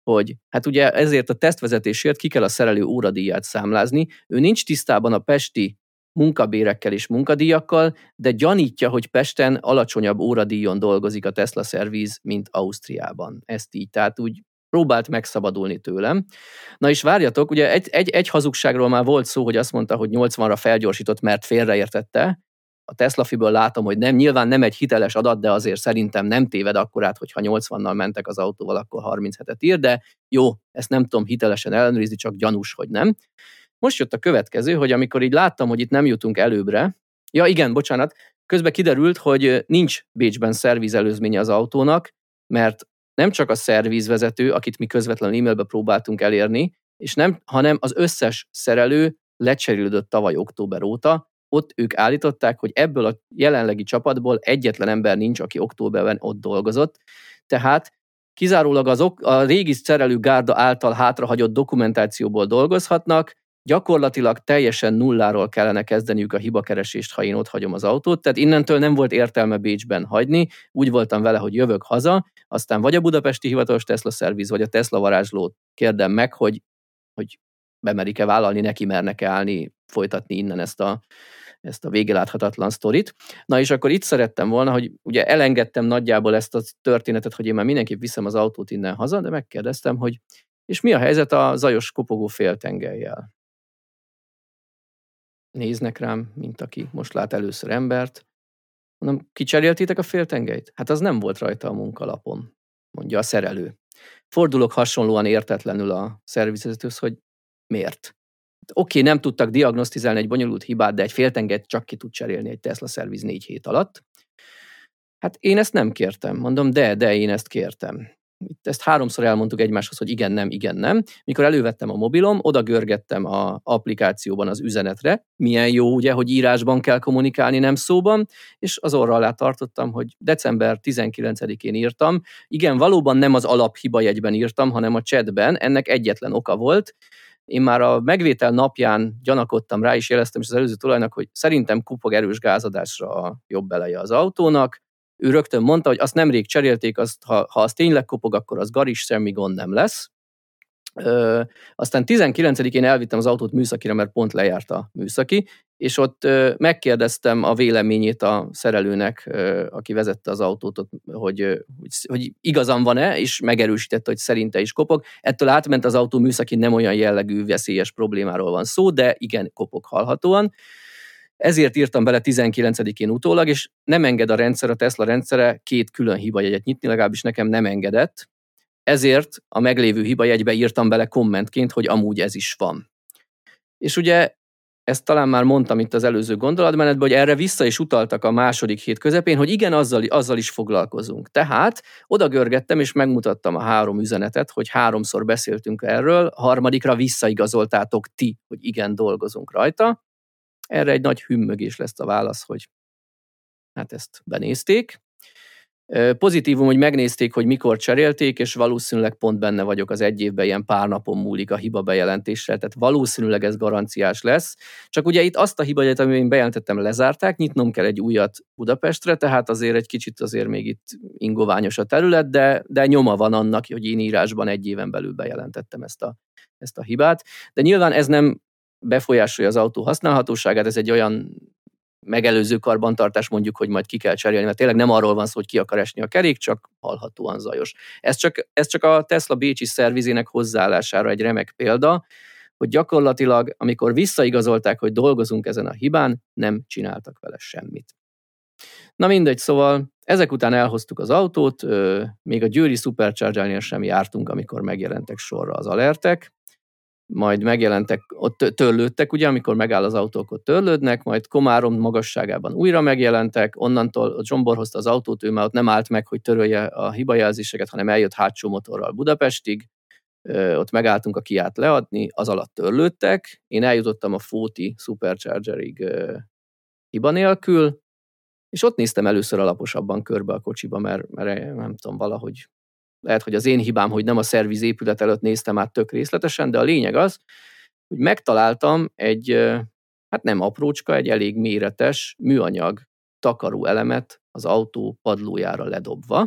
hogy hát ugye ezért a tesztvezetésért ki kell a szerelő óradíját számlázni. Ő nincs tisztában a pesti munkabérekkel és munkadíjakkal, de gyanítja, hogy Pesten alacsonyabb óradíjon dolgozik a Tesla Service, mint Ausztriában. Ezt így, tehát úgy próbált megszabadulni tőlem. Na és várjatok, ugye egy hazugságról már volt szó, hogy azt mondta, hogy 80-ra felgyorsított, mert félreértette. A Tesla Fiből látom, hogy nem, nyilván nem egy hiteles adat, de azért szerintem nem téved akkorát, hogyha 80-nal mentek az autóval, akkor 37-et ír, de jó, ezt nem tudom hitelesen ellenőrizni, csak gyanús, hogy nem. Most jött a következő, hogy amikor így láttam, hogy itt nem jutunk előbbre, ja igen, bocsánat, közben kiderült, hogy nincs Bécsben szervizelőzménye az autónak, mert nem csak a szervizvezető, akit mi közvetlenül e-mailbe próbáltunk elérni, és nem, hanem az összes szerelő lecserélődött tavaly október óta. Ott ők állították, hogy ebből a jelenlegi csapatból egyetlen ember nincs, aki októberben ott dolgozott. Tehát kizárólag a régi szerelő gárda által hátrahagyott dokumentációból dolgozhatnak, gyakorlatilag teljesen nulláról kellene kezdeniük a hibakeresést, ha én ott hagyom az autót, tehát innentől nem volt értelme Bécsben hagyni, úgy voltam vele, hogy jövök haza, aztán vagy a budapesti hivatalos Tesla Service, vagy a Tesla varázslót kérdem meg, hogy bemerik-e vállalni, neki mernek-e állni, folytatni innen ezt a végeláthatatlan sztorit. Na és akkor itt szerettem volna, hogy ugye elengedtem nagyjából ezt a történetet, hogy én már mindenképp viszem az autót innen haza, de megkérdeztem, hogy és mi a helyzet a zajos kopogó féltengellyel? Néznek rám, mint aki most lát először embert. Mondom, kicseréltétek a féltengelyt? Hát az nem volt rajta a munkalapon, mondja a szerelő. Fordulok hasonlóan értetlenül a szervizvezetőhöz, hogy miért? Oké, nem tudtak diagnosztizálni egy bonyolult hibát, de egy féltengelyt csak ki tud cserélni egy Tesla Service 4 hét alatt. Hát én ezt nem kértem. Mondom, de én ezt kértem. Ezt 3-szor elmondtuk egymáshoz, hogy igen, nem. Mikor elővettem a mobilom, oda görgettem az applikációban az üzenetre. Milyen jó, ugye, hogy írásban kell kommunikálni, nem szóban, és az orra alá tartottam, hogy december 19-én írtam. Igen, valóban nem az alaphibajegyben írtam, hanem a chatben. Ennek egyetlen oka volt. Én már a megvétel napján gyanakodtam rá, és jeleztem is az előző tulajnak, hogy szerintem kupog erős gázadásra a jobb eleje az autónak. Ő rögtön mondta, hogy azt nemrég cserélték, ha az tényleg kopog, akkor az garis, semmi gond nem lesz. Aztán 19-én elvittem az autót műszakira, mert pont lejárt a műszaki, és ott megkérdeztem a véleményét a szerelőnek, aki vezette az autót, hogy igazam van-e, és megerősítette, hogy szerinte is kopog. Ettől átment az autó műszaki, nem olyan jellegű veszélyes problémáról van szó, de igen, kopog hallhatóan. Ezért írtam bele 19-én utólag, és nem enged a rendszer, a Tesla rendszere 2 külön hibajegyet nyitni, legalábbis nekem nem engedett. Ezért a meglévő hibajegybe írtam bele kommentként, hogy amúgy ez is van. És ugye ezt talán már mondtam itt az előző gondolatmenetben, hogy erre vissza is utaltak a második hét közepén, hogy igen, azzal is foglalkozunk. Tehát oda görgettem, és megmutattam a 3 üzenetet, hogy 3-szor beszéltünk erről, a harmadikra visszaigazoltátok ti, hogy igen, dolgozunk rajta. Erre egy nagy hümmögés lesz a válasz, hogy hát ezt benézték. Pozitívum, hogy megnézték, hogy mikor cserélték, és valószínűleg pont benne vagyok az 1 évben, ilyen pár napon múlik a hiba bejelentéssel, tehát valószínűleg ez garanciás lesz. Csak ugye itt azt a hibajegyet, amit én bejelentettem, lezárták, nyitnom kell egy újat Budapestre, tehát azért egy kicsit azért még itt ingoványos a terület, de nyoma van annak, hogy én írásban 1 éven belül bejelentettem ezt a hibát. De nyilván ez nem befolyásolja az autó használhatóságát, ez egy olyan megelőző karbantartás mondjuk, hogy majd ki kell cserélni, mert tényleg nem arról van szó, hogy ki akar esni a kerék, csak hallhatóan zajos. Ez csak a Tesla bécsi szervizének hozzáállására egy remek példa, hogy gyakorlatilag, amikor visszaigazolták, hogy dolgozunk ezen a hibán, nem csináltak vele semmit. Na mindegy, szóval ezek után elhoztuk az autót, még a győri Supercharger-nél sem jártunk, amikor megjelentek sorra az alertek, majd megjelentek, ott törlődtek, ugye, amikor megáll az autó, akkor törlődnek, majd Komárom magasságában újra megjelentek, onnantól Zsombor hozta az autót, ő már ott nem állt meg, hogy törölje a hibajelzéseket, hanem eljött hátsó motorral Budapestig, ott megálltunk a Kiát leadni, az alatt törlődtek, én eljutottam a Fóti Superchargerig hiba nélkül, és ott néztem először alaposabban körbe a kocsiba, mert nem tudom, valahogy lehet, hogy az én hibám, hogy nem a szerviz épület előtt néztem át tök részletesen, de a lényeg az, hogy megtaláltam egy, hát nem aprócska, egy elég méretes műanyag takaró elemet az autó padlójára ledobva.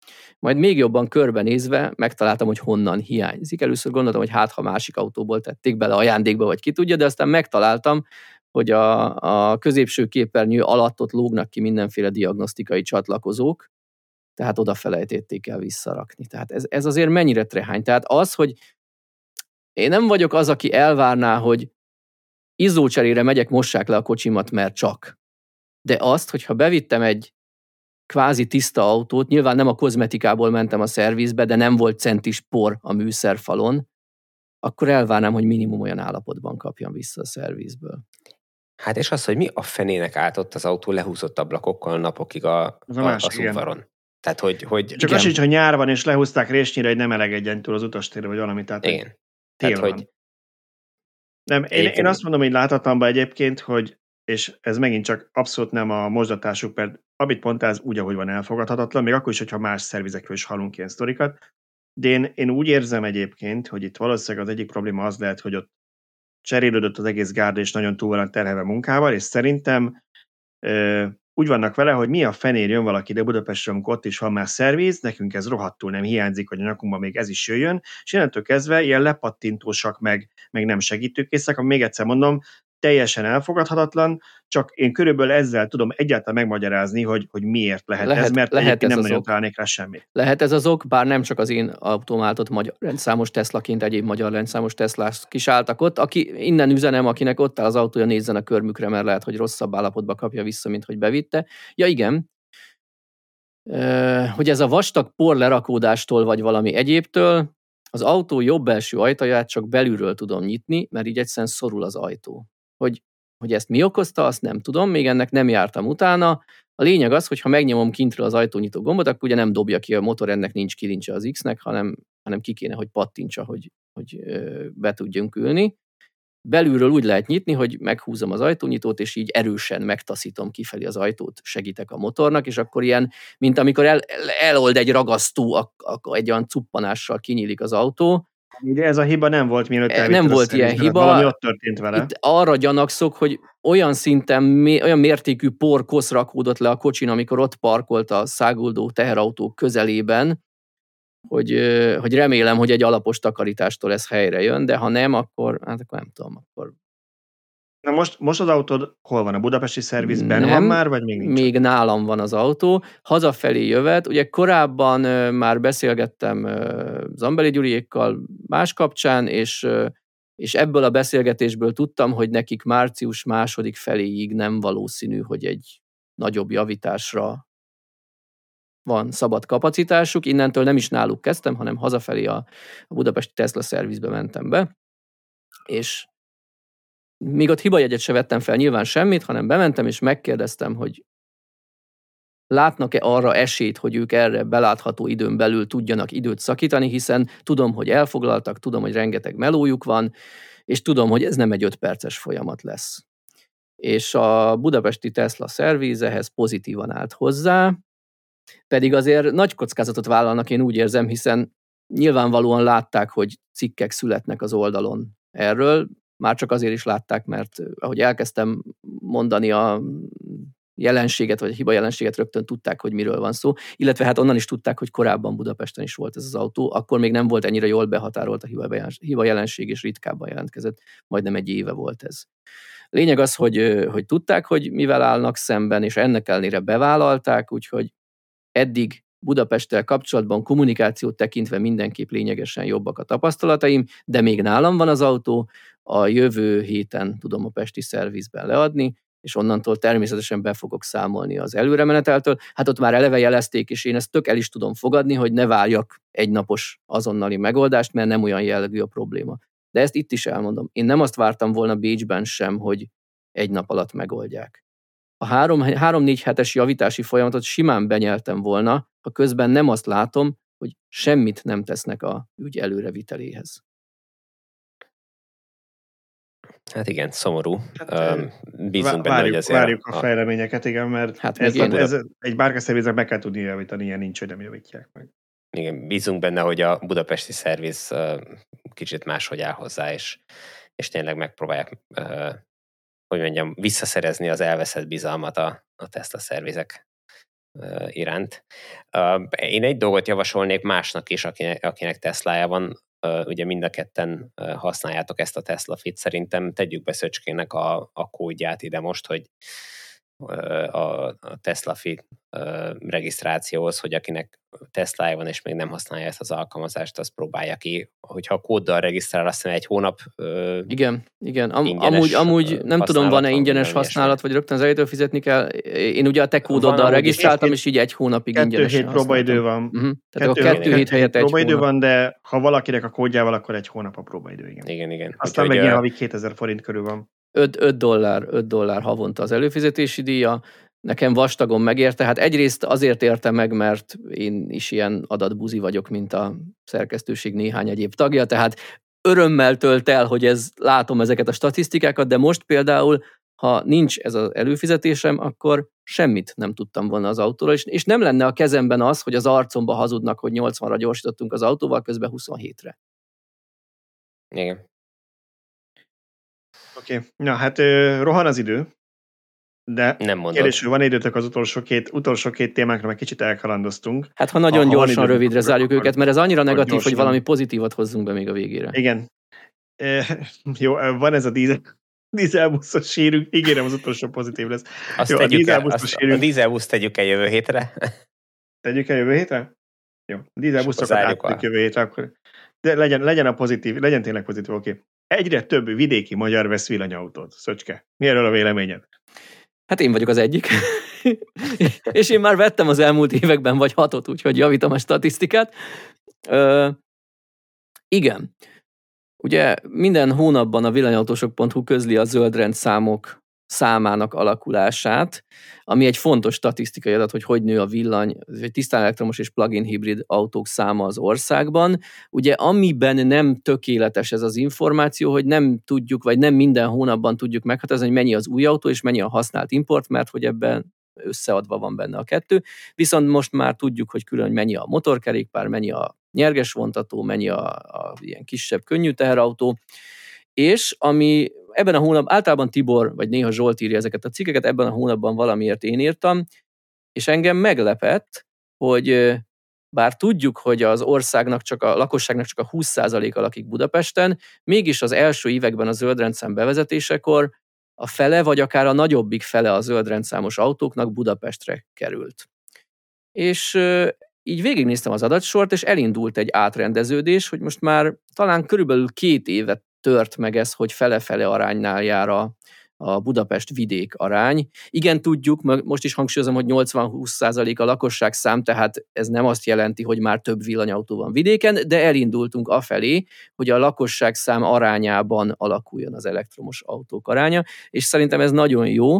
Majd még jobban körbenézve megtaláltam, hogy honnan hiányzik. Először gondoltam, hogy hát ha másik autóból tették bele ajándékba, vagy ki tudja, de aztán megtaláltam, hogy a középső képernyő alatt ott lógnak ki mindenféle diagnosztikai csatlakozók, tehát oda felejtették el visszarakni. Tehát ez azért mennyire trehány. Tehát az, hogy én nem vagyok az, aki elvárná, hogy izzócserére megyek, mossák le a kocsimat, mert csak. De azt, hogyha bevittem egy kvázi tiszta autót, nyilván nem a kozmetikából mentem a szervizbe, de nem volt centis por a műszerfalon, akkor elvárnám, hogy minimum olyan állapotban kapjam vissza a szervizből. Hát és az, hogy mi a fenének állt ott az autó lehúzott ablakokkal napokig a udvaron. Tehát, hogy csak az sincs, hogy nyár van, és lehúzták résnyire, hogy nem elegedjen túl az utastérre, vagy valami. Tehát, igen. Tehát, hogy nem, én azt mondom, hogy láthatatlanban egyébként, hogy és ez megint csak abszolút nem a mozdatásuk, mert amit mondtál, ez úgy, ahogy van, elfogadhatatlan, még akkor is, hogyha más szervizekről is hallunk ilyen sztorikat. De én úgy érzem egyébként, hogy itt valószínűleg az egyik probléma az lehet, hogy ott cserélődött az egész gárda, és nagyon túl van terhelve munkával, és szerintem úgy vannak vele, hogy mi a fenér jön valaki ide Budapestre, amikor ott is van már szerviz, nekünk ez rohadtul nem hiányzik, hogy a nyakunkban még ez is jöjjön, és innentől kezdve ilyen lepattintósak, meg nem segítőkészek, ami még egyszer mondom, teljesen elfogadhatatlan, csak én körülbelül ezzel tudom egyáltalán megmagyarázni, hogy miért lehet ez, mert egyébként nem nagyon találnék rá semmit. Lehet ez az ok, bár nem csak az én automátot magyar rendszámos Teslaként egyéb magyar rendszámos Teslás is álltak ott, aki innen üzenem, akinek ott áll az autója, nézzen a körmükre, mert lehet, hogy rosszabb állapotba kapja vissza, mint hogy bevitte. Ja igen, hogy ez a vastag por lerakódástól vagy valami egyébtől, az autó jobb belső ajtaját csak belülről tudom nyitni, mert így egyszerűen szorul az ajtó. Hogy ezt mi okozta, azt nem tudom, még ennek nem jártam utána. A lényeg az, hogy ha megnyomom kintről az ajtónyitó gombot, akkor ugye nem dobja ki a motor, ennek nincs kilincse az X-nek, hanem ki kéne, hogy pattintsa, hogy be tudjunk ülni. Belülről úgy lehet nyitni, hogy meghúzom az ajtónyitót, és így erősen megtaszítom kifelé az ajtót, segítek a motornak, és akkor ilyen, mint amikor elold egy ragasztó, akkor egy olyan cuppanással kinyílik az autó. Ugye ez a hiba nem volt, mielőtt nem volt ilyen hiba. Valami ott történt vele. Itt arra gyanakszok, hogy olyan szinten, olyan mértékű porkosz rakódott le a kocsin, amikor ott parkolt a száguldó teherautó közelében, hogy remélem, hogy egy alapos takarítástól ez helyre jön, de ha nem, akkor nem tudom, akkor... Na most az autód hol van? A budapesti szervizben van már, vagy még nincs? Még nálam van az autó. Hazafelé jövet. Ugye korábban már beszélgettem Zambeli Gyuriékkal más kapcsán, és ebből a beszélgetésből tudtam, hogy nekik március második feléig nem valószínű, hogy egy nagyobb javításra van szabad kapacitásuk. Innentől nem is náluk kezdtem, hanem hazafelé a budapesti Tesla szervizbe mentem be, és még ott hibajegyet se vettem fel, nyilván semmit, hanem bementem, és megkérdeztem, hogy látnak-e arra esélyt, hogy ők erre belátható időn belül tudjanak időt szakítani, hiszen tudom, hogy elfoglaltak, tudom, hogy rengeteg melójuk van, és tudom, hogy ez nem egy 5 perces folyamat lesz. És a budapesti Tesla szerviz ehhez pozitívan állt hozzá, pedig azért nagy kockázatot vállalnak, én úgy érzem, hiszen nyilvánvalóan látták, hogy cikkek születnek az oldalon erről, már csak azért is látták, mert ahogy elkezdtem mondani a jelenséget, vagy a hiba jelenséget, rögtön tudták, hogy miről van szó, illetve hát onnan is tudták, hogy korábban Budapesten is volt ez az autó, akkor még nem volt ennyire jól behatárolt a hiba jelenség, és ritkábban jelentkezett, majdnem egy éve volt ez. Lényeg az, hogy tudták, hogy mivel állnak szemben, és ennek ellenére bevállalták, úgyhogy eddig Budapesttel kapcsolatban kommunikációt tekintve mindenképp lényegesen jobbak a tapasztalataim, de még nálam van az autó, a jövő héten tudom a pesti szervizben leadni, és onnantól természetesen be fogok számolni az előremeneteltől. Hát ott már eleve jelezték, és én ezt tök el is tudom fogadni, hogy ne várjak egynapos azonnali megoldást, mert nem olyan jellegű a probléma. De ezt itt is elmondom. Én nem azt vártam volna Bécsben sem, hogy egy nap alatt megoldják. A 3-4 hetes javítási folyamatot simán benyeltem volna, ha közben nem azt látom, hogy semmit nem tesznek a ügy előreviteléhez. Hát igen, szomorú. Bízunk benne, hogy ezért... Várjuk a fejleményeket, igen, mert hát ez egy bárkaszerviznek meg kell tudni javítani, ilyen nincs, hogy nem javítják meg. Igen, bízunk benne, hogy a budapesti szerviz kicsit máshogy áll hozzá, és tényleg megpróbálják visszaszerezni az elveszett bizalmat a Tesla szervizek iránt. Én egy dolgot javasolnék másnak is, akinek Teslája van, ugye mind a ketten használjátok ezt a Tesla Fit, szerintem tegyük be Szöcskének a kódját ide most, hogy a Tesla Fit regisztrációhoz, hogy akinek Teslája van és még nem használja ezt az alkalmazást, azt próbálja ki. Hogyha a kóddal regisztrál, azt hiszem egy hónap Igen. Amúgy nem tudom, van-e ingyenes használat, vagy rögtön az elejétől fizetni kell. Én ugye a te kódoddal regisztráltam, és így egy hónapig ingyenes. 2 hét próbaidő van. Tehát a 2 hét helyett egy próbaidő hónap. van, de ha valakinek a kódjával, akkor egy hónap a próbaidő, Igen. Aztán meg ilyen havi 2000 forint körül van. $5 havonta az előfizetési díja. Nekem vastagon megérte. Hát egyrészt azért érte meg, mert én is ilyen adatbuzi vagyok, mint a szerkesztőség néhány egyéb tagja, tehát örömmel tölt el, hogy látom ezeket a statisztikákat, de most például, ha nincs ez az előfizetésem, akkor semmit nem tudtam volna az autóról, és nem lenne a kezemben az, hogy az arcomba hazudnak, hogy 80-ra gyorsítottunk az autóval, közben 27-re. Igen. Oké. Na hát rohan az idő, de kérdésül van időtök az utolsó két témánkra, meg kicsit elkalandoztunk. Hát ha nagyon gyorsan, rövidre zárjuk őket, mert ez annyira negatív, gyorsan, hogy valami pozitívat hozzunk be még a végére. Igen. Jó, van ez a dízelbuszos sírünk, ígérem az utolsó pozitív lesz. Jó, a dízelbuszt tegyük el jövő hétre. Tegyük el jövő hétre? Jó, dízelbuszokat átadjuk jövő hétre, akkor de legyen a pozitív, legyen tényleg pozitív, oké. Egyre több vidéki magyar vesz villanyautót. Szöcske, mi erről a véleményed? Hát én vagyok az egyik. És én már vettem az elmúlt években vagy 6, úgyhogy javítom a statisztikát. Igen. Ugye minden hónapban a villanyautósok.hu közli a zöldrendszámok számának alakulását, ami egy fontos statisztikai adat, hogy nő a vagy tisztán elektromos és plug-in hibrid autók száma az országban. Ugye amiben nem tökéletes ez az információ, hogy nem tudjuk, vagy nem minden hónapban tudjuk meghatározni, hogy mennyi az új autó és mennyi a használt import, mert hogy ebben összeadva van benne a kettő. Viszont most már tudjuk, hogy külön mennyi a motorkerékpár, mennyi a nyerges vontató, mennyi a ilyen kisebb, könnyű teherautó, és ami ebben a hónapban, általában Tibor, vagy néha Zsolt írja ezeket a cikkeket, ebben a hónapban valamiért én írtam, és engem meglepett, hogy bár tudjuk, hogy az országnak a lakosságnak csak a 20%-a lakik Budapesten, mégis az első években a zöldrendszám bevezetésekor a fele, vagy akár a nagyobbik fele a zöldrendszámos autóknak Budapestre került. És így végignéztem az adatsort, és elindult egy átrendeződés, hogy most már talán körülbelül 2 évet tört meg ez, hogy fele-fele aránynál jár a Budapest-vidék arány. Igen, tudjuk, most is hangsúlyozom, hogy 80-20% a lakosság szám, tehát ez nem azt jelenti, hogy már több villanyautó van vidéken, de elindultunk afelé, hogy a lakosság szám arányában alakuljon az elektromos autók aránya, és szerintem ez nagyon jó,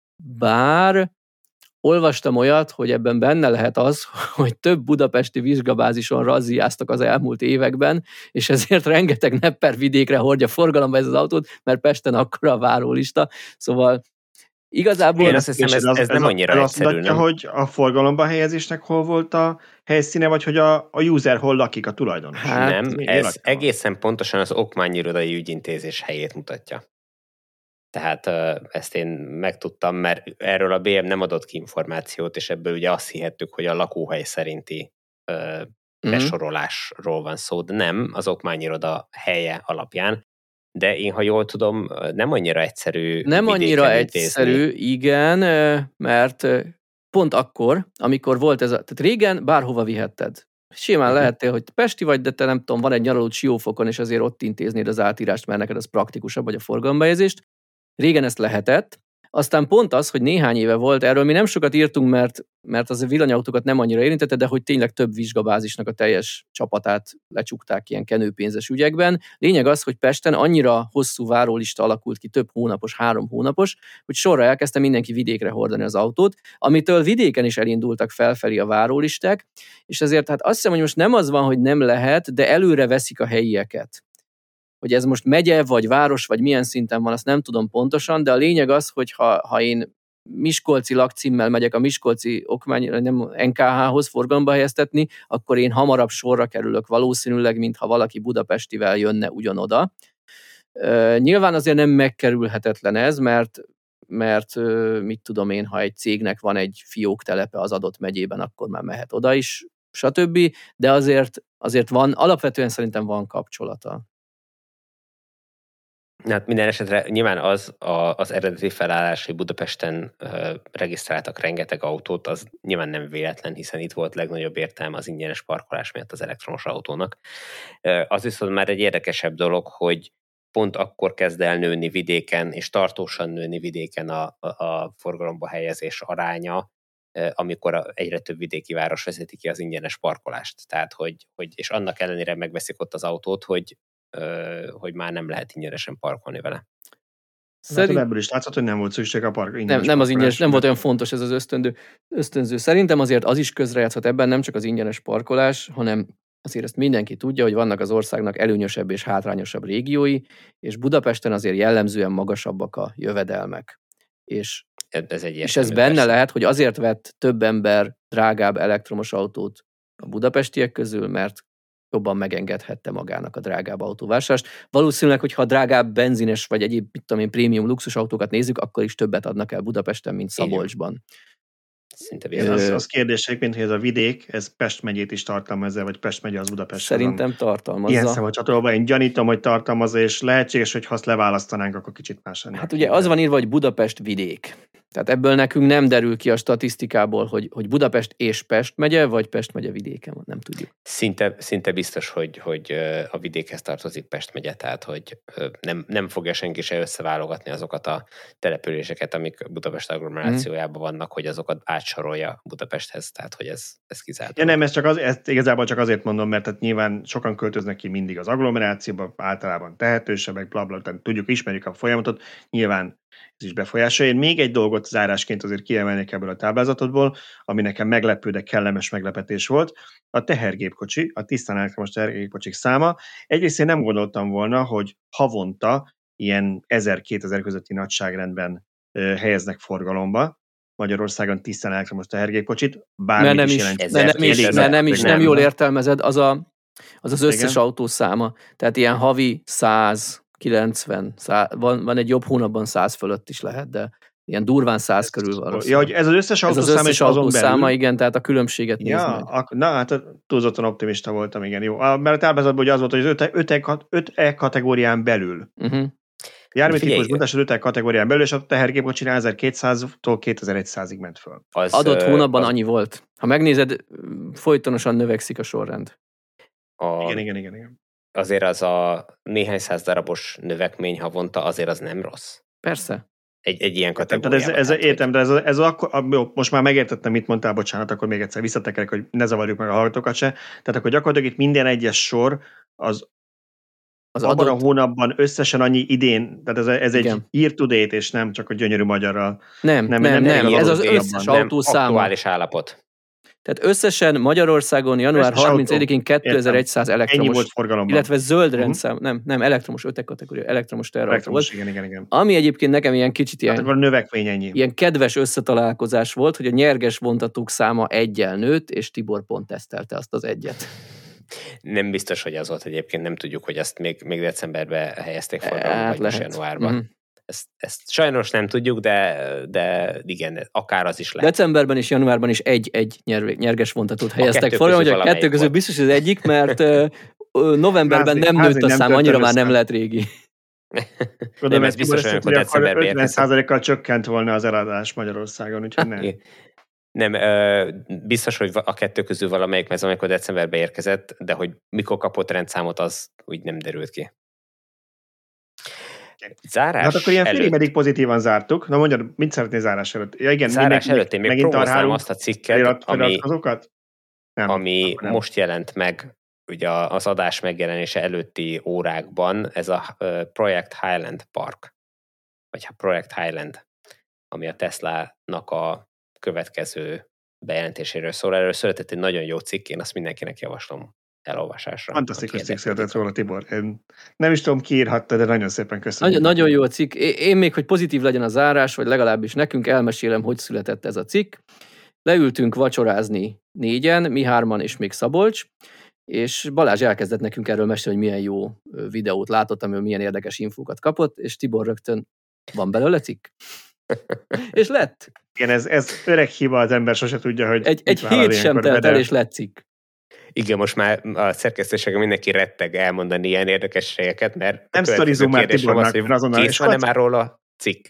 bár olvastam olyat, hogy ebben benne lehet az, hogy több budapesti vizsgabázison razziáztak az elmúlt években, és ezért rengeteg nepper vidékre hordja forgalomba ez az autót, mert Pesten akkora a várólista. Szóval igazából... Én azt hiszem, ez nem annyira egyszerű, nem? Hogy a forgalomba helyezésnek hol volt a helyszíne, vagy hogy a user hol lakik, a tulajdonos? Hát, nem, ez egészen pontosan az okmányirodai ügyintézés helyét mutatja. Tehát ezt én megtudtam, mert erről a BM nem adott ki információt, és ebből ugye azt hihettük, hogy a lakóhely szerinti besorolásról van szó, de nem az okmányiroda helye alapján. De én, ha jól tudom, nem annyira egyszerű. Nem annyira egyszerű, igen, mert pont akkor, amikor volt ez tehát régen bárhova vihetted. Simán lehettél, hogy pesti vagy, de te nem tudom, van egy nyaralód Siófokon, és azért ott intéznéd az átírást, mert neked az praktikusabb, vagy a forgalombehelyezést. Régen ezt lehetett, aztán pont az, hogy néhány éve volt, erről mi nem sokat írtunk, mert az a villanyautókat nem annyira érintette, de hogy tényleg több vizsgabázisnak a teljes csapatát lecsukták ilyen kenőpénzes ügyekben. Lényeg az, hogy Pesten annyira hosszú várólista alakult ki, több hónapos, 3 hónapos, hogy sorra elkezdte mindenki vidékre hordani az autót, amitől vidéken is elindultak felfelé a várólisták, és ezért hát azt hiszem, hogy most nem az van, hogy nem lehet, de előre veszik a helyieket. Hogy ez most megye, vagy város, vagy milyen szinten van, azt nem tudom pontosan, de a lényeg az, hogy ha én miskolci lakcímmel megyek a miskolci nem NKH-hoz forgalomba helyeztetni, akkor én hamarabb sorra kerülök valószínűleg, mintha valaki budapestivel jönne ugyanoda. Nyilván azért nem megkerülhetetlen ez, mert mert mit tudom én, ha egy cégnek van egy fióktelepe az adott megyében, akkor már mehet oda is, stb. De azért van, alapvetően szerintem van kapcsolata. Hát minden esetre nyilván az eredeti felállás, hogy Budapesten regisztráltak rengeteg autót, az nyilván nem véletlen, hiszen itt volt legnagyobb értelme az ingyenes parkolás miatt az elektromos autónak. Az viszont már egy érdekesebb dolog, hogy pont akkor kezd el nőni vidéken, és tartósan nőni vidéken a forgalomba helyezés aránya, amikor egyre több vidéki város vezeti ki az ingyenes parkolást. Tehát, és annak ellenére megveszik ott az autót, hogy már nem lehet ingyenesen parkolni vele. Ebből is látszott, hogy nem volt szükség a nem az ingyenes, nem volt olyan fontos ez az ösztönző. Szerintem azért az is közrejátszhat ebben, nem csak az ingyenes parkolás, hanem azért ezt mindenki tudja, hogy vannak az országnak előnyösebb és hátrányosabb régiói, és Budapesten azért jellemzően magasabbak a jövedelmek. És ez benne lehet, hogy azért vett több ember drágább elektromos autót a budapestiek közül, mert jobban megengedhette magának a drágább autóvásárlást. Valószínűleg, hogyha a drágább benzines vagy egyéb, mit tudom én, prémium luxus autókat nézzük, akkor is többet adnak el Budapesten, mint Szabolcsban. Az kérdés egyébként, hogy ez a vidék, ez Pest megyét is tartalmazza, vagy Pest megye az Budapest. Szerintem tartalmazza. Ilyen szavacsatolva, én gyanítom, hogy tartalmazza, és lehetséges, hogy ha azt leválasztanánk, akkor kicsit más lenne. Hát ugye az van írva, hogy Budapest vidék. Tehát ebből nekünk nem derül ki a statisztikából, hogy Budapest és Pest megye, vagy Pest megye vidéken van, nem tudjuk. Szinte biztos, hogy a vidékhez tartozik Pest megye, tehát hogy nem fogja senki se összeválogatni azokat a településeket, amik Budapest agglomerációjában vannak, hogy azokat átsorolja Budapesthez, tehát hogy ez kizárt. Ja, nem, ezt igazából csak azért mondom, mert tehát nyilván sokan költöznek ki mindig az agglomerációba, általában tehetősebbek, blablabla, tehát tudjuk, ismerjük a folyamatot, nyilván ez is befolyásolja. Én még egy dolgot zárásként azért kiemelnék ebből a táblázatodból, ami nekem meglepő, de kellemes meglepetés volt. A tehergépkocsi, a tisztán elektromos tehergépkocsik száma. Egyrészt én nem gondoltam volna, hogy havonta ilyen 1000-2000 közötti nagyságrendben helyeznek forgalomba Magyarországon tisztán elektromos tehergépkocsit. Nem jól értelmezed, az összes autó száma. Tehát ilyen havi 100, 90, 100, van egy jobb hónapban 100 fölött is lehet, de ilyen durván 100 körül van. Ja, hogy ez az összes autószáma, igen, tehát a különbséget nézd meg. Na, hát túlzottan optimista voltam, igen, jó. Mert a táblázatban ugye az volt, hogy az 5E kategórián belül. Járműtípus bontás az 5E kategórián belül, és a tehergépkocsinál 1200-tól 2100-ig ment föl. Adott hónapban annyi volt. Ha megnézed, folytonosan növekszik a sorrend. Igen. Azért az a néhány száz darabos növekmény havonta, azért az nem rossz. Persze. Egy ilyen kategóriában. Értem, de ez akkor, most már megértettem, mit mondtál, bocsánat, akkor még egyszer visszatekerek, hogy ne zavarjuk meg a hallgatókat se. Tehát akkor gyakorlatilag itt minden egyes sor az abban a hónapban összesen annyi idén, tehát ez egy year to date, és nem csak a gyönyörű magyarral. Nem. Ez az összes autószáma. Aktuális állapot. Tehát összesen Magyarországon január 31-én 2100 elektromos, volt forgalomban. Illetve zöld rendszám, nem elektromos, 5 kategória, elektromos teherautó volt. Igen. Ami egyébként nekem ilyen kicsit ilyen kedves összetalálkozás volt, hogy a nyerges vontatók száma 1-jel nőtt, és Tibor pont tesztelte azt az 1-et. Nem biztos, hogy az volt egyébként, nem tudjuk, hogy azt még decemberben helyezték forgalomba, vagy januárban. Ezt sajnos nem tudjuk, de igen, akár az is lehet. Decemberben és januárban is egy nyerges vontatót helyeztek forgalomba, hogy a kettő közül biztos az egyik, mert novemberben nem nőtt a szám, annyira már nem lehet régi. Nem, ez biztos olyan, hogy decemberben érkezett. 50%-kal csökkent volna az eladás Magyarországon, úgyhogy nem. Nem, biztos, hogy a kettő közül valamelyik, ez amikor decemberben érkezett, de hogy mikor kapott rendszámot, az úgy nem derült ki. Zárás hát akkor ilyen félig meddig pozitívan zártuk. Na mondjad, mit szeretnél zárás előtt? Ja, igen, zárás előtt én még próbálom azt a cikket, ami most jelent meg ugye az adás megjelenése előtti órákban, ez a Project Highland Park, vagy Project Highland, ami a Tesla-nak a következő bejelentéséről szól. Erről született egy nagyon jó cikk, én azt mindenkinek javaslom elolvasásra. Fantasztikus cikk született róla, Tibor. Én nem is tudom, ki írhatta, de nagyon szépen köszönöm. Nagyon jó a cikk. Én még, hogy pozitív legyen a zárás, vagy legalábbis nekünk elmesélem, hogy született ez a cikk. Leültünk vacsorázni 4-en, mi 3-an és még Szabolcs, és Balázs elkezdett nekünk erről mesélni, hogy milyen jó videót látott, amiről milyen érdekes infókat kapott, és Tibor rögtön, van belőle cikk? És lett. Igen, ez öreg hiba, az ember sose tudja, hogy Egy hét sem telt el, és lett cikk. Igen, most már a szerkesztőségen mindenki retteg elmondani ilyen érdekességeket, mert nem sztorizunk már Tibornak, hogy azonnal kész van-e már róla cikk?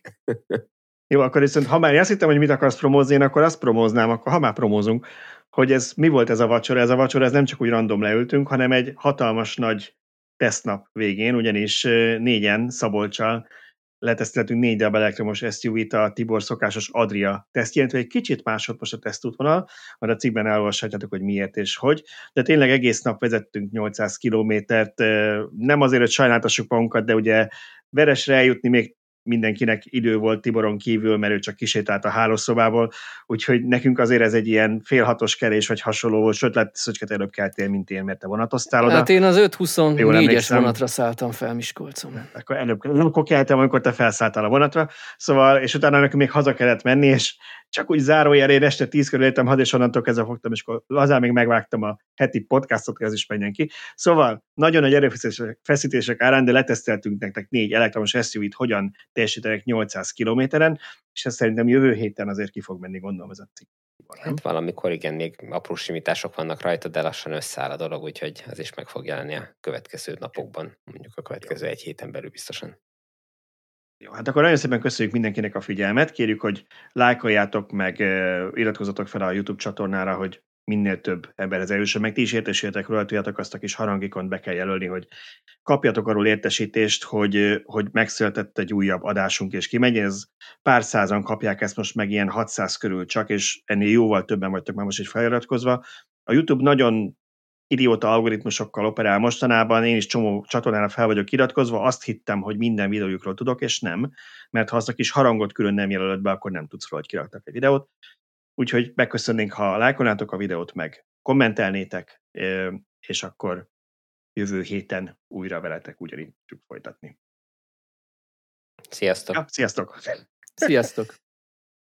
Jó, akkor viszont ha már azt hittem, hogy mit akarsz promózni, én akkor azt promóznám, akkor ha már promózunk, hogy mi volt ez a vacsora. Ez a vacsora, ez nem csak úgy random leültünk, hanem egy hatalmas nagy tesztnap végén, ugyanis 4-en Szabolccsal leteszteltünk 4 darab elektromos SUV-t a Tibor szokásos Adria tesztjén, egy kicsit másod most a tesztútvonal, majd a cikkben elolvashatjátok, hogy miért és hogy. De tényleg egész nap vezettünk 800 kilométert, nem azért, hogy sajnáltassuk magunkat, de ugye Veresre eljutni még mindenkinek idő volt Tiboron kívül, mert ő csak kisétált a hálószobából, úgyhogy nekünk azért ez egy ilyen fél hatos kerés vagy hasonló volt, sőt, lett Szöcskét előbb keltél, mint én, mert te vonatoztál oda. Hát én az 5-24-es vonatra szálltam fel Miskolcon. Akkor előbb keltem, amikor te felszálltál a vonatra, szóval, és utána nekünk még haza kellett menni, és csak úgy zárójelén este 10 körül értem haza, és onnantól kezdve fogtam, és akkor lazán még megvágtam a heti podcastot, hogy az is menjen ki. Szóval nagyon nagy erőfeszítések árán, de leteszteltünk nektek 4 elektromos SUV-t, hogyan teljesítenek 800 kilométeren, és ez szerintem jövő héten azért ki fog menni, gondolom ez a cikk. Hát valamikor igen, még apró simítások vannak rajta, de lassan összeáll a dolog, úgyhogy ez is meg fog jelenni a következő napokban, mondjuk a következő 1 héten belül biztosan. Jó, hát akkor nagyon szépen köszönjük mindenkinek a figyelmet, kérjük, hogy lájkoljátok meg, iratkozzatok fel a YouTube csatornára, hogy minél több emberhez eljusson, meg ti is értesüljetek róla, tudjátok, azt a kis harangikont be kell jelölni, hogy kapjatok arról értesítést, hogy megszületett egy újabb adásunk, és kimegy. Ez pár százan kapják ezt most meg, ilyen 600 körül csak, és ennél jóval többen vagytok már most is feliratkozva. A YouTube nagyon idióta algoritmusokkal operál mostanában, én is csomó csatornára fel vagyok iratkozva, azt hittem, hogy minden videójukról tudok, és nem, mert ha azt a kis harangot külön nem jelölöd be, akkor nem tudsz róla, hogy kiraktak egy videót. Úgyhogy megköszönnénk, ha lájkolnátok a videót, meg kommentelnétek, és akkor jövő héten újra veletek ugyanígy tudjuk folytatni. Sziasztok! Ja, sziasztok! Sziasztok!